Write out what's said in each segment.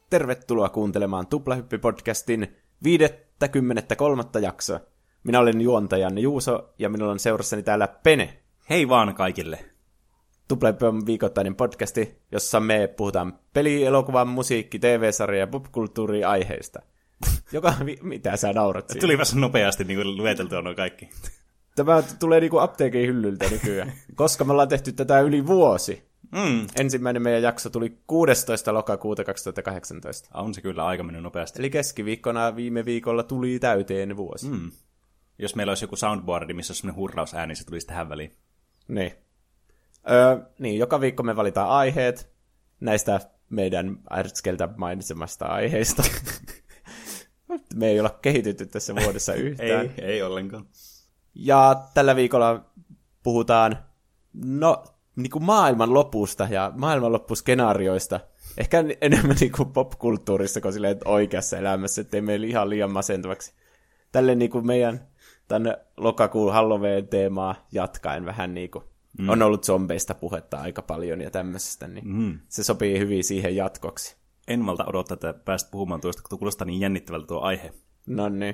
tervetuloa kuuntelemaan Tuplahyppi-podcastin 53. jaksoa. Minä olen juontajanne Juuso, ja minulla on seurassani täällä Pene. Hei vaan kaikille. Tuplahyppi on viikoittainen podcasti, jossa me puhutaan peli, elokuvan, musiikki, TV-sarja ja popkulttuuri-aiheista. Mitä sä naurat siinä? Tuli vasta nopeasti niin lueteltua nuo kaikki. Tämä tulee niin kuin apteekin hyllyltä nykyään, koska me ollaan tehty tätä yli vuosi. Ensimmäinen meidän jakso tuli 16. lokakuuta 2018. On se kyllä aika mennyt nopeasti. Eli keskiviikkona viime viikolla tuli täyteen vuosi. Jos meillä olisi joku soundboardi, missä olisi sellainen hurrausääni, se tulisi tähän väliin. Niin. Niin, joka viikko me valitaan aiheet näistä meidän ärskeltä mainitsemasta aiheista. Me ei olla kehitytty tässä vuodessa yhtään. ei ollenkaan. Ja tällä viikolla puhutaan niin kuin maailman lopusta ja maailmanloppuskenaarioista. Ehkä enemmän niin kuin popkulttuurissa kuin silleen, oikeassa elämässä, ettei meillä ihan liian masentavaksi. Tälle niin kuin meidän tänne lokakuun Halloween-teemaa jatkaen vähän niin kuin on ollut zombeista puhetta aika paljon ja tämmöisestä, niin se sopii hyvin siihen jatkoksi. En malta odottaa, että päästä puhumaan tuosta, kun kuulostaa niin jännittävältä tuo aihe. No niin.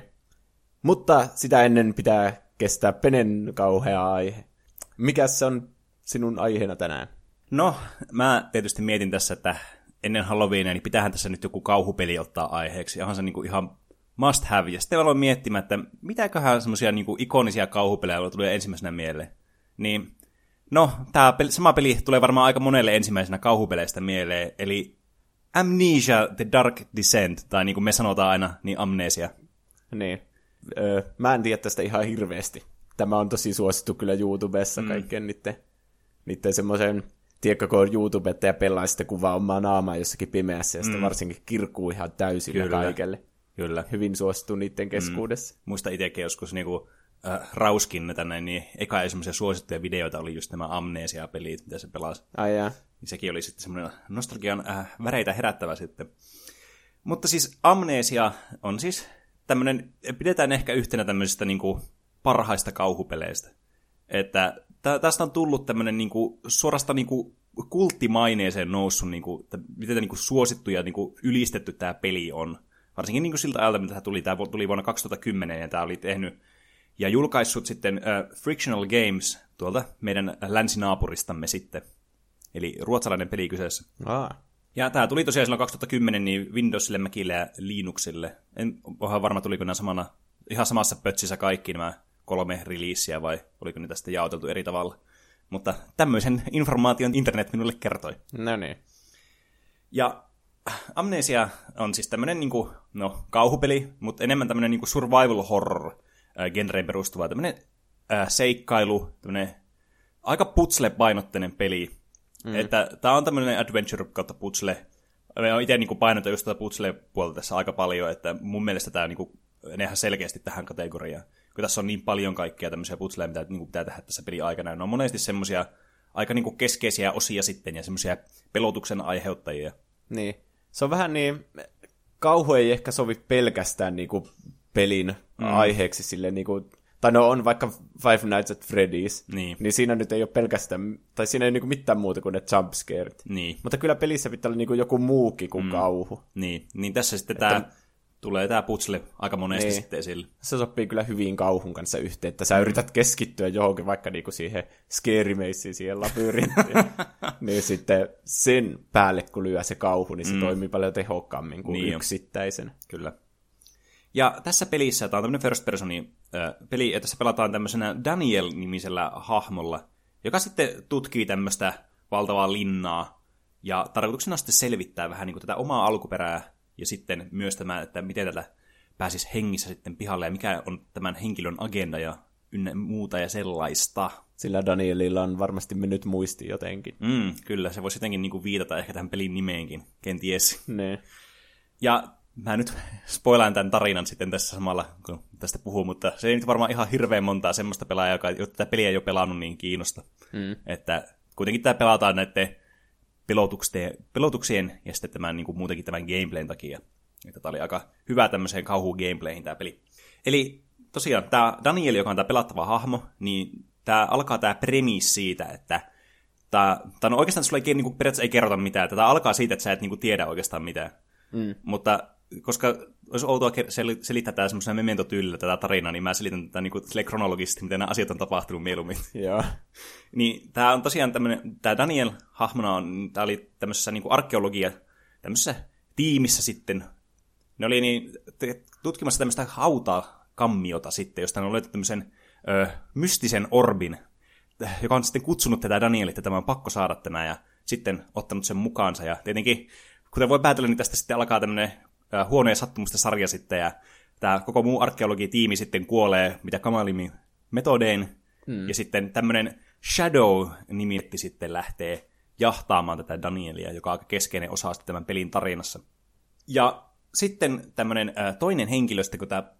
Mutta sitä ennen pitää kestää Penen kauhea aihe. Mikäs se on sinun aiheena tänään? No, mä tietysti mietin tässä, että ennen Halloweenia, niin pitäähän tässä nyt joku kauhupeli ottaa aiheeksi. Onhan se niinku ihan must have. Ja sitten aloin miettimään, että mitäköhän semmoisia niinku ikonisia kauhupelejä tulee ensimmäisenä mieleen. Niin, no, tämä sama peli tulee varmaan aika monelle ensimmäisenä kauhupeleistä mieleen, eli Amnesia The Dark Descent, tai niin kuin me sanotaan aina, niin Amnesia. Niin. Mä en tiedä tästä ihan hirveästi. Tämä on tosi suosittu kyllä YouTubessa kaikkeen niiden semmoisen, tiedätkö, kun YouTubettaja pelaa sitten kuvaa omaa naamaa jossakin pimeässä, ja sitten varsinkin kirkuu ihan täysillä kaikelle. Kyllä. Hyvin suosittu niiden keskuudessa. Muista itsekin joskus niinku rauskin tänne, niin eka ei semmoisia suosittuja videoita oli just nämä Amnesia-pelit, mitä se pelasi. Ai jaa. Niin sekin oli sitten semmoinen nostalgian väreitä herättävä sitten. Mutta siis Amnesia on siis tämmöinen, pidetään ehkä yhtenä tämmöisistä niinku parhaista kauhupeleistä. Että tästä on tullut tämmöinen niinku suorastaan niinku kulttimaineeseen noussut, niinku, miten niinku suosittu ja niinku ylistetty tämä peli on. Varsinkin niinku siltä ajalta, mitä tämä tuli vuonna 2010, ja tämä oli tehnyt ja julkaissut sitten Frictional Games tuolta meidän länsinaapuristamme sitten. Eli ruotsalainen peli kyseessä. Ja tämä tuli tosiaan silloin 2010 niin Windowsille, Macille ja Linuxille. En ole varma, tuliko nämä ihan samassa pötsissä kaikki nämä 3 releaseä, vai oliko niitä sitten jaoteltu eri tavalla. Mutta tämmöisen informaation internet minulle kertoi. No niin. Ja Amnesia on siis tämmöinen niinku, kauhupeli, mutta enemmän tämmöinen niinku survival horror genreen perustuva tämmöinen seikkailu, tämmöinen aika puzzle-painotteinen peli. Että tää on tämmöinen adventure kautta puzzle. Mä itse niinku painotan just tätä puzzle-puolta tässä aika paljon, että mun mielestä tää niinku menee ihan selkeästi tähän kategoriaan. Kun tässä on niin paljon kaikkia tämmöisiä puzzleja, mitä niinku pitää tehdä tässä pelin aikana. Ne on monesti semmosia aika niinku keskeisiä osia sitten ja semmosia pelotuksen aiheuttajia. Niin. Se on vähän niin, kauhu ei ehkä sovi pelkästään niinku pelin aiheeksi silleen niinku, tai on vaikka Five Nights at Freddy's, niin siinä nyt ei ole pelkästään, tai siinä ei ole niinku mitään muuta kuin ne jumpscaret. Niin. Mutta kyllä pelissä pitää olla niinku joku muukin kuin kauhu. Niin tässä sitten tulee tämä puzzle aika monesti sitten esille. Se sopii kyllä hyvin kauhun kanssa yhteen, että sä yrität keskittyä johonkin vaikka niinku siihen scary maceen, siihen labyrinttiin. Niin sitten sen päälle, kun lyö se kauhu, niin se toimii paljon tehokkaammin kuin yksittäisen. Kyllä. Ja tässä pelissä, tämä on tämmöinen first personin peli, ja tässä pelataan tämmöisenä Daniel-nimisellä hahmolla, joka sitten tutkii tämmöistä valtavaa linnaa, ja tarkoituksena on sitten selvittää vähän niin kuin tätä omaa alkuperää, ja sitten myös tämä, että miten tätä pääsisi hengissä sitten pihalle, ja mikä on tämän henkilön agenda, ja ynnä muuta ja sellaista. Sillä Danielilla on varmasti mennyt muisti jotenkin. Kyllä, se voisi jotenkin niin kuin viitata ehkä tähän pelin nimeenkin, kenties. Ne. Ja mä nyt spoilaan tämän tarinan sitten tässä samalla, kun tästä puhuu, mutta se ei nyt varmaan ihan hirveän montaa semmoista pelaajaa, joka tätä peliä ei ole pelannut niin kiinnosta. Että kuitenkin tämä pelataan näiden pelotuksien ja sitten tämän, niin kuin muutenkin tämän gameplayn takia. Että tämä oli aika hyvä tämmöiseen kauhu-gameplayhin tämä peli. Eli tosiaan tämä Daniel, joka on tämä pelattava hahmo, niin tämä alkaa tämä premissi siitä, että oikeastaan sulla ei, niin kuin, periaatteessa ei kerrota mitään. Tämä alkaa siitä, että sä et niin kuin, tiedä oikeastaan mitään. Mutta koska olisi outoa selittää tämä semmoisena memento-tyylillä tätä tarinaa, niin mä selitän tätä niin kronologisesti, miten nämä asiat on tapahtunut mieluummin. Joo. Niin tämä on tosiaan tämmöinen, tämä Daniel hahmona tämä oli tämmöisessä niin arkeologia, tämmöisessä tiimissä sitten. Ne oli tutkimassa tämmöistä hautakammiota sitten, josta ne on löytänyt tämmöisen mystisen orbin, joka on sitten kutsunut tätä Danielia, että tämä on pakko saada tämä, ja sitten ottanut sen mukaansa. Ja tietenkin, kuten voi päätellä, niin tästä sitten alkaa tämmöinen huoneen sattumusten sarja sitten, ja tämä koko muu arkeologitiimi sitten kuolee mitä kamalimmin metodein, ja sitten tämmöinen Shadow-nimitti sitten lähtee jahtaamaan tätä Danielia, joka on aika keskeinen osa tämän pelin tarinassa. Ja sitten tämmöinen toinen henkilö, sitten kun tämä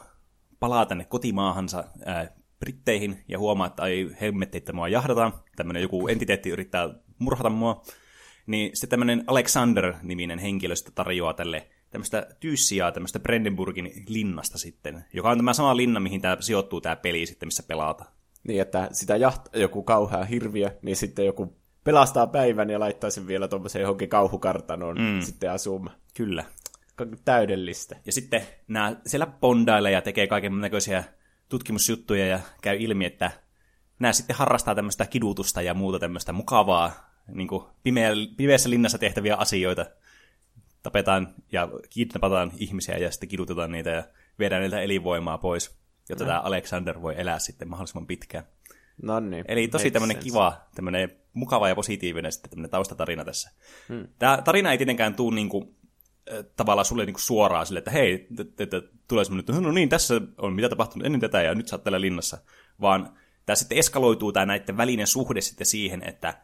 palaa tänne kotimaahansa Britteihin ja huomaa, että ai hemmetti, että mua jahdataan, tämmöinen joku entiteetti yrittää murhata mua, niin sitten tämmöinen Alexander-niminen henkilö sitten tarjoaa tälle tämmöistä tyyssiaa tämmöistä Brandenburgin linnasta sitten, joka on tämä sama linna, mihin tämä sijoittuu tämä peli sitten, missä pelataan. Niin, että sitä jahtaa joku kauhea hirviö, niin sitten joku pelastaa päivän ja laittaa sen vielä tuommoiseen johonkin kauhukartanoon sitten asumaan. Kyllä. Täydellistä. Ja sitten nämä siellä bondailee ja tekee kaiken näköisiä tutkimusjuttuja ja käy ilmi, että nämä sitten harrastaa tämmöistä kidutusta ja muuta tämmöistä mukavaa, niin kuin pimeässä linnassa tehtäviä asioita. Tapetaan ja kidnapataan ihmisiä ja sitten kidutetaan niitä ja viedään niiltä elinvoimaa pois, jotta tämä Alexander voi elää sitten mahdollisimman pitkään. Noniin. Eli tosi tämmöinen kiva, tämmöinen mukava ja positiivinen sitten tämmöinen taustatarina tässä. Tämä tarina ei tietenkään tule niinku tavallaan sulle niinku suoraan sille, että hei, tulee semmoinen, että no niin, tässä on mitä tapahtunut ennen tätä ja nyt sä oot täällä linnassa. Vaan tämä sitten eskaloituu tämä näiden välinen suhde sitten siihen, että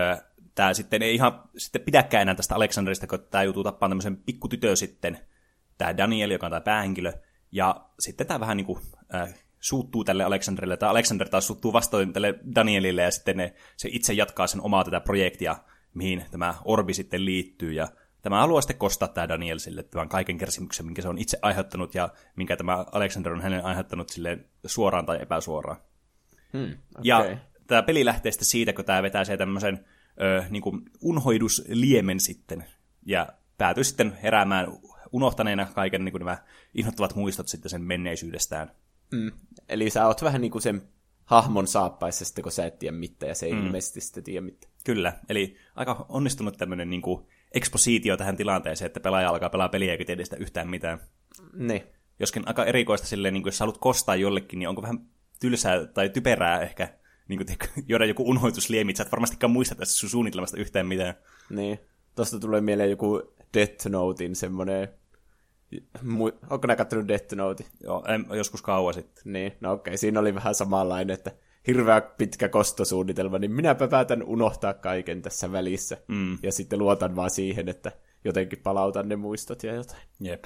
tämä sitten ei ihan sitten pidäkään enää tästä Alexanderista, kun tämä joutuu tappaamaan tämmöisen pikkutytön sitten, tämä Daniel, joka on tämä päähenkilö, ja sitten tämä vähän niin kuin suuttuu tälle Alexanderille, tai Alexander taas suuttuu vastoin tälle Danielille, ja sitten se itse jatkaa sen omaa tätä projektia, mihin tämä orbi sitten liittyy, ja tämä haluaa sitten kostaa tämä Daniel sille tämän kaiken kärsimyksen, minkä se on itse aiheuttanut, ja minkä tämä Alexander on hänen aiheuttanut silleen suoraan tai epäsuoraan. Okay. Ja tämä peli lähtee sitten siitä, kun tämä vetää se tämmöisen niin kuin unhoidusliemen sitten, ja päätyy sitten heräämään unohtaneena kaiken niin kuin nämä inhottavat muistot sitten sen menneisyydestään. Eli sä oot vähän niin kuin sen hahmon saappaissa sitten, kun sä et tiedä mitään, ja se ei ilmeisesti sitten tiedä mitään. Kyllä, eli aika onnistunut tämmöinen niin kuin ekspositio tähän tilanteeseen, että pelaaja alkaa pelaa peliä eikä tiedä sitä yhtään mitään. Niin. Joskin aika erikoista silleen, niin kuin jos sä haluat kostaa jollekin, niin onko vähän tylsää tai typerää ehkä niin kuin juoda joku unhoitusliemi, sä et varmastikaan muista tästä sun suunnitelmasta yhtään mitään. Niin. Tuosta tulee mieleen joku Death Notein semmoinen. Onko nää kattonut Death Note? Joo, joskus kauan sitten. Niin, no okei. Siinä oli vähän samanlainen, että hirveä pitkä kostosuunnitelma, niin minäpä päätän unohtaa kaiken tässä välissä. Ja sitten luotan vaan siihen, että jotenkin palautan ne muistot ja jotain. Jep.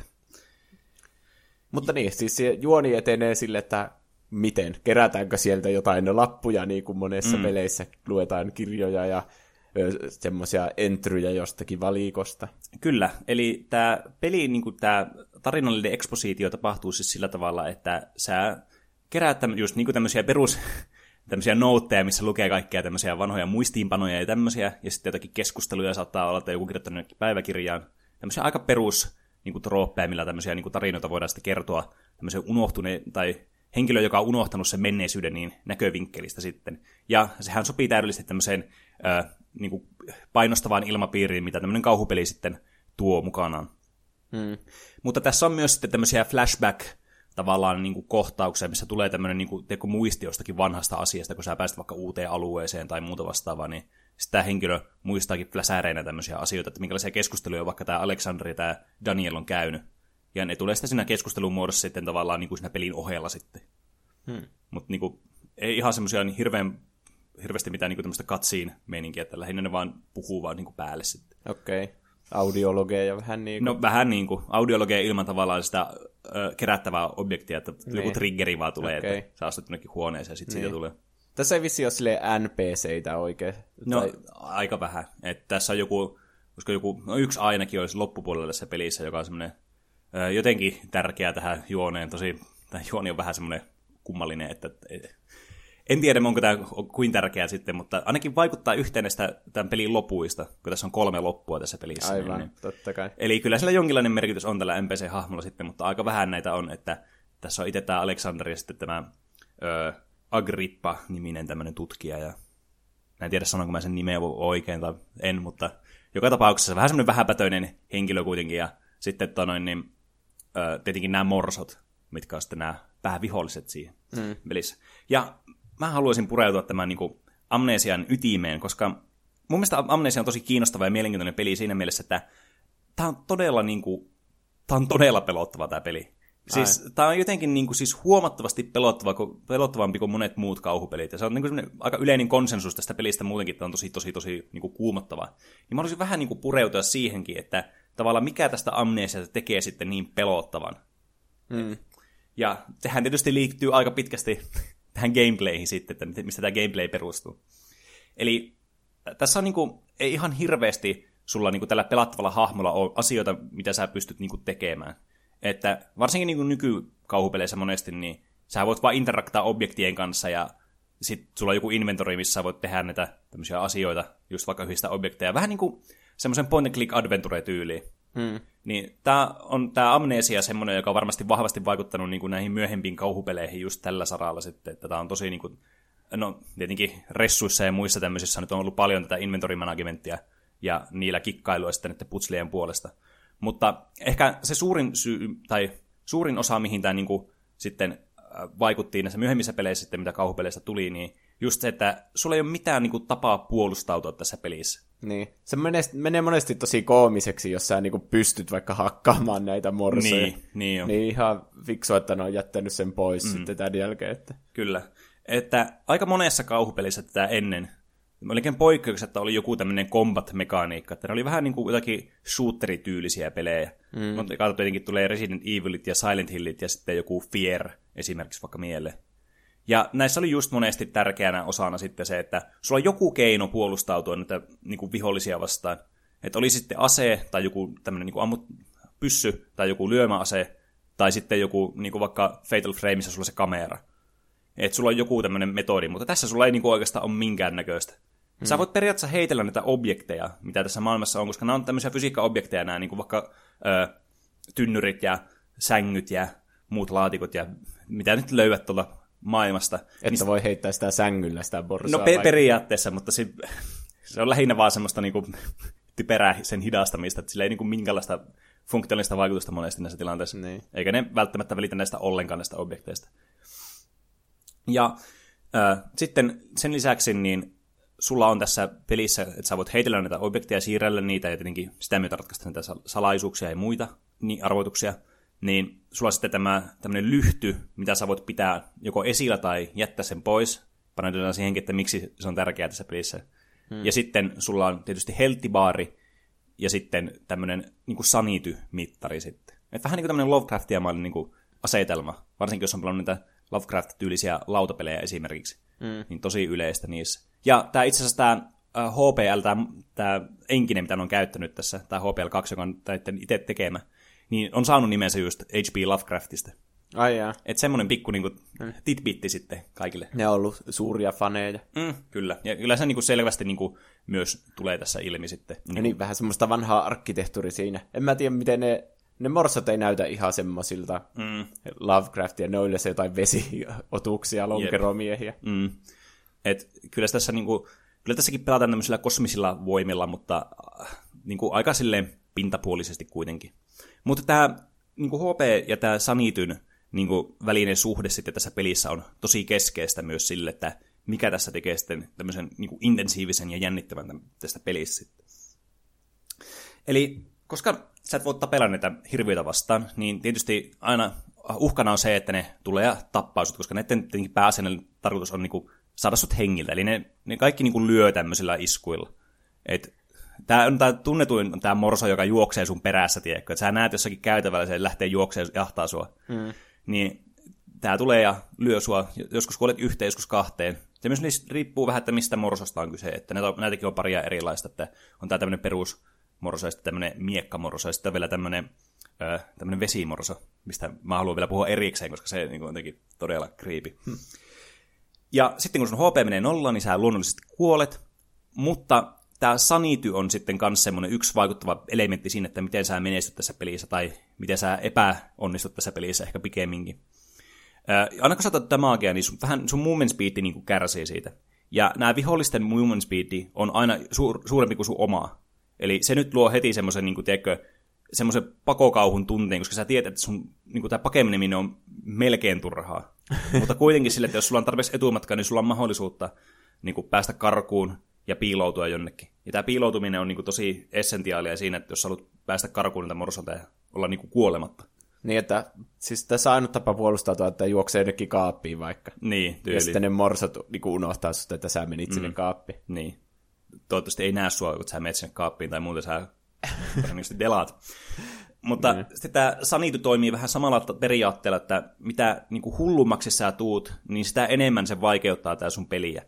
Mutta niin, siis juoni etenee sille, että miten? Kerätäänkö sieltä jotain lappuja, niin kuin monessa peleissä luetaan kirjoja ja semmoisia entryjä jostakin valikosta. Kyllä, eli tämä peli, niin kuin tämä tarinallinen ekspositio tapahtuu siis sillä tavalla, että sä keräät just niin kuin tämmöisiä noteja, missä lukee kaikkia tämmöisiä vanhoja muistiinpanoja ja tämmöisiä, ja sitten jotakin keskusteluja saattaa olla, että joku kirjoittanut päiväkirjaan. Tämmöisiä aika perus niin kuin trooppeja, millä tämmöisiä niin kuin tarinoita voidaan sitten kertoa tämmöisen unohtuneen, tai henkilö, joka on unohtanut sen menneisyyden niin näkövinkkelistä sitten. Ja sehän sopii täydellisesti tämmöiseen niin kuin painostavaan ilmapiiriin, mitä tämmöinen kauhupeli sitten tuo mukanaan. Mutta tässä on myös sitten tämmöisiä flashback tavallaan niin kuin kohtauksia, missä tulee tämmöinen niin kuin muisti jostakin vanhasta asiasta, kun sä pääset vaikka uuteen alueeseen tai muuta vastaavaa, niin sitten tämä henkilö muistaakin fläsäreinä tämmöisiä asioita, että minkälaisia keskusteluja vaikka tämä Alexander ja tämä Daniel on käynyt. Ja ne tulee sitten siinä keskustelun muodossa sitten tavallaan niin kuin siinä pelin ohella sitten. Mutta niin kuin, ei ihan semmoisia niin hirveästi mitään niin kuin tämmöistä cutscene-meininkiä, että lähinnä ne vaan puhuu vaan niin kuin päälle sitten. Okei. Audiologeja vähän niin kuin. No vähän niin kuin. Audiologeja ilman tavallaan sitä kerättävää objektia, että joku triggeri vaan tulee, että sä astut jonnekin huoneeseen ja sitten siitä tulee. Tässä ei vissi ole silleen NPCitä oikein. No aika vähän. Että tässä on yksi ainakin olisi loppupuolella tässä pelissä, joka on semmoinen jotenkin tärkeä tähän juoneen. Tosi tämä juoni on vähän semmoinen kummallinen, että En tiedä, onko tämä kuin tärkeää sitten, mutta ainakin vaikuttaa yhteen näistä tämän pelin lopuista, kun tässä on 3 loppua tässä pelissä. Aivan, niin. totta kai. Eli kyllä sillä jonkinlainen merkitys on tällä NPC-hahmolla sitten, mutta aika vähän näitä on, että tässä on itse tämä Alexander ja sitten tämä Agrippa-niminen tämmöinen tutkija. Ja en tiedä, sanonko mä sen nimeä oikein tai en, mutta joka tapauksessa vähän semmoinen vähäpätöinen henkilö kuitenkin. Ja sitten tietenkin nämä morsot, mitkä on sitten nämä vähän viholliset siihen pelissä. Ja mä haluaisin pureutua tämän niin kuin Amnesian ytimeen, koska mun mielestä Amnesia on tosi kiinnostava ja mielenkiintoinen peli siinä mielessä, että tämä on todella pelottava tämä peli. Siis tämä on jotenkin niin kuin, siis huomattavasti pelottavampi kuin monet muut kauhupelit. Ja se on niin kuin aika yleinen konsensus tästä pelistä muutenkin, että on tosi niin kuin kuumottava. Niin mä haluaisin vähän niin kuin pureutua siihenkin, että tavallaan mikä tästä Amnesiasta tekee sitten niin pelottavan. Ja sehän tietysti liittyy aika pitkästi tähän gameplayhin sitten, että mistä tämä gameplay perustuu. Eli tässä on niinku, ei ihan hirveästi sulla niinku tällä pelattavalla hahmolla ole asioita, mitä sä pystyt niinku tekemään. Että varsinkin niinku nykykauhupeleissä monesti, niin sä voit vaan interaktaa objektien kanssa ja sit sulla on joku inventori, missä sä voit tehdä näitä tämmöisiä asioita, just vaikka yhdistä objekteja. Vähän niinku semmoisen point and click adventure-tyyliin. Niin tää Amnesia semmoinen, joka on varmasti vahvasti vaikuttanut niin kuin näihin myöhempiin kauhupeleihin just tällä saralla sitten, että tää on tosi niin kuin, no tietenkin ressuissa ja muissa tämmöisissä nyt on ollut paljon tätä inventory managementtia ja niillä kikkailua sitten näiden putslien puolesta. Mutta ehkä se suurin osa, mihin tämä niin kuin sitten vaikutti näissä myöhemmissä peleissä sitten, mitä kauhupeleistä tuli, niin just se, että sulla ei ole mitään niin kuin tapaa puolustautua tässä pelissä. Niin. Se menee monesti tosi koomiseksi, jos sä niin pystyt vaikka hakkaamaan näitä morsoja. Niin on. Niin ihan fiksua, että ne on jättänyt sen pois sitten tämän jälkeen. Että. Kyllä. Että aika monessa kauhupelissä tätä ennen, melkein poikkeuksetta oli joku tämmöinen combat-mekaniikka, että ne oli vähän niin kuin jotakin shooterityylisiä pelejä. Mutta katsottu tietenkin tulee Resident Evilit ja Silent Hillit ja sitten joku Fear esimerkiksi vaikka mieleen. Ja näissä oli just monesti tärkeänä osana sitten se, että sulla on joku keino puolustautua näitä niin kuin vihollisia vastaan. Että oli sitten ase tai joku tämmöinen niin kuin pyssy tai joku lyömäase tai sitten joku niin kuin vaikka Fatal Frame, missä sulla on se kamera. Että sulla on joku tämmöinen metodi, mutta tässä sulla ei niin kuin oikeastaan ole minkäännäköistä. Sä voit periaatteessa heitellä näitä objekteja, mitä tässä maailmassa on, koska nämä on tämmöisiä fysiikkaobjekteja, nämä niin kuin vaikka tynnyrit ja sängyt ja muut laatikot ja mitä nyt löydät tuolla maailmasta. Että voi heittää sitä sängyllä sitä borsaa. No periaatteessa, mutta se on lähinnä vaan semmoista niinku typerää sen hidastamista, että sillä ei niinku minkäänlaista funktionaalista vaikutusta monesti näissä tilanteissa. Niin. Eikä ne välttämättä välitä näistä ollenkaan näistä objekteista. Ja sitten sen lisäksi niin sulla on tässä pelissä, että sä voit heitellä näitä objekteja, siirrellä niitä ja tietenkin sitä myötä ratkaista näitä salaisuuksia ja muita arvoituksia. Niin sulla on sitten tämmöinen lyhty, mitä sä voit pitää joko esillä tai jättää sen pois. Paneudutaan siihenkin, että miksi se on tärkeää tässä pelissä. Ja sitten sulla on tietysti helttibaari ja sitten tämmöinen niin kuin sanity-mittari sitten. Et vähän niin kuin tämmöinen Lovecraftiamainen niin kuin asetelma, varsinkin jos on pelannut niitä Lovecraft-tyylisiä lautapelejä esimerkiksi. Niin tosi yleistä niissä. Ja itse asiassa tämä HPL, tämä enkinen, mitä ne on käyttänyt tässä, tämä HPL2, joka on itse tekemä, niin on saanut nimensä just H.P. Lovecraftista. Ai jaa. Että semmoinen pikku niinku titbitti sitten kaikille. Ne on ollut suuria faneja. Kyllä. Ja kyllä se niinku selvästi niinku myös tulee tässä ilmi sitten. Ja niin, vähän semmoista vanhaa arkkitehtuuri siinä. En mä tiedä, miten ne morsot ei näytä ihan semmoisilta Lovecraftia. Ne on yleensä jotain vesiotuksia, lonkeromiehiä. Et kyllä tässä niinku, kyllä tässäkin pelataan tämmöisillä kosmisilla voimilla, mutta niinku aika silleen pintapuolisesti kuitenkin. Mutta tämä niin HP ja tämä Sanityn niin välinen suhde sitten tässä pelissä on tosi keskeistä myös sille, että mikä tässä tekee sitten tämmöisen niin intensiivisen ja jännittävän tästä pelistä sitten. Eli koska sä et voi tapella näitä hirviöitä vastaan, niin tietysti aina uhkana on se, että ne tulee ja tappaa sut, koska näiden pääasiallinen tarkoitus on niin kuin saada sut hengiltä. Eli ne kaikki niin kuin lyö tämmöisillä iskuilla. Tämä tunnetuin on tämä morso, joka juoksee sun perässä, tiedätkö? Että sä näet jossakin käytävällä, se lähtee juoksemaan ja jahtaa sua. Niin tämä tulee ja lyö sua. Joskus kuolet yhteen, joskus kahteen. Se myös riippuu vähän, että mistä morsosta on kyse. Että näitäkin on paria erilaista. Että on tämä tämmöinen perusmorso ja sitten tämmöinen miekkamorso ja sitten on vielä tämmöinen vesimorso, mistä mä haluan vielä puhua erikseen, koska se niin on jotenkin todella creepy. Ja sitten kun sun HP menee nollaan, niin sä luonnollisesti kuolet, mutta tämä sanity on sitten myös semmoinen yksi vaikuttava elementti siinä, että miten sä menestyt tässä pelissä, tai miten sä epäonnistut tässä pelissä ehkä pikemminkin. Aina kun sä otat tätä maagia, niin sun movement speed niin kärsii siitä. Ja nämä vihollisten movement speed on aina suurempi kuin sun oma. Eli se nyt luo heti semmoisen, niin semmoisen pakokauhun tunteen, koska sä tiedät, että sun niin tämä pakeminen on melkein turhaa. Mutta kuitenkin sille, että jos sulla on tarpeeksi etumatkaa, niin sulla on mahdollisuutta niin päästä karkuun ja piiloutua jonnekin. Ja tämä piiloutuminen on niin tosi essentiaalia siinä, että jos sä haluat päästä karkuun niitä morsolta ja olla niin kuolematta. Niin, että siis tässä ainut tapa puolustautua, että juoksee jonnekin kaappiin vaikka. Niin, tyyli. Ja sitten ne morsot niin unohtaa susta, että sä menit sinne kaappiin. Niin. Toivottavasti ei näe sua, kun sä menet sinne kaappiin, tai muuten sä todennäköisesti delaat. Mutta sitten tämä sanity toimii vähän samalla periaatteella, että mitä niin hullummaksi sä tuut, niin sitä enemmän se vaikeuttaa tää sun peliä.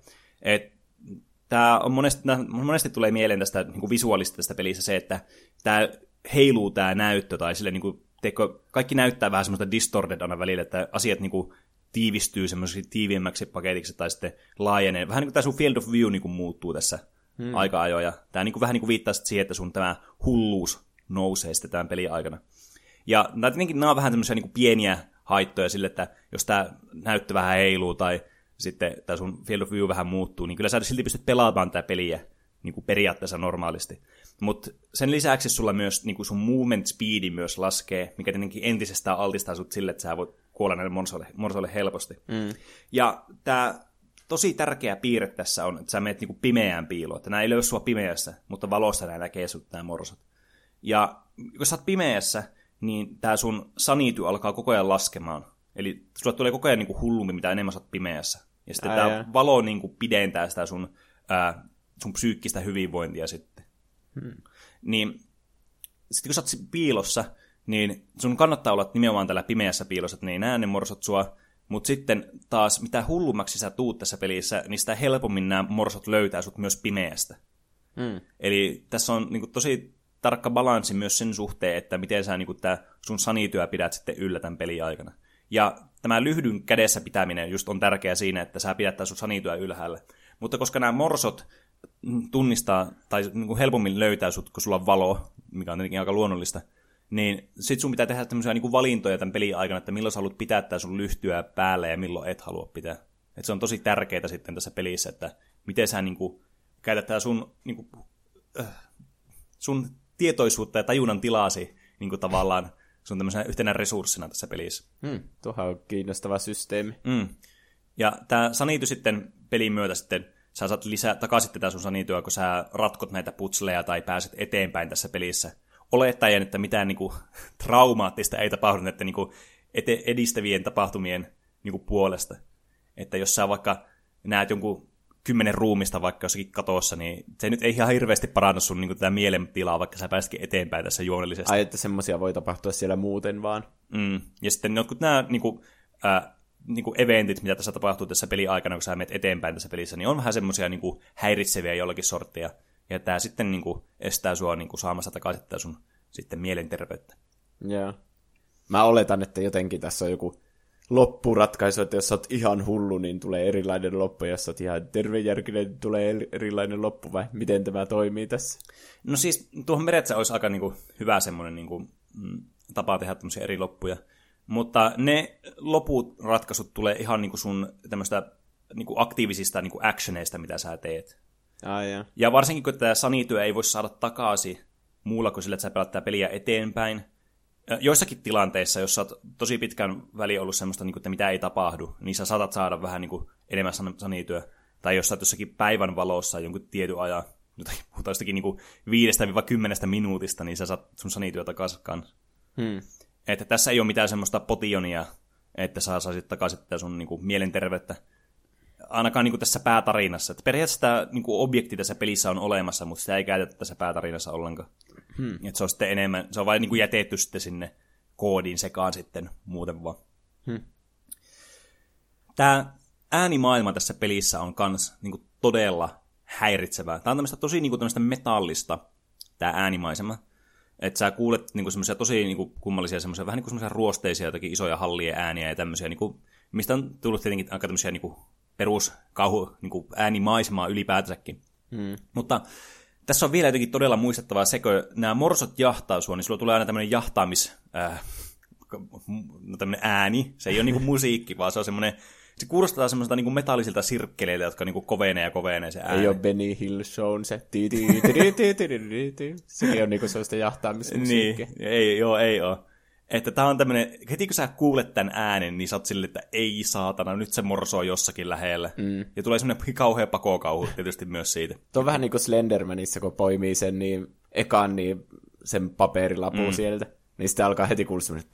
Tämä on monesti tulee mieleen tästä niin visuaalista tästä pelissä se, että tämä heiluu tämä näyttö, tai sille, niin kuin, kaikki näyttää vähän semmoista distorted aina välillä, että asiat niin kuin, tiivistyy semmoisiksi tiiviimmäksi paketiksi, tai sitten laajenee. Vähän niin kuin tämä sun field of view niin kuin, muuttuu tässä aika ajoin, ja tämä niin kuin, vähän niin kuin viittaa siihen, että sun tämä hulluus nousee sitten tämän pelin aikana. Ja nämä on vähän tämmöisiä niin kuin pieniä haittoja sille, että jos tämä näyttö vähän heiluu tai sitten tämä sun field of view vähän muuttuu, niin kyllä sä silti pystyt pelaamaan tätä peliä niin kuin periaatteessa normaalisti. Mutta sen lisäksi sulla myös niin kuin sun movement speedi myös laskee, mikä tietenkin entisestään altistaa sut sille, että sä voit kuolla näille morsoille helposti. Ja tämä tosi tärkeä piirre tässä on, että sä menet niin kuin pimeään piiloon, että nämä ei löy sua pimeässä, mutta valossa nämä näkee sut nämä morsot. Ja jos sä oot pimeässä, niin tää sun sanity alkaa koko ajan laskemaan. Eli sulle tulee koko ajan niin kuin hullumpi, mitä enemmän sä oot pimeässä. Ja sitten tää valo niin kuin pidentää sitä sun psyykkistä hyvinvointia sitten. Niin sitten kun sä oot piilossa, niin sun kannattaa olla nimenomaan tällä pimeässä piilossa, että ne ei näe ne morsot sua. Mutta sitten taas, mitä hullummaksi sä tuut tässä pelissä, niin sitä helpommin nämä morsot löytää sut myös pimeästä. Eli tässä on niin kuin tosi tarkka balanssi myös sen suhteen, että miten sä niin tää sun sanityä pidät sitten yllä tämän pelin aikana. Ja tämä lyhdyn kädessä pitäminen just on tärkeää siinä, että sä pidät tää sun sanityä ylhäällä. Mutta koska nämä morsot tunnistaa tai niin kuin helpommin löytää sut, kun sulla on valo, mikä on tietenkin aika luonnollista, niin sit sun pitää tehdä tämmöisiä niin kuin valintoja tämän pelin aikana, että milloin sä haluat pitää tää sun lyhtyä päällä ja milloin et halua pitää. Et se on tosi tärkeää sitten tässä pelissä, että miten sä niin kuin käytät tää sun, niin kuin, sun tietoisuutta ja tajunnan tilasi niin kuin tavallaan sun tämmöisenä yhtenä resurssina tässä pelissä. Tuohan on kiinnostava systeemi. Ja tämä sanity sitten pelin myötä sitten, sä saat takaisin tätä sun sanityä, kun sä ratkot näitä putsleja tai pääset eteenpäin tässä pelissä. Olettaen, että mitään niinku traumaattista ei tapahdu näiden niinku edistävien tapahtumien niinku puolesta. Että jos sä vaikka näet jonkun 10 ruumista vaikka jossakin katossa, niin se nyt ei ihan hirveästi paranna sun niin tätä mielentilaa, vaikka sä pääsitkin eteenpäin tässä juonellisesti. Ai, että semmoisia voi tapahtua siellä muuten vaan. Ja sitten jotkut nämä niinku eventit, mitä tässä tapahtuu tässä pelin aikana, kun sä menet eteenpäin tässä pelissä, niin on vähän semmoisia niinku häiritseviä jollakin sorttia. Ja tämä sitten niinku estää sua niinku saamassa takaisin sun sitten mielenterveyttä. Joo. Mä oletan, että jotenkin tässä on joku loppuratkaisu, että jos sä oot ihan hullu, niin tulee erilainen loppu, ja jos sä oot ihan tervejärkinen, niin tulee erilainen loppu, vai miten tämä toimii tässä? No siis tuohon periaatteessa olisi aika niinku hyvä semmoinen niinku, tapa tehdä tämmöisiä eri loppuja, mutta ne loput ratkaisut tulee ihan niinku sun tämmöistä niinku aktiivisista niinku actioneista, mitä sä teet. Ja varsinkin, kun tämä sanityö ei voi saada takaisin muulla kuin sillä, että sä pelaat tää peliä eteenpäin. Joissakin tilanteissa, jos sä oot tosi pitkän väliin ollut semmoista, että mitä ei tapahdu, niin sä saatat saada vähän enemmän sanityö. Tai jos sä oot jossakin päivän valossa jonkun tietyn ajan, puhutaan jostakin 5-10 minuutista, niin sä saat sun sanityö takaisin kanssa. Että tässä ei ole mitään semmoista potionia, että sä saisit takaisin sun mielenterveyttä. Ainakaan tässä päätarinassa. Että periaatteessa tämä objekti tässä pelissä on olemassa, mutta sitä ei käytetä tässä päätarinassa ollenkaan. Että se on sitten enemmän, se on vain jätetty sitten sinne koodin sekaan sitten muuten vaan. Tämä äänimaailma tässä pelissä on kans todella häiritsevää. Tämä on tämmöistä tosi tämmöistä metallista, tämä äänimaisema. Että sä kuulet semmoisia tosi kummallisia, semmoisia, vähän semmoisia ruosteisia jotakin isoja hallien ääniä ja tämmöisiä, mistä on tullut tietenkin aika tämmöisiä peruskauhu niin kuin äänimaisemaa ylipäätänsäkin. Mutta tässä on vielä jotenkin todella muistettavaa sekö, nämä morsot jahtaa sua, niin sulla tulee aina tämmöinen tämmöinen ääni. Se ei ole niinku musiikki, vaan se on semmoinen, se kuulostaa semmoiselta niinku metallisilta sirkkeleiltä, jotka niinku kovenee ja kovenee se ääni. Ei ole Benny Hill Shown se. Sekin on niinku sellaista jahtaamismusiikkia. Niin, ei ole. Että tää on tämmönen, heti kun sä kuulet tämän äänen, niin sä oot silleen, että ei saatana, nyt se morsoo jossakin lähellä. Ja tulee semmoinen kauhea pakokauhu tietysti myös siitä. Tuo on vähän niin kuin Slendermanissa, kun poimii sen niin ekan niin sen paperilapun sieltä. Niin sitten alkaa heti kuulla semmoinen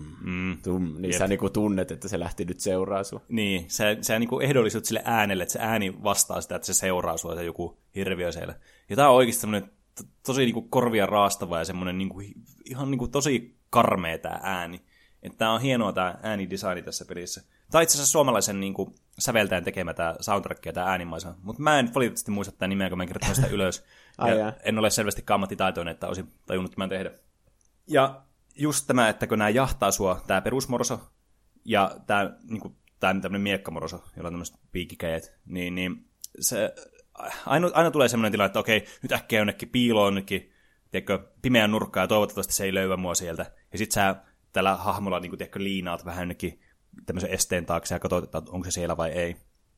tum, niin sä niinku tunnet, että se lähti nyt seuraa sua. Niin, sä niinku ehdollisut sille äänelle, että se ääni vastaa sitä, että se seuraa sua, se joku hirviö siellä. Ja tää on oikeasti semmoinen tosi niinku korvia raastava ja semmoinen niinku, ihan niinku tosi karmea tää ääni. Että tää on hienoa tää äänidesigni tässä pelissä. Tää on itse asiassa suomalaisen niinku säveltäjän tekemä tää soundtrack ja tää äänimaisema. Mutta mä en valitettavasti muista tää nimeä, kun mä en kirjoittanut sitä ylös. En ole selvästi ammattitaitoinen, että olisin tajunnut tämän tehdä. Ja just tämä, että kun nämä jahtaa sua, tämä perusmorso ja tämä niinku, tämmöinen miekkamorso, jolla on tämmöiset piikkikäjät, niin se aina tulee semmoinen tilanne, että okei, nyt äkkiä jonnekin piiloon jonnekin, tiedätkö, pimeän nurkkaan ja toivottavasti se ei löyvä mua sieltä. Ja sit sä tällä hahmolla niin tiedätkö, liinaat vähän jonnekin tämmöisen esteen taakse ja katsot, että onko se siellä vai ei.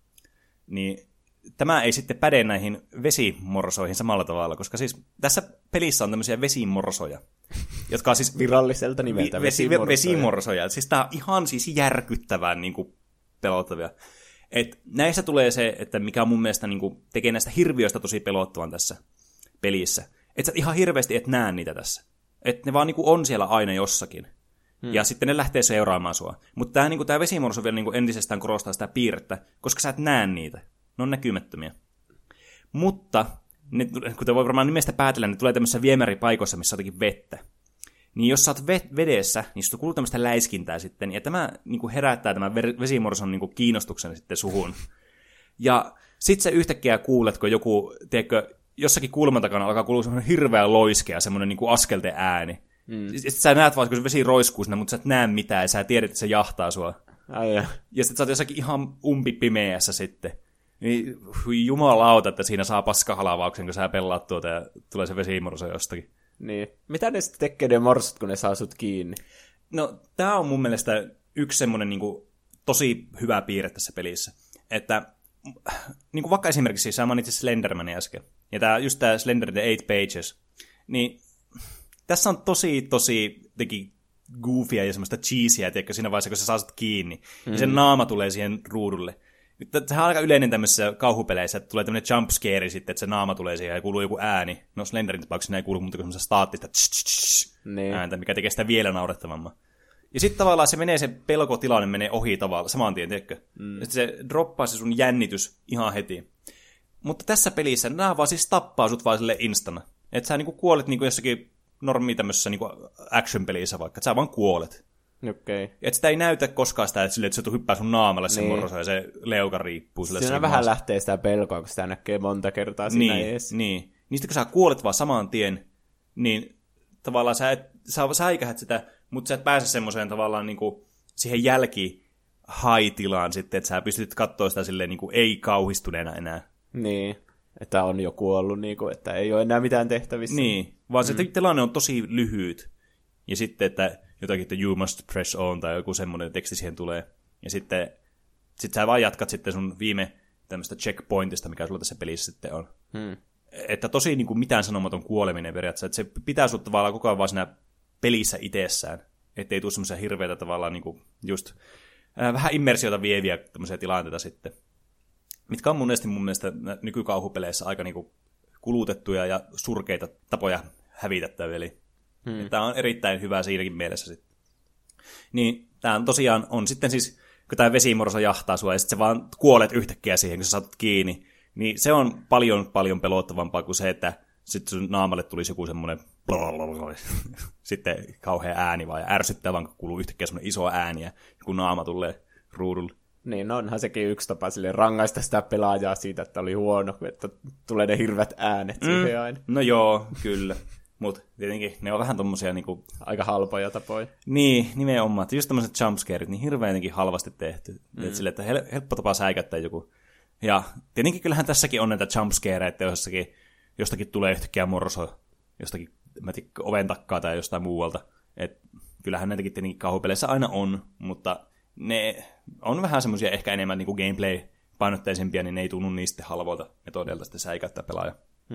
Niin tämä ei sitten päde näihin vesimorsoihin samalla tavalla, koska siis tässä pelissä on tämmöisiä vesimorsoja, jotka on siis viralliselta nimeltä vesimorsoja. Siis tää on ihan siis järkyttävän niin kuin pelottavia. Et näissä tulee se, että mikä on mun mielestä niin kuin tekee näistä hirviöistä tosi pelottavan tässä pelissä. Että sä ihan hirveästi et näe niitä tässä. Että ne vaan niin kuin on siellä aina jossakin. Ja sitten ne lähtee seuraamaan sua. Mutta tämä niin vesimorso vielä niin entisestään korostaa sitä piirrettä, koska sä et näe niitä. Ne on näkymättömiä. Mutta, ne, kuten voi varmaan nimestä päätellä, ne tulee tämmöisissä viemäripaikoissa, missä on jotenkin vettä. Niin jos sä oot vedessä, niin susta kuuluu tämmöistä läiskintää sitten, ja tämä niin herättää tämän vesimorson niin kiinnostuksen sitten suhun. Ja sit sä yhtäkkiä kuulet, kun joku, tiedätkö, jossakin kulman takana alkaa kuulua semmoinen hirveä loiske ja semmoinen niin askelten ääni. Sitten sä näet vaan, kun se vesi roiskuu sinne, mutta sä et näe mitään, ja sä tiedät, että se jahtaa sua. Ja sitten sä oot jossakin ihan umpipimeässä sitten. Niin jumalauta, että siinä saa paskahalavauksen, kun sä pelaat tuota ja tulee se vesimorso jostakin. Niin. Mitä ne sitten tekee ne morsot, kun ne saa sut kiinni? No, tää on mun mielestä yksi semmonen niinku tosi hyvä piirre tässä pelissä. Että niinku vaikka esimerkiksi sä mainitsit Slendermanin äsken. Ja just tää Slender the 8 Pages. Niin tässä on tosi goofia ja semmoista cheesyä, tiedätkö, siinä vaiheessa, kun sä saa sut kiinni. Ja sen naama tulee siihen ruudulle. Sehän on aika yleinen tämmöisissä kauhupeleissä, että tulee tämmöinen jumpscare sitten, että se naama tulee siihen ja kuuluu joku ääni. No Slenderin tapauksessa ei kuulu muuta kuin semmoista staattista ääntä, mikä tekee sitä vielä naurettavamman. Ja sitten tavallaan se menee, se pelkotilanne menee ohi tavallaan, saman tien, tiedätkö? Ja se droppaa se sun jännitys ihan heti. Mutta tässä pelissä nämä vaan siis tappaa sut vaan sille instana. Että sä niinku kuolet niinku jossakin normi tämmöisessä niinku action-pelissä vaikka, että sä vaan kuolet. Okay. Että sitä ei näytä koskaan sitä, että se hyppää sun naamalle se morso ja se leuka riippuu. Siinä vähän lähtee sitä pelkoa, kun sitä näkee monta kertaa siinä ees. Niin. Niistä kun sä kuolet vaan saman tien, niin tavallaan sä säikähät sitä, mutta sä et pääse semmoiseen tavallaan niinku siihen jälki-high-tilaan sitten, että sä pystyt katsoa sitä silleen niinku ei-kauhistuneena enää. Niin, että on jo kuollut, niinku, että ei ole enää mitään tehtävissä. Niin, vaan se tilanne on tosi lyhyt. Ja sitten, että jotakin, että you must press on, tai joku semmoinen teksti siihen tulee. Ja sitten sä vaan jatkat sitten sun viime tämmöistä checkpointista, mikä sulla tässä pelissä sitten on. Että tosi niin kuin mitään sanomaton kuoleminen periaatteessa. Että se pitää sut tavallaan koko ajan vaan siinä pelissä itsessään. Ettei tule semmoisia hirveitä tavallaan niin kuin just vähän immersiota vieviä tämmöisiä tilanteita sitten. Mitkä on mun mielestä nykykauhupeleissä aika niin kuin kulutettuja ja surkeita tapoja hävitä tämä peli. Tämä on erittäin hyvä siinäkin mielessä sitten. Niin tämä tosiaan on sitten siis, kun tämä vesimorso jahtaa sua ja sitten sä vaan kuolet yhtäkkiä siihen, kun sä saat kiinni, niin se on paljon pelottavampaa kuin se, että sitten sun naamalle tulisi joku semmoinen sitten kauhea ääni vaan ja ärsyttää vaan, kun kuuluu yhtäkkiä semmoinen iso ääni ja joku naama tulee ruudulle. Niin, no onhan sekin yksi tapa silleen rangaista sitä pelaajaa siitä, että oli huono, että tulee ne hirveät äänet siihen aina. No joo, kyllä. Mutta tietenkin ne on vähän tommosia niinku... Aika halpoja tapoja. Niin, nimenomaan. Että just tämmöiset jumpscareit, niin hirveän jotenkin halvasti tehty. Sille, että helppo tapa säikäyttää joku. Ja tietenkin kyllähän tässäkin on näitä jumpscareita, jostakin tulee yhtäkkiä morso, jostakin oven takkaa tai jostain muualta. Et kyllähän näitäkin tietenkin kauhupeleissä aina on, mutta ne on vähän semmoisia ehkä enemmän niinku gameplay-painotteisempia, niin ne ei tunnu niistä halvoilta metodeilta sitten säikäyttää pelaaja.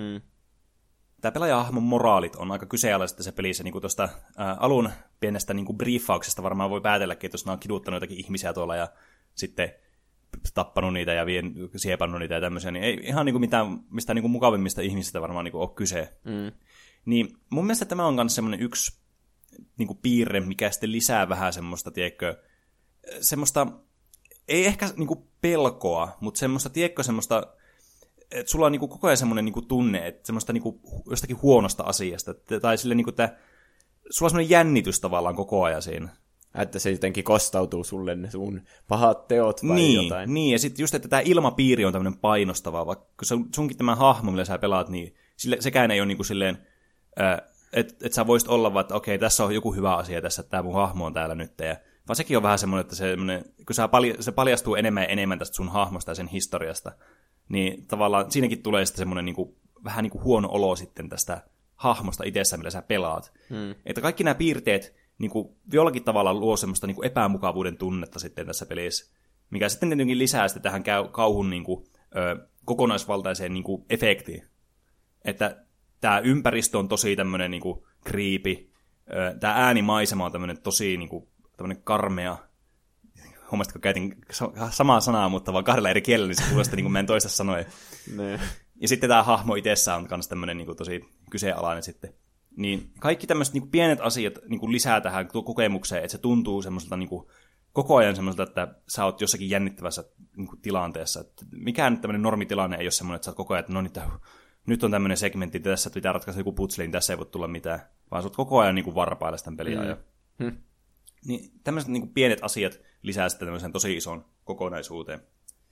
Tämä pelaaja-hahmon moraalit on aika kyseenalaiset tässä pelissä. Niin kuin tuosta alun pienestä niin kuin briefauksesta varmaan voi päätelläkin, että jos ne on kiduttanut jotakin ihmisiä tuolla ja sitten tappanut niitä ja siepannut niitä ja tämmöisiä, niin ei ihan niin kuin mistään niin kuin mukavimmista ihmisistä varmaan niin kuin ole kyse. Niin mun mielestä tämä on myös semmoinen yksi niin kuin piirre, mikä sitten lisää vähän semmoista, tiedätkö, semmoista, ei ehkä niin kuin pelkoa, mutta semmoista, tiedätkö, semmoista, että sulla on niinku koko ajan semmoinen niinku tunne, että semmoista niinku jostakin huonosta asiasta. Tai sille niinku, että sulla on semmoinen jännitys tavallaan koko ajan siinä. Että se jotenkin kostautuu sulle ne sun pahat teot vai jotain. Niin, ja sitten just, että tämä ilmapiiri on tämmöinen painostava. Vaikka sunkin tämä hahmo, millä sä pelaat, niin sekään ei ole niinku silleen, että sä voisit olla vaan, että okei, tässä on joku hyvä asia tässä, että tämä mun hahmo on täällä nyt. Vaan sekin on vähän semmoinen, että kun se paljastuu enemmän ja enemmän tästä sun hahmosta ja sen historiasta, niin tavallaan siinäkin tulee sitten semmoinen niinku, vähän niinku huono olo sitten tästä hahmosta itsessään, millä sä pelaat. Että kaikki nämä piirteet niinku, jollakin tavalla luo semmoista niinku, epämukavuuden tunnetta sitten tässä pelissä, mikä sitten tietenkin lisää sitten tähän kauhun niinku, kokonaisvaltaiseen niinku, efektiin. Että tämä ympäristö on tosi tämmöinen niinku, creepy, tämä äänimaisema on tämmöinen tosi niinku, tämmöinen karmea. Huomasitko, käytin samaa sanaa, mutta vaan kahdella eri kielellä, niin se kuulostaa niin kuin mä en toista sanoja. Ja sitten tämä hahmo itsessään on myös tämmöinen niin kuin tosi kyseenalainen sitten. Niin kaikki tämmöiset niin kuin pienet asiat niin kuin lisää tähän kokemukseen, että se tuntuu semmoiselta niin kuin koko ajan semmoiselta, että sä oot jossakin jännittävässä niin kuin tilanteessa. Että mikään tämmöinen normitilanne ei ole semmoinen, että sä oot koko ajan, että no niin, nyt on tämmöinen segmentti, että tässä pitää ratkaista joku putsli, niin tässä ei voi tulla mitään. Vaan sä oot koko ajan niin kuin varpailla tämän peliä. Niin tämmöiset niin kuin pienet asiat lisää sitten tämmöisen tosi ison kokonaisuuteen.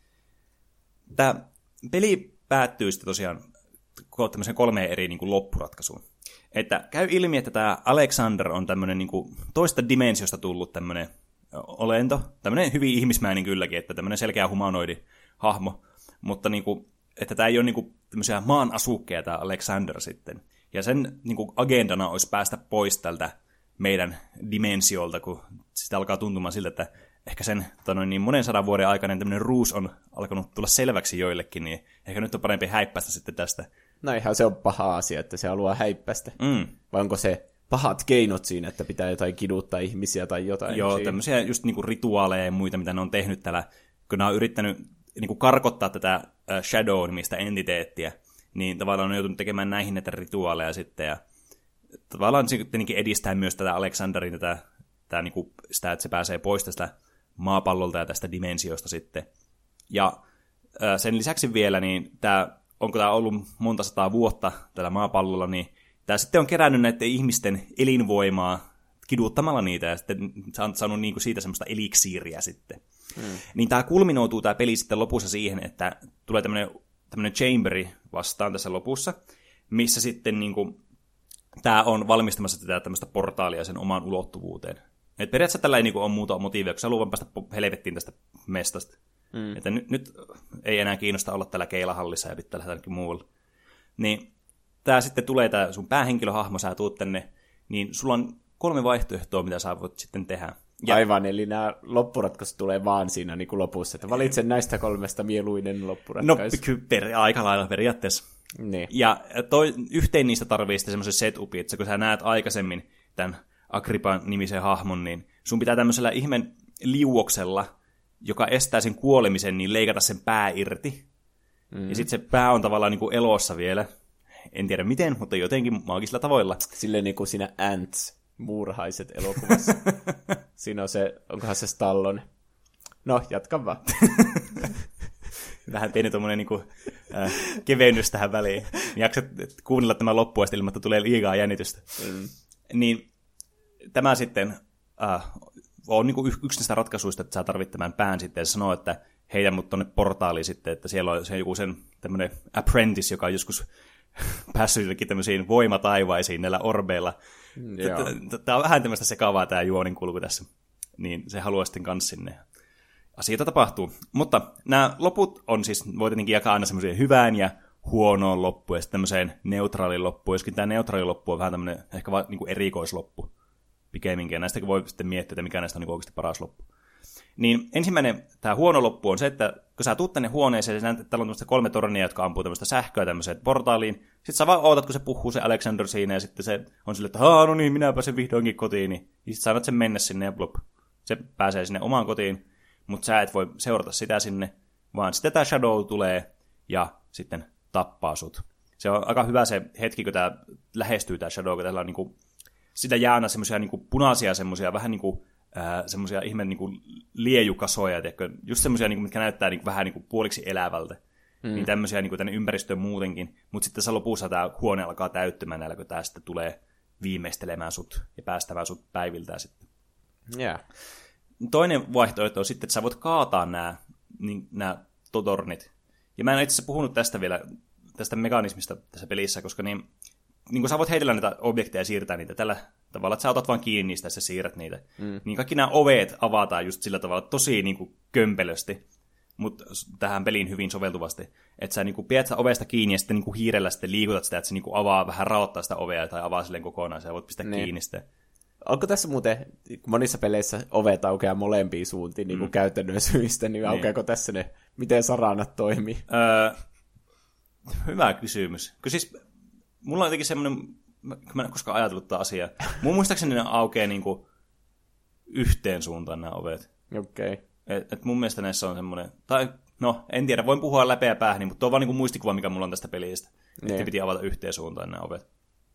Tämä peli päättyy sitten tosiaan tämmöisen 3 eri niin kuin loppuratkaisuun. Että käy ilmi, että tämä Alexander on tämmöinen niin kuin toista dimensiosta tullut tämmöinen olento. Tämmöinen hyvin ihmismäinen kylläkin, että tämmöinen selkeä humanoidi hahmo. Mutta niin kuin, että tämä ei ole niin kuin tämmöisiä maan asukkeja tämä Alexander sitten. Ja sen niin kuin agendana olisi päästä pois tältä meidän dimensiolta, kun sitä alkaa tuntumaan siltä, että ehkä sen niin monen 100 vuoden aikainen tämmöinen ruus on alkanut tulla selväksi joillekin, niin ehkä nyt on parempi häippästä sitten tästä. No ihan se on paha asia, että se haluaa häippästä. Vai onko se pahat keinot siinä, että pitää jotain kiduttaa ihmisiä tai jotain? Joo, siinä? Tämmöisiä just niinku rituaaleja ja muita, mitä ne on tehnyt täällä, kun ne on yrittänyt niinku karkottaa tätä Shadow-nimistä entiteettiä, niin tavallaan on joutunut tekemään näihin näitä rituaaleja sitten, ja tavallaan se tietenkin edistää myös tätä Alexanderin niinku, sitä, että se pääsee pois tästä maapallolta ja tästä dimensiosta sitten. Ja sen lisäksi vielä, niin onko tämä ollut monta 100 vuotta tällä maapallolla, niin tämä sitten on kerännyt näiden ihmisten elinvoimaa kiduttamalla niitä, ja sitten on saanut niinku siitä semmoista eliksiiriä sitten. Niin tämä kulminoutuu tämä peli sitten lopussa siihen, että tulee tämmöinen chamberi vastaan tässä lopussa, missä sitten niinku tämä on valmistamassa tätä tämmöistä portaalia sen omaan ulottuvuuteen. Et periaatteessa tällä ei niinku ole muuta motiivia, kun sä haluat päästä helvettiin tästä mestasta. Että nyt ei enää kiinnosta olla täällä keilahallissa ja pitää lähteä jonnekin muualle. Niin tää sitten tulee tää sun päähenkilöhahmo, sä tuut tänne, niin sulla on 3 vaihtoehtoa, mitä sä voit sitten tehdä. Ja aivan, eli nämä loppuratkaisut tulee vaan siinä niin kuin lopussa, että valitsen näistä 3 mieluinen loppuratkaisu. No, aika lailla periaatteessa. Niin. Ja yhteen niistä tarvii sitten semmoisen setupin, että kun sä näet aikaisemmin tämän Agrippan nimisen hahmon, niin sun pitää tämmöisellä ihmen liuoksella, joka estää sen kuolemisen, niin leikata sen pää irti. Ja sitten se pää on tavallaan niin kuin elossa vielä. En tiedä miten, mutta jotenkin maagisilla tavoilla. Silleen niin kuin siinä Ants, muurahaiset elokuvassa. Siinä on se, onkohan se Stallone. No, jatka vaan. Vähän pieni tuommoinen niin kevennys tähän väliin. Jaksat kuunnella tämän loppuun asti, ilman, että tulee liikaa jännitystä. Niin tämä sitten on niin kuin yksi niistä ratkaisuista, että sä tarvit tämän pään sitten ja sanoo, että heitä mut tonne portaaliin sitten, että siellä on joku sen tämmöinen apprentice, joka on joskus päässyt jotenkin tämmöisiin voimataivaisiin näillä orbeilla. Tämä on vähän tämmöistä sekavaa tämä juoninkulku tässä. Niin se haluaa sitten kans sinne. Asioita tapahtuu. Mutta nämä loput on siis, voi tietenkin jakaa aina semmoiseen hyvään ja huonoon loppuun ja sitten tämmöiseen neutraalin loppuun. Joskin tämä neutraali loppu on vähän tämmöinen ehkä vaan niin kuin erikoisloppu pikemminkin. Ja näistäkin voi sitten miettiä, että mikä näistä on niin oikeasti paras loppu. Niin ensimmäinen, tämä huono loppu on se, että kun sä tuut tänne huoneeseen, ja näet, että täällä on 3 tornia, jotka ampuu tämmöistä sähköä tämmöiseen portaaliin. Sitten sä vaan ootat, kun se puhuu se Alexander siinä, ja sitten se on silleen, että no niin, minä pääsen vihdoinkin kotiin. Niin sitten sä annat sen mennä sinne, ja blop. Se pääsee sinne omaan kotiin, mutta sä et voi seurata sitä sinne, vaan sitten tämä Shadow tulee, ja sitten tappaa sut. Se on aika hyvä se hetki, kun tää lähestyy tää Shadow, kun täällä on niinku, sitä jää aina semmoisia niinku punaisia, semmoisia vähän niinku, semmoisia ihme niinku liejukasoja, tiedätkö? Just semmoisia, niinku, mitkä näyttää niinku, vähän niinku puoliksi elävältä. Niin tämmöisiä niinku, tänne ympäristöön muutenkin. Mutta sitten tässä lopussa tämä huone alkaa täyttymään näillä, kun tämä sitten tulee viimeistelemään sut ja päästämään sut päiviltään sitten. Yeah. Toinen vaihtoehto on sitten, että sä voit kaataa nämä tornit. Ja mä en itse asiassa puhunut tästä vielä, tästä mekanismista tässä pelissä, koska niin kun sä voit heitellä näitä objekteja ja siirtää niitä tällä tavalla, että sä otat vaan kiinni niistä ja sä siirrät niitä. Niin kaikki nämä ovet avataan just sillä tavalla tosi niin kuin kömpelösti, mutta tähän peliin hyvin soveltuvasti. Että sä niin pidät ovesta kiinni ja sitten niin hiirellä sitten liikutat sitä, että se niin avaa vähän raottaa sitä ovea tai avaa silleen kokonaan, ja voit pistää kiinni sitä. Onko tässä muuten, monissa peleissä ovet aukeaa molempiin suuntiin niin kuin käytännön syistä, niin aukeako tässä ne, miten saranat toimii? Hyvä kysymys. Kyllä siis mulla on jotenkin semmoinen, mä en koskaan ajatellut tätä asiaa. Mun muistaakseni ne aukeaa niinku yhteen suuntaan nämä ovet. Okei. Okay. Et mun mielestä näissä on semmoinen, tai no, en tiedä, voin puhua läpeä päähän, mutta tuo on vaan niinku muistikuva, mikä mulla on tästä pelistä. Että piti avata yhteen suuntaan nämä ovet.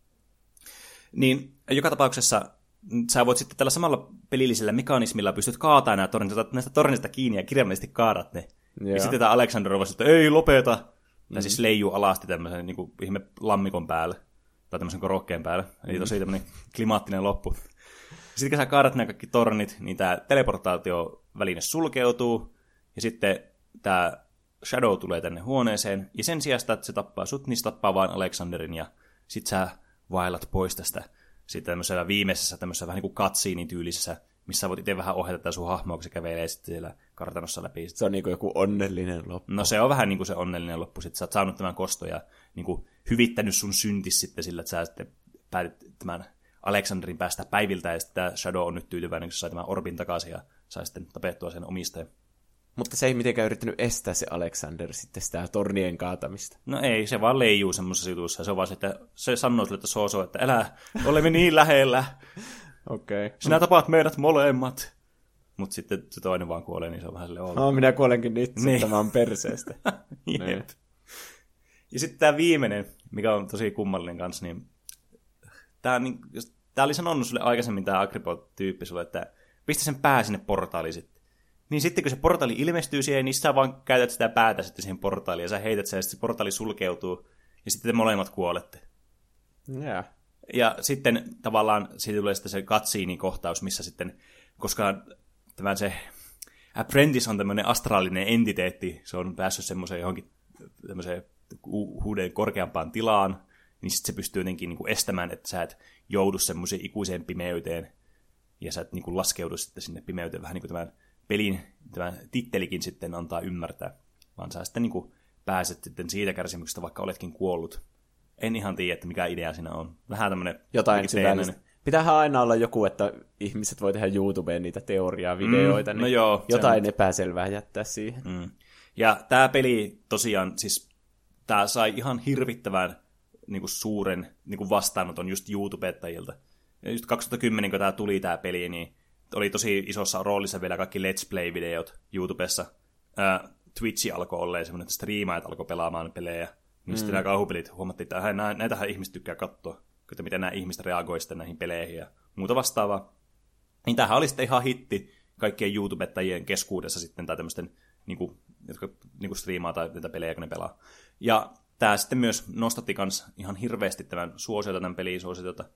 Niin joka tapauksessa sä voit sitten tällä samalla pelillisellä mekanismilla pystyt kaataan nämä tornit, otat näistä tornista kiinni ja kirjaimellisesti kaadat ne. Ja sitten tämä Alexander on vasta, että ei lopeta. Tai siis leijuu alasti tämmöisen niin kuin ihme lammikon päälle. Tai tämmöisen korokkeen päälle. Eli tosi tämmöinen klimaattinen loppu. Sitten kun sä kaadat nämä kaikki tornit, niin tämä teleportaatioväline sulkeutuu. Ja sitten tämä Shadow tulee tänne huoneeseen. Ja sen sijasta, että se tappaa sut, niin se tappaa vain Alexanderin. Ja sit sä vaellat pois tästä. Sitten tämmöisellä viimeisessä, tämmöisessä vähän niin kuin cutscenein tyylisessä, missä voit itse vähän ohjata tätä sun hahmoa, kun se kävelee sitten siellä kartanossa läpi. Se on niin kuin joku onnellinen loppu. No se on vähän niin kuin se onnellinen loppu. Sitten sä oot saanut tämän koston ja niin kuin hyvittänyt sun syntis sitten sillä, että sä sitten päätit tämän Alexanderin päästä päiviltä, ja sitten tämä Shadow on nyt tyytyväinen, kun se sai tämän orbin takaisin ja sai sitten tapettua sen omistajan. Mutta se ei mitenkään yrittänyt estää se Alexander sitten sitä tornien kaatamista. No ei, se vaan leijuu semmoisessa jutussa. Se on vaan sitten, se sanoo sille, että älä, olemme niin lähellä. Okei. Okay. Sinä tapaat meidät molemmat. Mutta sitten se toinen vaan kuolee, niin se on vähän silleen ollut. No, minä kuolenkin nyt, niin. Tämä on perseestä. Niin. Ja sitten tämä viimeinen, mikä on tosi kummallinen kanssa, niin tämä oli sanonut sulle aikaisemmin tämä Agrippa-tyyppi sulle, että pistä sen pää sinne portaaliin sitten. Niin sitten kun se portaali ilmestyy siihen, niin sä vaan käytät sitä päätä sitten siihen portaaliin, ja sä heität sen, ja sitten se portaali sulkeutuu, ja sitten te molemmat kuolette. Yeah. Ja sitten tavallaan siitä tulee sitten se cutscene-kohtaus, missä sitten, koska tämä se Apprentice on tämmöinen astraalinen entiteetti, se on päässyt semmoiseen johonkin tämmöiseen uuden korkeampaan tilaan, niin sitten se pystyy jotenkin niin kuin estämään, että sä et joudu semmoiseen ikuiseen pimeyteen, ja sä et niin kuin laskeudu sitten sinne pimeyteen, vähän niin kuin tämän pelin tämä tittelikin sitten antaa ymmärtää, vaan sä sitten niin kuin pääset sitten siitä kärsimyksestä, vaikka oletkin kuollut. En ihan tiedä, että mikä idea siinä on. Vähän tämmöinen jotain syvällistä. Pitäähän aina olla joku, että ihmiset voi tehdä YouTubeen niitä teoriaa-videoita, niin no joo, jotain epäselvää jättää siihen. Ja tämä peli tosiaan, siis tämä sai ihan hirvittävän niin kuin suuren niin kuin vastaanoton just YouTubettajilta. Ja just 2010, kun tämä tuli tämä peli, niin oli tosi isossa roolissa vielä kaikki Let's Play-videot YouTubessa. Twitchi alkoi olleen semmoinen, että striimaajat alkoi pelaamaan pelejä. Niin sitten nämä kauhupelit huomattiin, että näitähän ihmiset tykkää katsoa, että miten nämä ihmiset reagoi sitten näihin peleihin ja muuta vastaavaa. Niin tämähän oli sitten ihan hitti kaikkien YouTubettajien keskuudessa sitten, tai tämmöisten, jotka striimaa tai näitä pelejä, kun ne pelaa. Ja tämä sitten myös nostatti kans ihan hirveästi tämän suosiota, tämän pelin suosiota.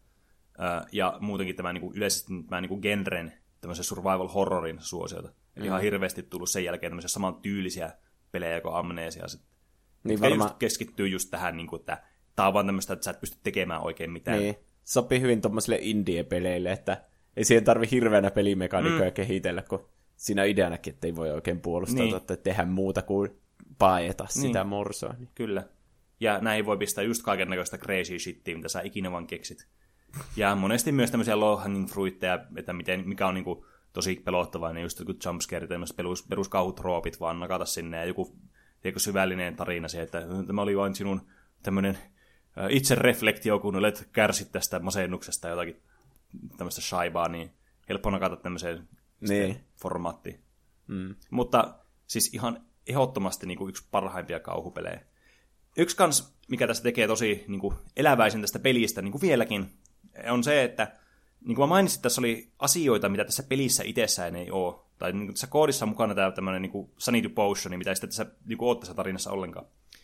Ja muutenkin tämän yleisesti tämän genren, tämmöisen survival horrorin suosiota. Eli ihan hirveästi tullut sen jälkeen tämmöisiä saman tyylisiä pelejä kuin Amnesia sitten. Niin varmaan keskittyy just tähän, että tää on vaan tämmöistä, että sä et pysty tekemään oikein mitään. Niin. Sopii hyvin tommosille indie-peleille, että ei siihen tarvi hirveänä pelimekaniikoja kehitellä, kun siinä ideanakin, että ei voi oikein puolustautua, että tehdä muuta kuin paeta sitä morsoa. Niin. Kyllä. Ja näihin voi pistää just kaikennäköistä crazy shittia, mitä sä ikinä vaan keksit. Ja monesti myös tämmöisiä low-hanging fruitteja, että mikä on niinku tosi pelottavaa, niin just joku jumpscare, tämmöiset peruskauhutroopit vaan nakata sinne, ja joku syvällinen tarina se, että tämä oli vain sinun tämmöinen itsereflektio, kun olet kärsit tästä masennuksesta jotakin tämmöistä shaibaa, niin helppo nakata tämmöiseen formaattiin. Mutta siis ihan ehdottomasti niin kuin yksi parhaimpia kauhupelejä. Yksi kans, mikä tässä tekee tosi niin kuin eläväisen tästä pelistä niin kuin vieläkin, on se, että niin kuin mä mainitsin, tässä oli asioita, mitä tässä pelissä itsessään ei ole. Tai niin kuin tässä koodissa on mukana tämä tämmöinen niin kuin sanity potion, mitä ei sitten tässä niin kuin ole tässä tarinassa ollenkaan.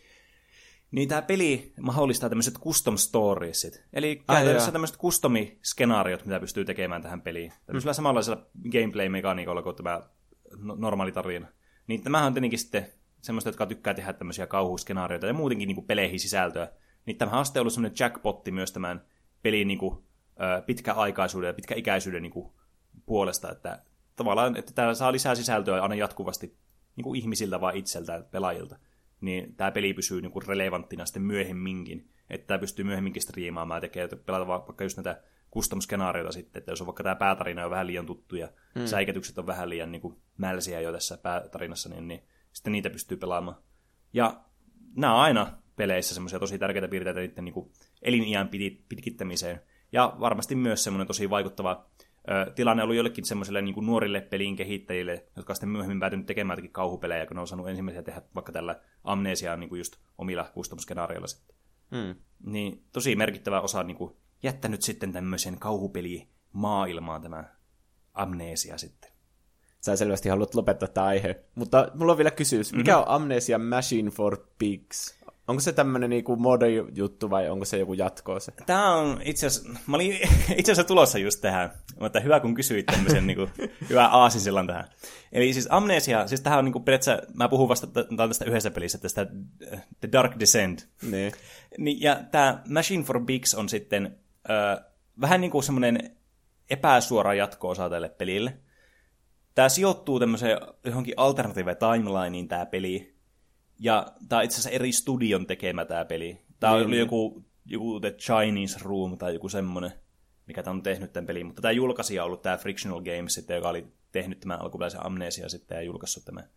Niin tämä peli mahdollistaa tämmöiset custom storiesit. Eli käytännössä tämmöiset customi-skenaariot, mitä pystyy tekemään tähän peliin. Tämmöisellä samanlaisella gameplay-mekaniikolla kuin tämä normaali tarina. Niin tämähän on tietenkin sitten semmoista, jotka tykkää tehdä tämmöisiä kauhuskenaarioita ja muutenkin niin kuin peleihin sisältöä. Niin tämähän on sitten ollut semmoinen jackpotti myös tämän pelin niin kuin, pitkäaikaisuuden ja pitkäikäisyyden niin kuin, puolesta. Että tavallaan, että täällä saa lisää sisältöä aina jatkuvasti niin kuin ihmisiltä vai itseltään pelaajilta. Niin tämä peli pysyy niin kuin relevanttina sitten myöhemminkin. Että tämä pystyy myöhemminkin striimaamaan ja tekee, pelata vaikka just näitä custom-skenaarioita sitten, että jos on vaikka tämä päätarina on vähän liian tuttu ja säikätykset on vähän liian niin kuin mälsiä jo tässä päätarinassa, niin sitten niitä pystyy pelaamaan. Ja nämä on aina peleissä semmoisia tosi tärkeitä piirteitä niiden niin kuin eliniän pitkittämiseen. Ja varmasti myös semmoinen tosi vaikuttava tilanne on ollut jollekin semmoisille niin kuin nuorille pelin kehittäjille, jotka on sitten myöhemmin päätynyt tekemään jotakin kauhupelejä, kun ne on saanut ensimmäisiä tehdä vaikka tällä Amnesiaan niin kuin just omilla custom-skenaarioilla sitten. Niin tosi merkittävä osa niin kuin jättänyt sitten tämmöisen kauhupeli-maailmaan tämä Amnesia sitten. Sä selvästi haluat lopettaa tämä aihe, mutta mulla on vielä kysymys. Mikä on Amnesia Machine for Pigs? Onko se tämmöinen niinku modi-juttu vai onko se joku jatkoa se? Tämä on itse asiassa, mä olin itse asiassa tulossa just tähän, mutta hyvä kun kysyit tämmöisen niinku, hyvän aasinsillan tähän. Eli siis Amnesia, siis tähän on niinku periaatteessa, mä puhun vasta tästä yhdessä pelissä, tästä The Dark Descent. Niin, ja tämä Machine for Pigs on sitten vähän niin kuin semmoinen epäsuora jatko-osa tälle pelille. Tämä sijoittuu tämmöiseen johonkin alternative timelineen tämä peli. Ja tämä on itse asiassa eri studion tekemä tämä peli. Tämä oli joku The Chinese Room tai joku semmoinen, mikä tämä on tehnyt tämän pelin. Mutta tämä julkaisija on ollut tämä Frictional Games sitten, joka oli tehnyt tämän alkuperäisen Amnesia sitten ja julkaissut tämän.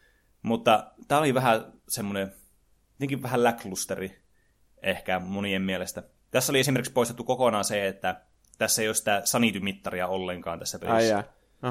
Mutta tämä oli vähän semmoinen, jotenkin vähän lacklusteri ehkä monien mielestä. Tässä oli esimerkiksi poistettu kokonaan se, että tässä ei ole sitä sanity-mittaria ollenkaan tässä pelissä.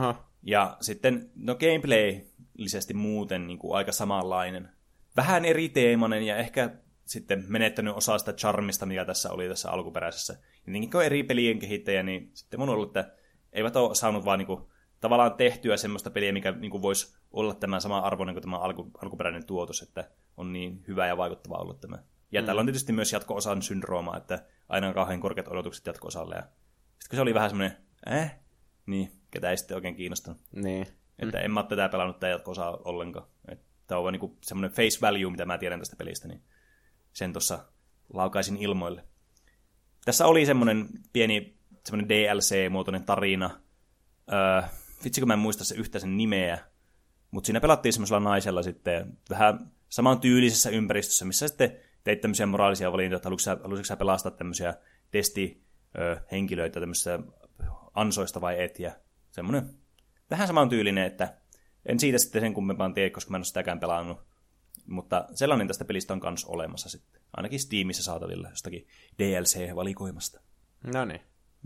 Ja sitten, no gameplay-lisesti muuten niin kuin aika samanlainen. Vähän eri teemainen ja ehkä sitten menettänyt osaa sitä charmista, mikä tässä oli tässä alkuperäisessä. Jotenkin kun eri pelien kehittäjä, niin sitten on ollut, että eivät ole saanut vaan niin kuin, tavallaan tehtyä semmoista peliä, mikä niin kuin voisi olla tämän sama arvoinen kuin tämä alkuperäinen tuotos, että on niin hyvä ja vaikuttava ollut tämä. Ja täällä on tietysti myös jatko-osan syndrooma, että aina on kauhean korkeat odotukset jatko-osalle. Ja sitten kun se oli vähän semmoinen, niin ketä ei sitten oikein kiinnostanut. Niin. Että en mä ole tätä pelannut tämä jatko-osaa ollenkaan. Tämä on vaan niin semmoinen face value, mitä mä tiedän tästä pelistä, niin sen tuossa laukaisin ilmoille. Tässä oli semmoinen pieni semmoinen DLC-muotoinen tarina. Vitsi, kun mä en muista se yhtä sen nimeä. Mutta siinä pelattiin semmoisella naisella sitten vähän saman tyylisessä ympäristössä, missä sitten teit tämmöisiä moraalisia valintoja, että haluaisitko sä pelastaa tämmöisiä testihenkilöitä tämmöisissä ansoista vai et. Ja semmoinen vähän saman tyylinen, että en siitä sitten sen kummempaan tiedä, koska mä en ole sitäkään pelannut. Mutta sellainen tästä pelistä on kans olemassa sitten. Ainakin Steamissa saatavilla jostakin DLC-valikoimasta. No niin.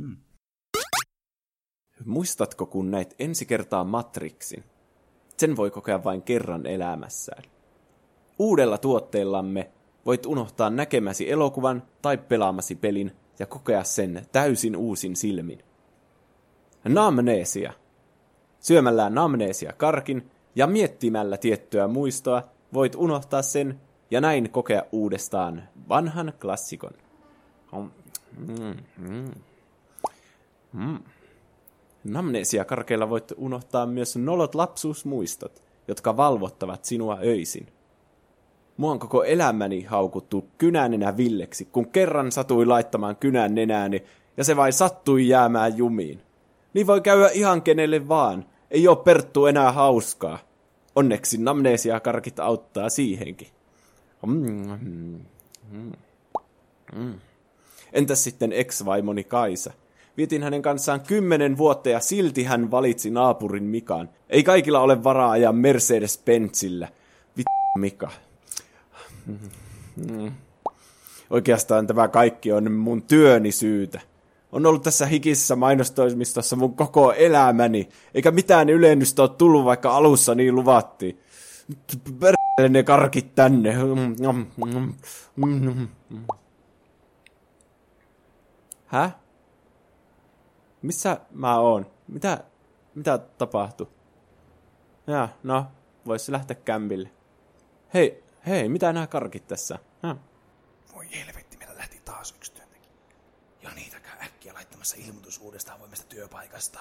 Muistatko, kun näit ensi kertaa Matrixin? Sen voi kokea vain kerran elämässään. Uudella tuotteellamme voit unohtaa näkemäsi elokuvan tai pelaamasi pelin ja kokea sen täysin uusin silmin. Namnesia. Syömällä Namnesia-karkin ja miettimällä tiettyä muistoa voit unohtaa sen ja näin kokea uudestaan vanhan klassikon. Namnesia-karkeilla voit unohtaa myös nolot lapsuusmuistot, jotka valvottavat sinua öisin. Mua on koko elämäni haukuttu kynänenä Villeksi, kun kerran satui laittamaan kynän nenääni, ja se vain sattui jäämään jumiin. Niin voi käydä ihan kenelle vaan. Ei oo Perttu enää hauskaa. Onneksi amnesiakarkit auttaa siihenkin. Entäs sitten ex-vaimoni Kaisa? Vietin hänen kanssaan 10 vuotta ja silti hän valitsi naapurin Mikan. Ei kaikilla ole varaa ajaa Mercedes-Benzillä. Mika. Oikeastaan tämä kaikki on mun työni syytä. On ollut tässä hikisessä mainostoimistossa mun koko elämäni, eikä mitään ylennystä ole tullut, vaikka alussa niin luvattiin. Perkele ne karkit tänne. Häh? Missä mä oon? Mitä tapahtui? No, vois lähteä kämpille. Hei, mitä nämä karkit tässä? Voi helvetti, meillä lähti taas yksi työntekijä. Ja niitä käy äkkiä laittamassa ilmoitus uudestaan avoimesta työpaikasta.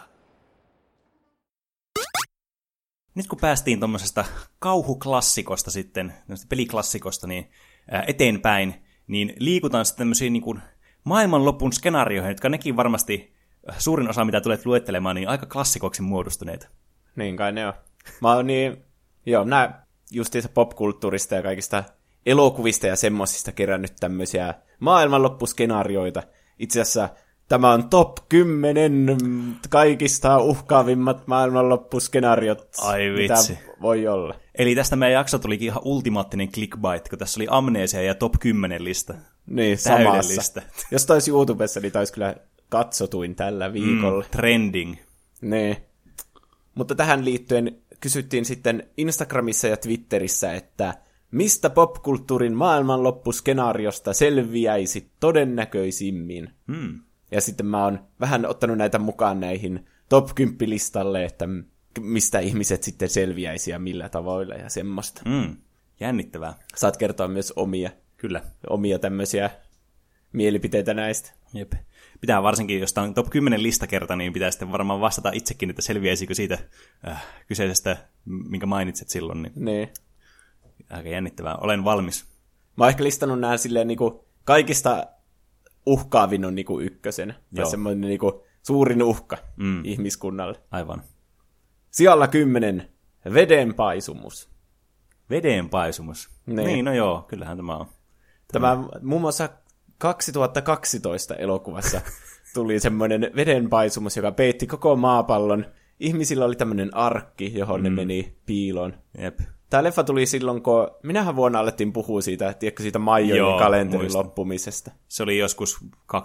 Nyt kun päästiin tuommoisesta kauhuklassikosta sitten, peliklassikosta, niin eteenpäin, niin liikutaan sitten tämmöisiin niin kuin maailmanlopun skenaarioihin, jotka nekin varmasti suurin osa, mitä tulet luettelemaan, niin aika klassikoksi muodostuneita. Niin kai ne on. Mä oon nää justiinsa popkulttuurista ja kaikista elokuvista ja semmosista kerännyt tämmöisiä maailmanloppuskenaarioita. Itse asiassa tämä on top 10 kaikista uhkaavimmat maailmanloppuskenaariot, mitä voi olla. Eli tästä meidän jakso tulikin ihan ultimaattinen clickbait, kun tässä oli amnesia ja top 10 lista. Niin, samassa. Jos taisi YouTubessa, niin taisi kyllä katsotuin tällä viikolla. Trending. Niin. Mutta tähän liittyen kysyttiin sitten Instagramissa ja Twitterissä, että mistä popkulttuurin maailmanloppuskenaariosta selviäisi todennäköisimmin? Ja sitten mä oon vähän ottanut näitä mukaan näihin top 10-listalle, että mistä ihmiset sitten selviäisi ja millä tavoilla ja semmoista. Jännittävää. Saat kertoa myös omia tämmöisiä mielipiteitä näistä. Jep. Pitää varsinkin, jos tämä on top 10 listakerta, niin pitää sitten varmaan vastata itsekin, että selviäisikö siitä kyseisestä, minkä mainitset silloin. Niin. Aika jännittävää. Olen valmis. Mä oon ehkä listannut nämä silleen niinku kaikista uhkaavin on niinku ykkösen. Tai semmoinen niinku suurin uhka ihmiskunnalle. Aivan. Sijalla 10. Vedenpaisumus. Vedenpaisumus. Niin, no joo, kyllähän tämä on. Tämä muun muassa 2012 elokuvassa tuli semmoinen vedenpaisumus, joka peitti koko maapallon. Ihmisillä oli tämmöinen arkki, johon ne meni piiloon. Jep. Tämä leffa tuli silloin, kun minähän vuonna alettiin puhua siitä, tiedätkö, siitä Maijonin kalenterin loppumisesta. Se oli joskus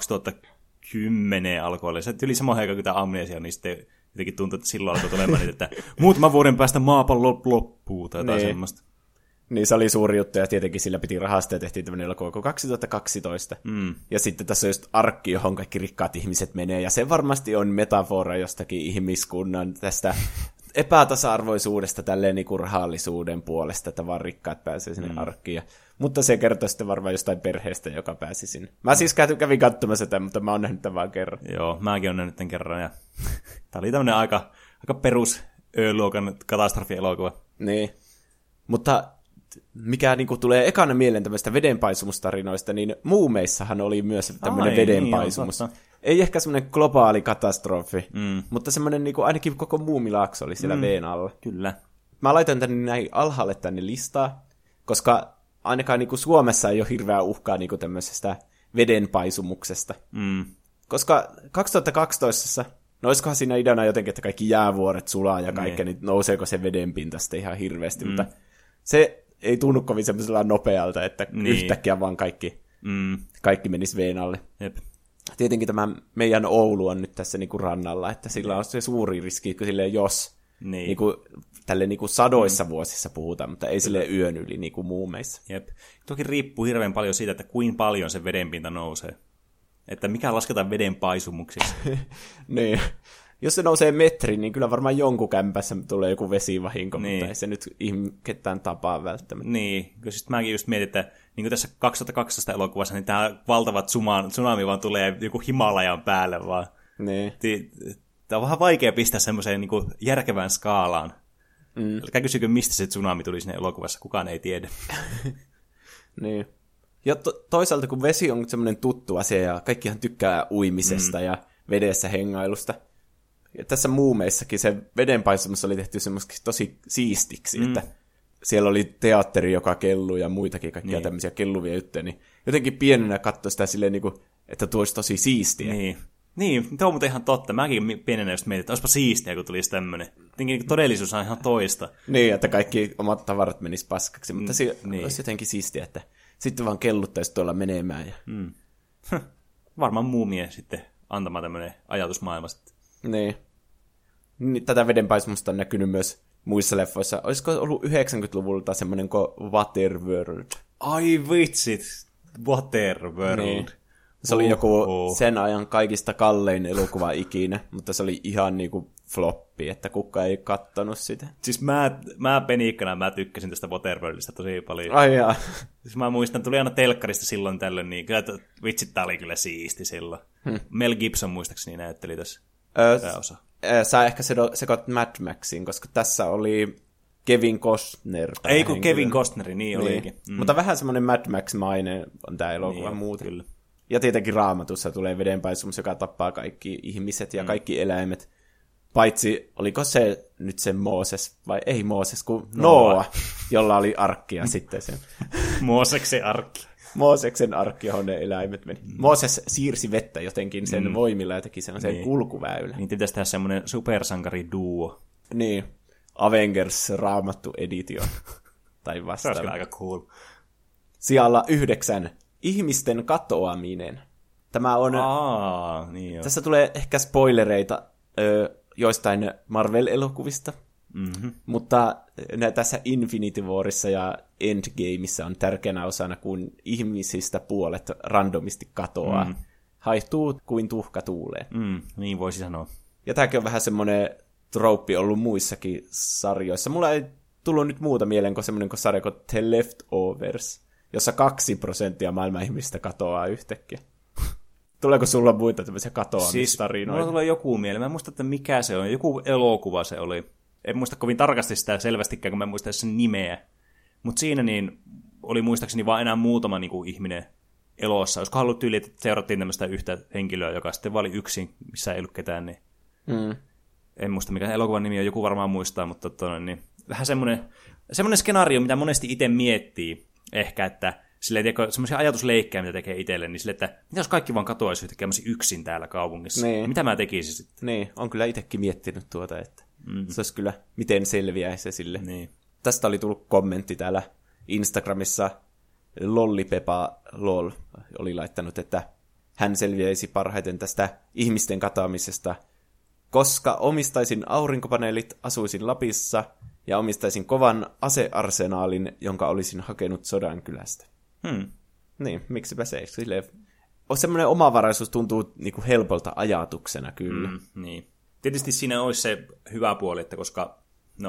2010 alkoi. Se yli samoin aika kuin tämä amnesia, niin sitten jotenkin tuntui, että silloin alkoi tulemaan niitä, että muutaman vuoden päästä maapallo loppuu tai jotain semmoista. Niin se oli suuri juttu, ja tietenkin sillä piti rahasta, ja tehtiin tämmöinen elokuva kuin 2012. Ja sitten tässä on just arkki, johon kaikki rikkaat ihmiset menee, ja se varmasti on metafora jostakin ihmiskunnan tästä epätasa-arvoisuudesta tälleen niin kuin rahallisuuden puolesta, että vaan rikkaat pääsee sinne arkkiin. Mutta se kertoo sitten varmaan jostain perheestä, joka pääsi sinne. Mä siis kävin katsomassa sitä, mutta mä oon nähnyt tämän vaan kerran. Joo, mäkin oon nähnyt tämän kerran, ja tää oli tämmöinen aika perus Ö-luokan katastrofielokuva. Niin, mutta mikä niin kuin tulee ekana mieleen tämmöistä vedenpaisumustarinoista, niin Muumeissahan oli myös tämmöinen vedenpaisumus. Niin, ei ehkä semmoinen globaali katastrofi, mutta semmoinen niin kuin ainakin koko Muumilaakso oli siellä veen alla. Kyllä. Mä laitan tänne näin alhaalle tänne listaa, koska ainakaan niin kuin Suomessa ei ole hirveää uhkaa niin kuin tämmöisestä vedenpaisumuksesta. Koska 2012, no olisikohan siinä ideana jotenkin, että kaikki jäävuoret sulaa ja kaikkea, niin nouseeko se vedenpinta sitten ihan hirveästi, mutta se ei tunnu kovin semmoisella nopealta, että yhtäkkiä vaan kaikki menisi veen alle. Jep. Tietenkin tämä meidän Oulu on nyt tässä niinku rannalla, että sillä on se suuri riski, kun silleen jos niinku, tälle niinku sadoissa vuosissa puhutaan, mutta ei silleen yön yli niinku Muumeissa. Jep. Toki riippuu hirveän paljon siitä, että kuinka paljon se vedenpinta nousee. Että mikä lasketaan vedenpaisumuksiksi. Niin. Jos se nousee metrin, niin kyllä varmaan jonkun kämpässä tulee joku vesivahinko, mutta ei se nyt ketään tapaa välttämättä. Niin, kyllä sitten mäkin just mietin, että niin kuin tässä 2012 elokuvassa, niin tämä valtava tsunami vaan tulee joku Himalajan päälle vaan. Niin. Tämä on vähän vaikea pistää semmoiseen niin kuin järkevään skaalaan. Älkää kysykö, mistä se tsunami tuli sinne elokuvassa, kukaan ei tiedä. Niin. Ja toisaalta kun vesi on semmoinen tuttu asia ja kaikkihan tykkää uimisesta ja vedessä hengailusta. Ja tässä muumeissakin se vedenpaisumus oli tehty semmoiseksi tosi siistiksi, että siellä oli teatteri, joka kelluu ja muitakin kaikkia tämmöisiä kelluvia juttuja, niin jotenkin pienenä katsoi sitä silleen, niin kuin, että tuo olisi tosi siistiä. Niin, tuo on muuten ihan totta. Mäkin pienenä just mietin, että olisipa siistiä, kun tulisi tämmöinen. Tietenkin todellisuus on ihan toista. Niin, että kaikki omat tavarat menis paskaksi, mutta olisi jotenkin siistiä, että sitten vaan kelluttaisi tuolla menemään. Ja... Varmaan muumien sitten antamaan tämmöinen ajatusmaailma sitten. Niin. Tätä vedenpaisumusta on näkynyt myös muissa leffoissa. Olisiko ollut 90-luvulta semmoinen kuin Waterworld? Ai vitsit, Waterworld. Niin. Se oli joku sen ajan kaikista kallein elokuva ikinä, mutta se oli ihan niinku floppi, että kukaan ei kattonut sitä. Siis mä penikkana mä tykkäsin tästä Waterworldista tosi paljon. Ai jaa. Siis mä muistan, tuli aina telkkarista silloin tällöin, niin kyllä vitsit, tää oli kyllä siisti silloin. Mel Gibson muistaakseni näytteli tässä pääosa. Sä ehkä sekoit Mad Maxiin, koska tässä oli Kevin Costner. Ei kun Kevin Costner, niin olikin. Mutta vähän semmoinen Mad Max-mainen on tää elokuva muuten. Kyllä. Ja tietenkin Raamatussa tulee vedenpaisumus, joka tappaa kaikki ihmiset ja kaikki eläimet. Paitsi, oliko se nyt se Mooses, vai ei Mooses, kun Noa, jolla oli arkki ja sitten se... Mooseksen arkki. Mooseksen arkki, johon ne eläimet meni. Mooses siirsi vettä jotenkin sen voimilla ja teki sen kulkuväylä. Niin pitäisi tehdä semmoinen supersankariduo. Niin, Avengers Raamattu Edition. Tai vastaava. Se olisi aika cool. Sijalla 9. Ihmisten katoaminen. Tämä on... niin joo. Tässä tulee ehkä spoilereita joistain Marvel-elokuvista, mutta tässä Infinity Warissa ja Endgameissa on tärkeänä osana, kun ihmisistä puolet randomisti katoaa. Haihtuu kuin tuhka tuuleen. Niin voisi sanoa. Ja tämäkin on vähän semmoinen trouppi ollut muissakin sarjoissa. Mulla ei tullut nyt muuta mieleen kuin semmoinen sarja kuin The Leftovers, jossa 2% maailman ihmistä katoaa yhtäkkiä. Tuleeko sulla muita tämmöisiä katoamistarinoita? Mulla tulee joku mieleen. Mä en muista, että mikä se on. Joku elokuva se oli. En muista kovin tarkasti sitä selvästikään, kun mä en muista sen nimeä. Mutta siinä niin oli muistaakseni vaan enää muutama niin kuin ihminen elossa. Olisiko halunnut tyyli, että seurattiin tämmöistä yhtä henkilöä, joka sitten vaan oli yksin, missä ei ollut ketään. Niin... En muista, mikä elokuvan nimi on. Joku varmaan muistaa, mutta niin vähän semmoinen skenaario, mitä monesti itse miettii. Ehkä, että silleen, semmoisia ajatusleikkejä, mitä tekee itselle, niin silleen, että mitä jos kaikki vaan katoaisi yhtäkkiä yksin täällä kaupungissa? Niin. Mitä mä tekisin sitten? Niin, on kyllä itsekin miettinyt tuota, että se olisi kyllä, miten selviäisi se sille. Niin. Tästä oli tullut kommentti täällä Instagramissa. Lollipepa lol oli laittanut, että hän selviäisi parhaiten tästä ihmisten katoamisesta, koska omistaisin aurinkopaneelit, asuisin Lapissa ja omistaisin kovan asearsenaalin, jonka olisin hakenut Sodankylästä. Niin, miksipä se ei. Semmoinen omavaraisuus tuntuu niinku helpolta ajatuksena kyllä. Niin. Tietysti siinä olisi se hyvä puoli, että koska,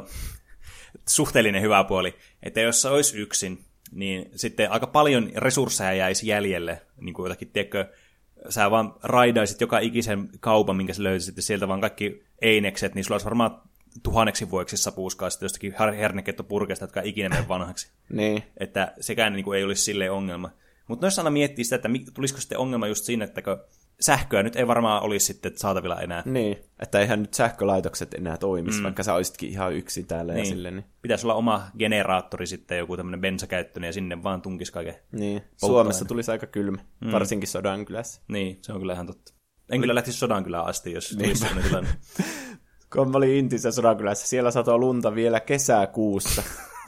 suhteellinen hyvä puoli, että jos sä olisi yksin, niin sitten aika paljon resursseja jäisi jäljelle, niin kuin jotakin, tiedätkö, sä vaan raidaisit joka ikisen kaupan, minkä sä löytäisit, ja sieltä vaan kaikki einekset, niin sulla olisi varmaan 1000 vuodeksi sapuuskaa sitten jostakin hernekettopurkeista, jotka ikinä mene vanhaksi. Niin. Että sekään niin kuin ei olisi silleen ongelma. Mutta jos aina miettii sitä, että tulisiko sitten ongelma just siinä, että sähköä nyt ei varmaan olisi sitten saatavilla enää. Niin, että eihän nyt sähkölaitokset enää toimisi, vaikka sä olisitkin ihan yksin täällä ja silleen. Niin. Pitäisi olla oma generaattori sitten, joku tämmöinen bensakäyttöinen, ja sinne vaan tunkisi kaiken. Niin, Suomessa tulisi aika kylmä, varsinkin Sodankylässä. Niin, se on kyllä ihan totta. En kyllä lähtisi Sodankylään asti, jos tulisi sellainen tilanne. Kun mä olin Intissä Sodankylässä, siellä satoi lunta vielä kesäkuussa.